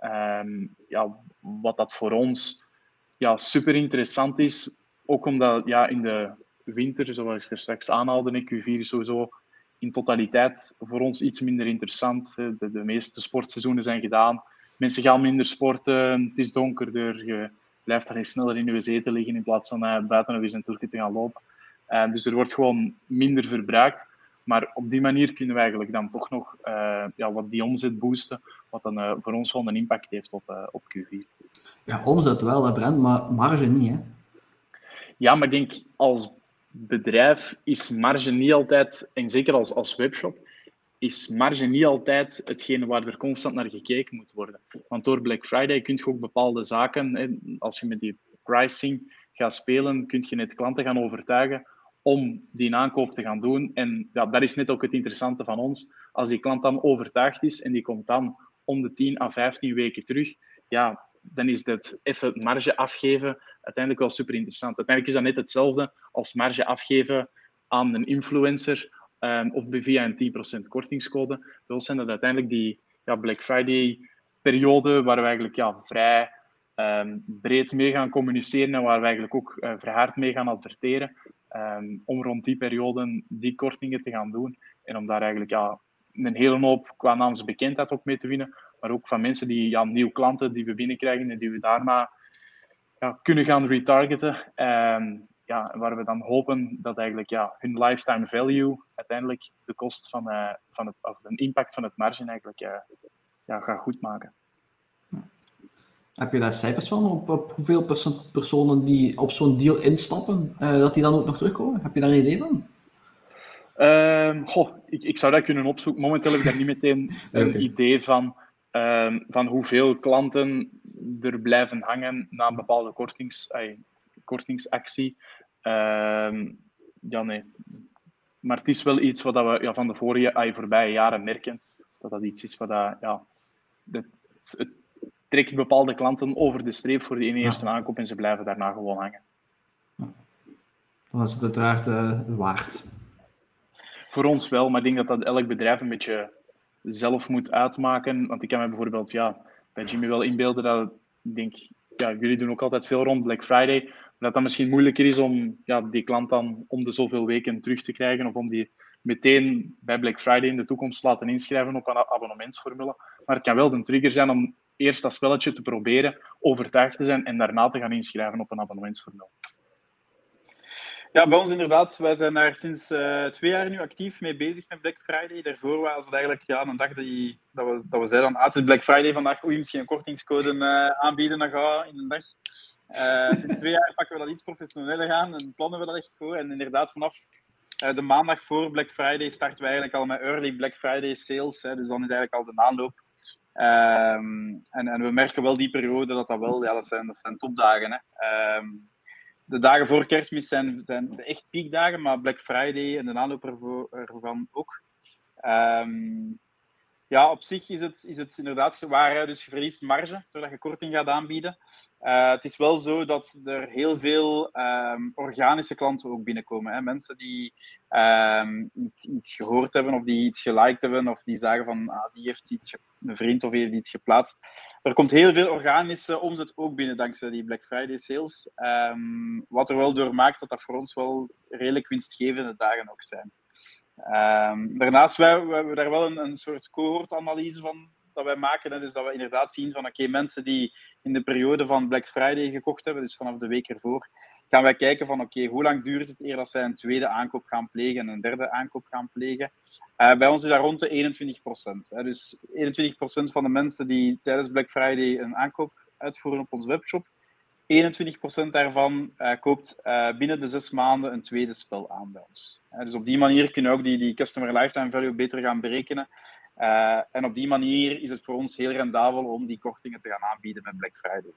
Wat dat voor ons super interessant is, ook omdat in de winter, zoals ik er straks aanhaalde, Q4 is sowieso in totaliteit voor ons iets minder interessant. De meeste sportseizoenen zijn gedaan. Mensen gaan minder sporten, het is donkerder, je blijft dan sneller in je zetel liggen in plaats van buiten nog eens een toertje te gaan lopen. Dus er wordt gewoon minder verbruikt. Maar op die manier kunnen we eigenlijk dan toch nog wat die omzet boosten, wat dan voor ons wel een impact heeft op Q4. Ja, omzet wel, hè, Brent, maar marge niet, hè? Ja, maar ik denk als bedrijf is marge niet altijd, en zeker als webshop, is marge niet altijd hetgene waar er constant naar gekeken moet worden. Want door Black Friday kun je ook bepaalde zaken, als je met die pricing gaat spelen, kun je net klanten gaan overtuigen om die aankoop te gaan doen. En dat is net ook het interessante van ons. Als die klant dan overtuigd is en die komt dan om de 10 à 15 weken terug, dan is dat even marge afgeven uiteindelijk wel super interessant. Uiteindelijk is dat net hetzelfde als marge afgeven aan een influencer of via een 10% kortingscode. Bij ons zijn dat uiteindelijk die Black Friday periode waar we eigenlijk vrij breed mee gaan communiceren en waar we eigenlijk ook vrij hard mee gaan adverteren. Om rond die periode die kortingen te gaan doen. En om daar eigenlijk een hele hoop qua naamsbekendheid ook mee te winnen. Maar ook van mensen nieuwe klanten die we binnenkrijgen en die we daarna kunnen gaan retargeten. Waar we dan hopen dat eigenlijk hun lifetime value uiteindelijk de kost van de impact van het margin eigenlijk gaat goedmaken. Heb je daar cijfers van op hoeveel personen die op zo'n deal instappen, dat die dan ook nog terugkomen? Heb je daar een idee van? Ik zou dat kunnen opzoeken. Momenteel heb ik daar niet meteen een idee van hoeveel klanten er blijven hangen na een bepaalde kortingsactie. Nee. Maar het is wel iets wat we van de voorbije jaren merken. Dat iets is wat het trekt bepaalde klanten over de streep voor die eerste aankoop en ze blijven daarna gewoon hangen. Dan is het uiteraard waard. Voor ons wel, maar ik denk dat elk bedrijf een beetje zelf moet uitmaken. Want ik kan me bijvoorbeeld bij Jimmy wel inbeelden dat ik denk, jullie doen ook altijd veel rond Black Friday, dat dat misschien moeilijker is om die klant dan om de zoveel weken terug te krijgen of om die meteen bij Black Friday in de toekomst te laten inschrijven op een abonnementsformule. Maar het kan wel de trigger zijn om eerst dat spelletje te proberen, overtuigd te zijn en daarna te gaan inschrijven op een abonnementsformule. Ja, bij ons inderdaad. Wij zijn daar sinds 2 jaar nu actief mee bezig met Black Friday. Daarvoor was het eigenlijk een dag dat we zeiden aan het Black Friday vandaag, misschien een kortingscode aanbieden nog in een dag. Sinds 2 jaar pakken we dat iets professioneler aan en plannen we dat echt voor. En inderdaad, vanaf de maandag voor Black Friday starten we eigenlijk al met early Black Friday sales. Dus dan is eigenlijk al de aanloop. En we merken wel die periode dat zijn topdagen. Hè. De dagen voor Kerstmis zijn de echt piekdagen, maar Black Friday en de aanloop ervan ook. Op zich is het inderdaad waar, dus je verliest marge doordat je korting gaat aanbieden. Het is wel zo dat er heel veel organische klanten ook binnenkomen. Hè? Mensen die iets gehoord hebben of die iets geliked hebben of die zagen van die heeft een vriend of heeft iets geplaatst. Er komt heel veel organische omzet ook binnen dankzij die Black Friday sales. Wat er wel door maakt dat voor ons wel redelijk winstgevende dagen ook zijn. Daarnaast we hebben daar wel een soort cohortanalyse van dat wij maken. Hè, dus dat we inderdaad zien van mensen die in de periode van Black Friday gekocht hebben, dus vanaf de week ervoor, gaan wij kijken van hoe lang duurt het eer dat zij een tweede aankoop gaan plegen en een derde aankoop gaan plegen. Bij ons is dat rond de 21%. Hè, dus 21% van de mensen die tijdens Black Friday een aankoop uitvoeren op onze webshop, 21% daarvan koopt binnen de 6 maanden een tweede spel aan bij ons. Dus op die manier kunnen we ook die customer lifetime value beter gaan berekenen. En op die manier is het voor ons heel rendabel om die kortingen te gaan aanbieden met Black Friday.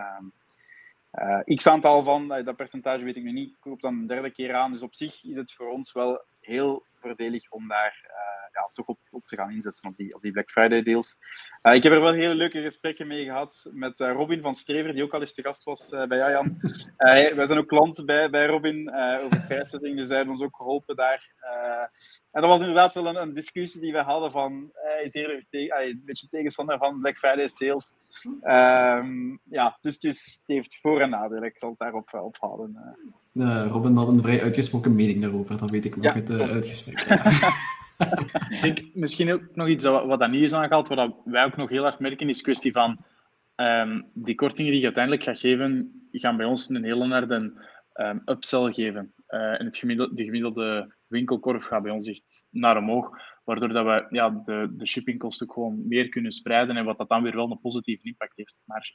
X-aantal van, dat percentage weet ik nu niet, ik koop dan een derde keer aan. Dus op zich is het voor ons wel heel voordelig om daar toch op te gaan inzetten op die Black Friday deals. Ik heb er wel hele leuke gesprekken mee gehad met Robin van Strever, die ook al eens te gast was bij Jajan. Wij zijn ook klant bij Robin over prijszetting, dus hij heeft ons ook geholpen daar. En dat was inderdaad wel een discussie die we hadden van, is eerder een beetje tegenstander van Black Friday sales. Dus het heeft voor- en nadelen. Ik zal het daarop ophouden. Robin had een vrij uitgesproken mening daarover, dat weet ik nog uit het gesprek. Ik denk misschien ook nog iets wat dat niet is aangehaald, wat wij ook nog heel hard merken, is kwestie van die kortingen die je uiteindelijk gaat geven, gaan bij ons een hele harde upsell geven. En de gemiddelde winkelkorf gaat bij ons echt naar omhoog, waardoor dat we de shippingkosten ook gewoon meer kunnen spreiden en wat dat dan weer wel een positieve impact heeft. Maar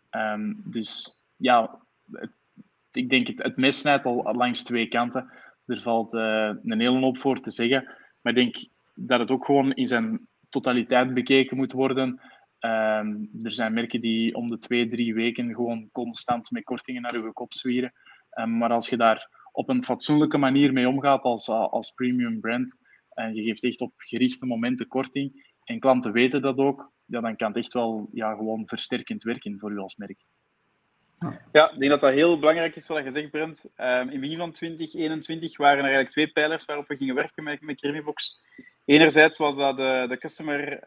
ik denk het mes snijdt al langs 2 kanten. Er valt een hele hoop voor te zeggen. Maar ik denk dat het ook gewoon in zijn totaliteit bekeken moet worden. Er zijn merken die om de 2-3 weken gewoon constant met kortingen naar uw kop zwieren. Maar als je daar op een fatsoenlijke manier mee omgaat als premium brand en je geeft echt op gerichte momenten korting en klanten weten dat ook, dan kan het echt wel gewoon versterkend werken voor u als merk. Ja, ik denk dat heel belangrijk is wat je zegt, Brent. In het begin van 2021 waren er eigenlijk 2 pijlers waarop we gingen werken met Creamybox. Enerzijds was dat de customer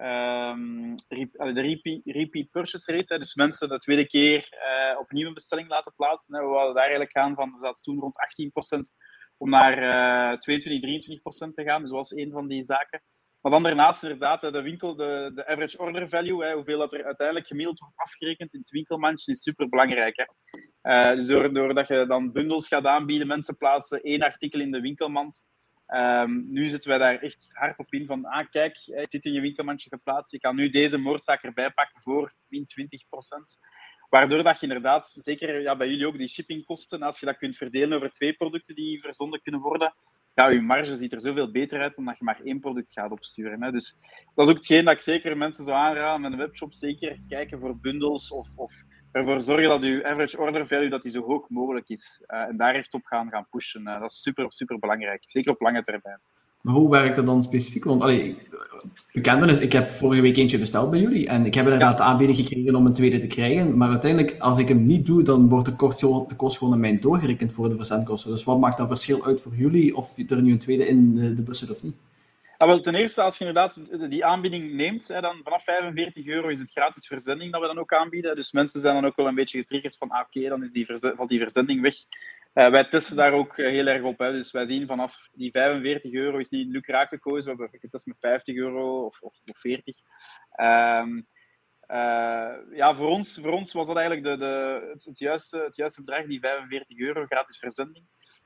repeat purchase rate, dus mensen de tweede keer opnieuw een bestelling laten plaatsen. We wilden daar eigenlijk gaan van, we zaten toen rond 18% om naar 22-23% te gaan. Dus dat was een van die zaken. Maar dan daarnaast inderdaad, de average order value, hoeveel dat er uiteindelijk gemiddeld wordt afgerekend in het winkelmandje, is superbelangrijk. Dus doordat je dan bundels gaat aanbieden, mensen plaatsen 1 artikel in de winkelmand, Nu zitten wij daar echt hard op in van, kijk, je hebt dit in je winkelmandje geplaatst, je kan nu deze moordzaak erbij pakken voor min 20%. Waardoor dat je inderdaad, zeker bij jullie ook, die shippingkosten, als je dat kunt verdelen over 2 producten die verzonden kunnen worden, je marge ziet er zoveel beter uit dan dat je maar 1 product gaat opsturen. Hè. Dus dat is ook hetgeen dat ik zeker mensen zou aanraden met een webshop. Zeker kijken voor bundels of ervoor zorgen dat je average order value dat die zo hoog mogelijk is. En daar echt op gaan pushen. Dat is super, super belangrijk. Zeker op lange termijn. Maar hoe werkt dat dan specifiek? Want bekentenis, ik heb vorige week eentje besteld bij jullie en ik heb inderdaad de aanbieding gekregen om een tweede te krijgen, maar uiteindelijk, als ik hem niet doe, dan wordt de kost gewoon aan mij doorgerekend voor de verzendkosten. Dus wat maakt dat verschil uit voor jullie, of er nu een tweede in de bus zit of niet? Wel, ten eerste, als je inderdaad die aanbieding neemt, dan vanaf €45 is het gratis verzending dat we dan ook aanbieden. Dus mensen zijn dan ook wel een beetje getriggerd van, oké, dan is valt die verzending weg. Wij testen daar ook heel erg op. Hè. Dus wij zien vanaf die €45 is niet lucraak gekozen. We hebben getest met €50 of 40. Voor ons was dat eigenlijk het juiste bedrag, die €45, gratis verzending.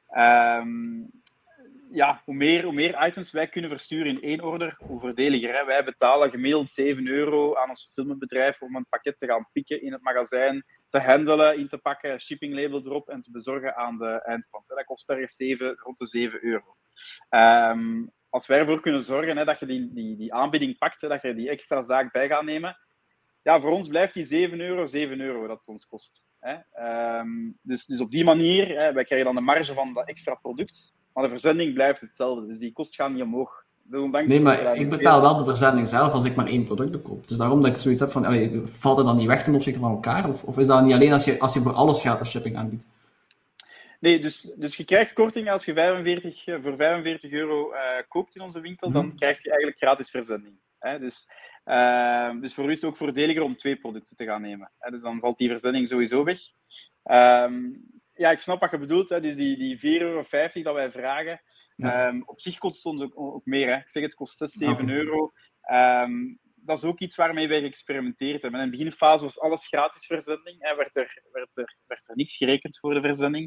Hoe meer items wij kunnen versturen in 1 order, hoe voordeliger. Hè. Wij betalen gemiddeld €7 aan ons fulfillmentbedrijf om een pakket te gaan pikken in het magazijn, te handelen, in te pakken, shippinglabel erop en te bezorgen aan de eindklant. Dat kost ergens rond de €7. Als wij ervoor kunnen zorgen dat je die aanbieding pakt, dat je die extra zaak bij gaat nemen, voor ons blijft die €7 dat het ons kost. Dus op die manier, wij krijgen dan de marge van dat extra product, maar de verzending blijft hetzelfde. Dus die kost gaat niet omhoog. Dus nee, maar ik betaal wel de verzending zelf als ik maar 1 product koop. Dus daarom dat ik zoiets heb van, valt het dan niet weg ten opzichte van elkaar? Of is dat niet alleen als je voor alles gratis shipping aanbiedt? Nee, dus je krijgt korting als je voor €45 koopt in onze winkel, dan krijg je eigenlijk gratis verzending. Dus voor u is het ook voordeliger om 2 producten te gaan nemen. Dus dan valt die verzending sowieso weg. Ik snap wat je bedoelt. Dus die €4,50 dat wij vragen, op zich kost het ons ook meer. Hè. Ik zeg, het kost €6-7. Dat is ook iets waarmee wij geëxperimenteerd hebben. In de beginfase was alles gratis verzending. Werd er niks gerekend voor de verzending.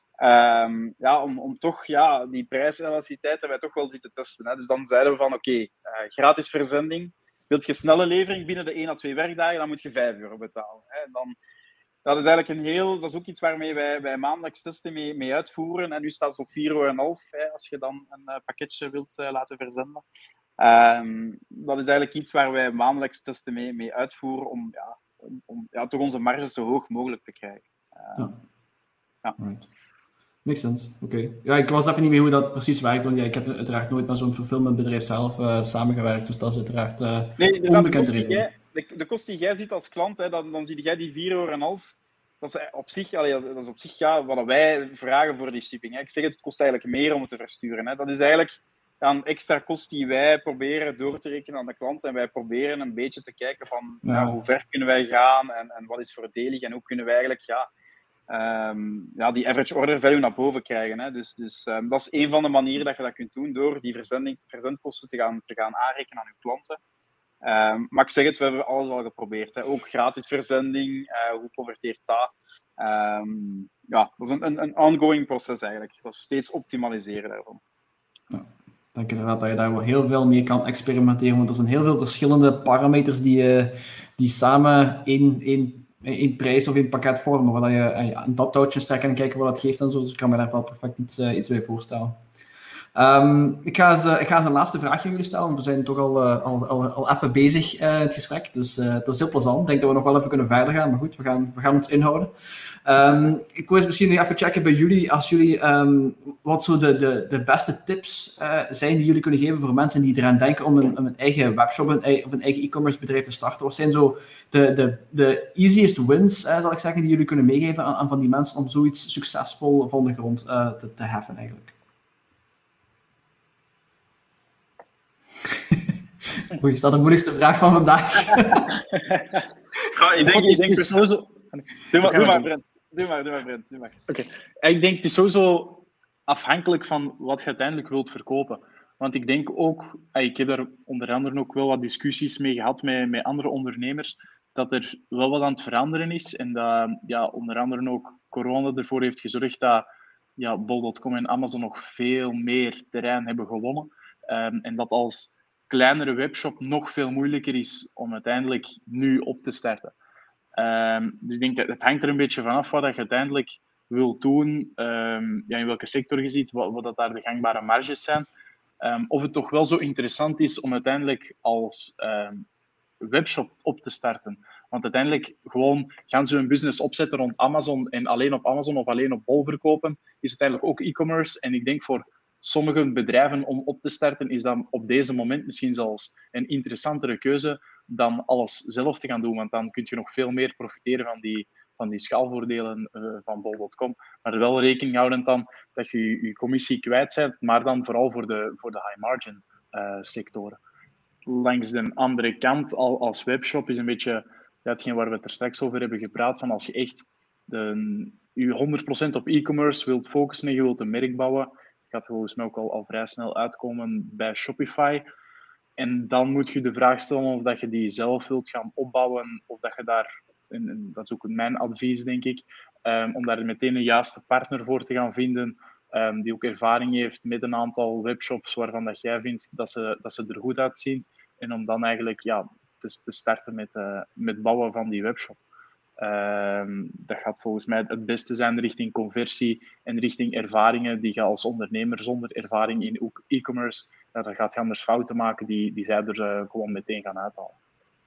Om toch die prijselasticiteit hebben wij toch wel zitten testen. Hè. Dus dan zeiden we van oké, gratis verzending. Wilt je snelle levering binnen de 1 à 2 werkdagen, dan moet je €5 betalen. Hè. Dat is eigenlijk dat is ook iets waarmee wij maandelijks testen mee uitvoeren. En nu staat het op €4,50 als je dan een pakketje wilt laten verzenden. Dat is eigenlijk iets waar wij maandelijks testen mee uitvoeren om toch onze marges zo hoog mogelijk te krijgen. Right. Makes sense, oké. Ja, ik was even niet meer hoe dat precies werkt, want ik heb uiteraard nooit met zo'n fulfillmentbedrijf zelf samengewerkt, dus dat is uiteraard onbekend reden. De kost die jij ziet als klant, dan zie jij die €4,50. Dat is op zich wat wij vragen voor die shipping. Hè. Ik zeg het kost eigenlijk meer om het te versturen. Hè. Dat is eigenlijk een extra kost die wij proberen door te rekenen aan de klant. En wij proberen een beetje te kijken van hoe ver kunnen wij gaan en wat is voordelig en hoe kunnen wij eigenlijk die average order value naar boven krijgen. Hè. Dus dat is een van de manieren dat je dat kunt doen door die verzendkosten te gaan aanrekenen aan je klanten. Maar ik zeg het, we hebben alles al geprobeerd. Hè. Ook gratis verzending, hoe converteert dat? Dat is een ongoing proces eigenlijk. Dat is steeds optimaliseren daarvan. Ja, ik denk inderdaad dat je daar wel heel veel mee kan experimenteren, want er zijn heel veel verschillende parameters die samen in prijs of in pakket vormen, waar je dat touwtje strekken en kijken wat dat geeft en zo. Dus ik kan me daar wel perfect iets bij voorstellen. Ik ga eens een laatste vraagje aan jullie stellen, want we zijn toch al even bezig in het gesprek, dus dat is heel plezant. Ik denk dat we nog wel even kunnen verder gaan, maar goed, we gaan ons inhouden. Ik wil eens misschien even checken bij jullie, als jullie wat zo de beste tips zijn die jullie kunnen geven voor mensen die eraan denken om een eigen webshop of een eigen e-commerce bedrijf te starten. Wat zijn zo de easiest wins, zal ik zeggen, die jullie kunnen meegeven aan van die mensen om zoiets succesvol van de grond te heffen eigenlijk? Oei, is dat de moeilijkste vraag van vandaag? Ik denk sowieso... Doe maar, Brent. Oké. Ik denk het is sowieso afhankelijk van wat je uiteindelijk wilt verkopen. Want ik denk ook, ik heb er onder andere ook wel wat discussies mee gehad met andere ondernemers, dat er wel wat aan het veranderen is. En dat onder andere ook corona ervoor heeft gezorgd dat Bol.com en Amazon nog veel meer terrein hebben gewonnen. En dat als kleinere webshop nog veel moeilijker is om uiteindelijk nu op te starten. Dus ik denk dat het hangt er een beetje vanaf wat je uiteindelijk wilt doen, in welke sector je ziet, wat dat daar de gangbare marges zijn. Of het toch wel zo interessant is om uiteindelijk als webshop op te starten. Want uiteindelijk gewoon gaan ze hun business opzetten rond Amazon en alleen op Amazon of alleen op Bol verkopen, is uiteindelijk ook e-commerce. En ik denk voor sommige bedrijven om op te starten is dat op deze moment misschien zelfs een interessantere keuze dan alles zelf te gaan doen. Want dan kun je nog veel meer profiteren van die schaalvoordelen van Bol.com. Maar wel rekening houdend dan dat je je commissie kwijt bent, maar dan vooral voor de high-margin sectoren. Langs de andere kant, als webshop, is een beetje hetgeen waar we het er straks over hebben gepraat, van als je echt je 100% op e-commerce wilt focussen en je wilt een merk bouwen, gaat volgens mij ook al vrij snel uitkomen bij Shopify. En dan moet je de vraag stellen of dat je die zelf wilt gaan opbouwen, of dat je daar, en dat is ook mijn advies denk ik, om daar meteen een juiste partner voor te gaan vinden, die ook ervaring heeft met een aantal webshops waarvan dat jij vindt dat ze er goed uitzien. En om dan eigenlijk te starten met bouwen van die webshop. Dat gaat volgens mij het beste zijn richting conversie en richting ervaringen die je als ondernemer zonder ervaring in e-commerce, dan gaat je anders fouten maken die zij er gewoon meteen gaan uithalen.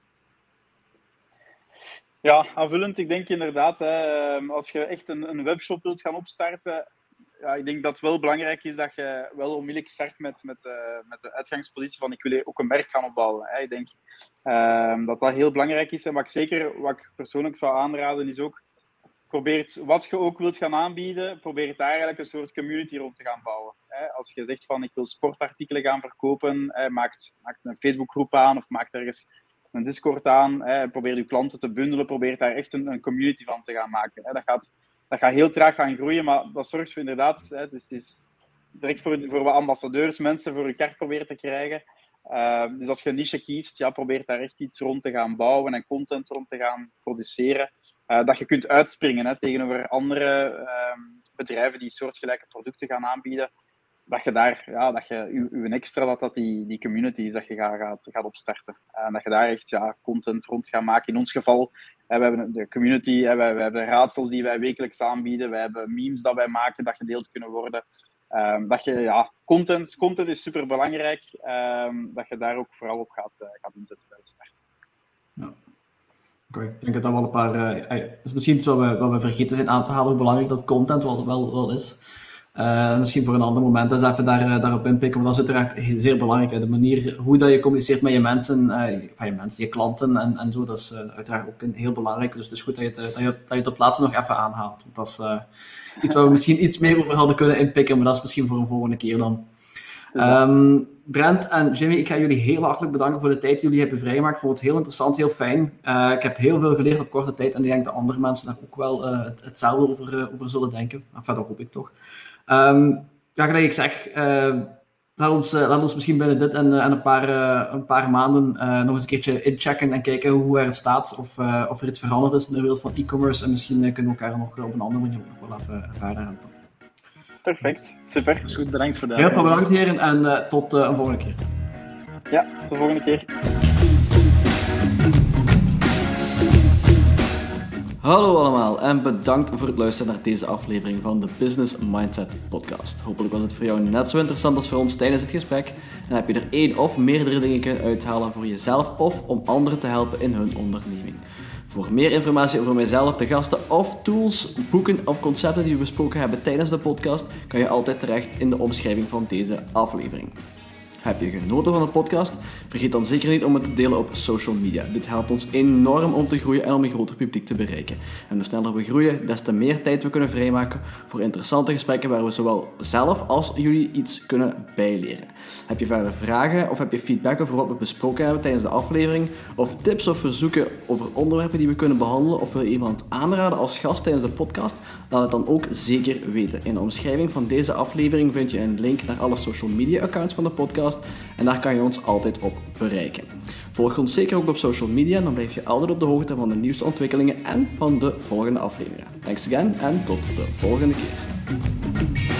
Ja, aanvullend, ik denk inderdaad, als je echt een webshop wilt gaan opstarten, ik denk dat het wel belangrijk is dat je wel onmiddellijk start met de uitgangspositie van ik wil ook een merk gaan opbouwen. Ik denk dat heel belangrijk is. En wat ik persoonlijk zou aanraden is ook, probeer wat je ook wilt gaan aanbieden, probeer daar eigenlijk een soort community rond te gaan bouwen. Als je zegt van ik wil sportartikelen gaan verkopen, maak een Facebookgroep aan of maak ergens een Discord aan. Probeer je klanten te bundelen, probeer daar echt een community van te gaan maken. Dat gaat heel traag gaan groeien, maar dat zorgt voor inderdaad, het is direct voor wat ambassadeurs, mensen voor elkaar proberen te krijgen. Dus als je een niche kiest, probeer daar echt iets rond te gaan bouwen en content rond te gaan produceren. Dat je kunt uitspringen tegenover andere bedrijven die soortgelijke producten gaan aanbieden. Dat je daar, dat je uw extra, dat die community is dat je gaat opstarten. En dat je daar echt content rond gaat maken. In ons geval, we hebben de community, we hebben raadsels die wij wekelijks aanbieden, we hebben memes dat wij maken, dat gedeeld kunnen worden. Content is super belangrijk, dat je daar ook vooral op gaat inzetten bij de start. Ja. Okay. Ik denk dat dat wel een paar... het is misschien iets wat we vergeten zijn aan te halen, hoe belangrijk dat content wel is. Misschien voor een ander moment eens even daarop inpikken, want dat is uiteraard zeer belangrijk. De manier hoe dat je communiceert met je mensen, je klanten en zo, dat is uiteraard ook heel belangrijk. Dus het is goed dat je het op het laatste nog even aanhaalt. Want dat is iets waar we misschien iets meer over hadden kunnen inpikken, maar dat is misschien voor een volgende keer dan. Brent en Jimmy, ik ga jullie heel hartelijk bedanken voor de tijd die jullie hebben vrijgemaakt. Ik vond het heel interessant, heel fijn. Ik heb heel veel geleerd op korte tijd en ik denk dat andere mensen daar ook wel hetzelfde over zullen denken. Enfin, dat hoop ik toch. Gelijk ik zeg, laat ons misschien binnen dit en een paar maanden nog eens een keertje inchecken en kijken hoe er staat, of er iets veranderd is in de wereld van e-commerce en misschien kunnen we elkaar nog op een andere manier nog wel even verder helpen. Perfect, super. Dat is goed, bedankt voor dat. Heel veel bedankt heren en tot een volgende keer. Ja, tot de volgende keer. Hallo allemaal en bedankt voor het luisteren naar deze aflevering van de Business Mindset podcast. Hopelijk was het voor jou net zo interessant als voor ons tijdens het gesprek en heb je er 1 of meerdere dingen kunnen uithalen voor jezelf of om anderen te helpen in hun onderneming. Voor meer informatie over mijzelf, de gasten of tools, boeken of concepten die we besproken hebben tijdens de podcast, kan je altijd terecht in de omschrijving van deze aflevering. Heb je genoten van de podcast? Vergeet dan zeker niet om het te delen op social media. Dit helpt ons enorm om te groeien en om een groter publiek te bereiken. En hoe sneller we groeien, des te meer tijd we kunnen vrijmaken voor interessante gesprekken waar we zowel zelf als jullie iets kunnen bijleren. Heb je verder vragen of heb je feedback over wat we besproken hebben tijdens de aflevering? Of tips of verzoeken over onderwerpen die we kunnen behandelen? Of wil je iemand aanraden als gast tijdens de podcast? Laat het dan ook zeker weten. In de omschrijving van deze aflevering vind je een link naar alle social media accounts van de podcast. En daar kan je ons altijd op bereiken. Volg ons zeker ook op social media, dan blijf je altijd op de hoogte van de nieuwste ontwikkelingen en van de volgende afleveringen. Thanks again en tot de volgende keer. Dag.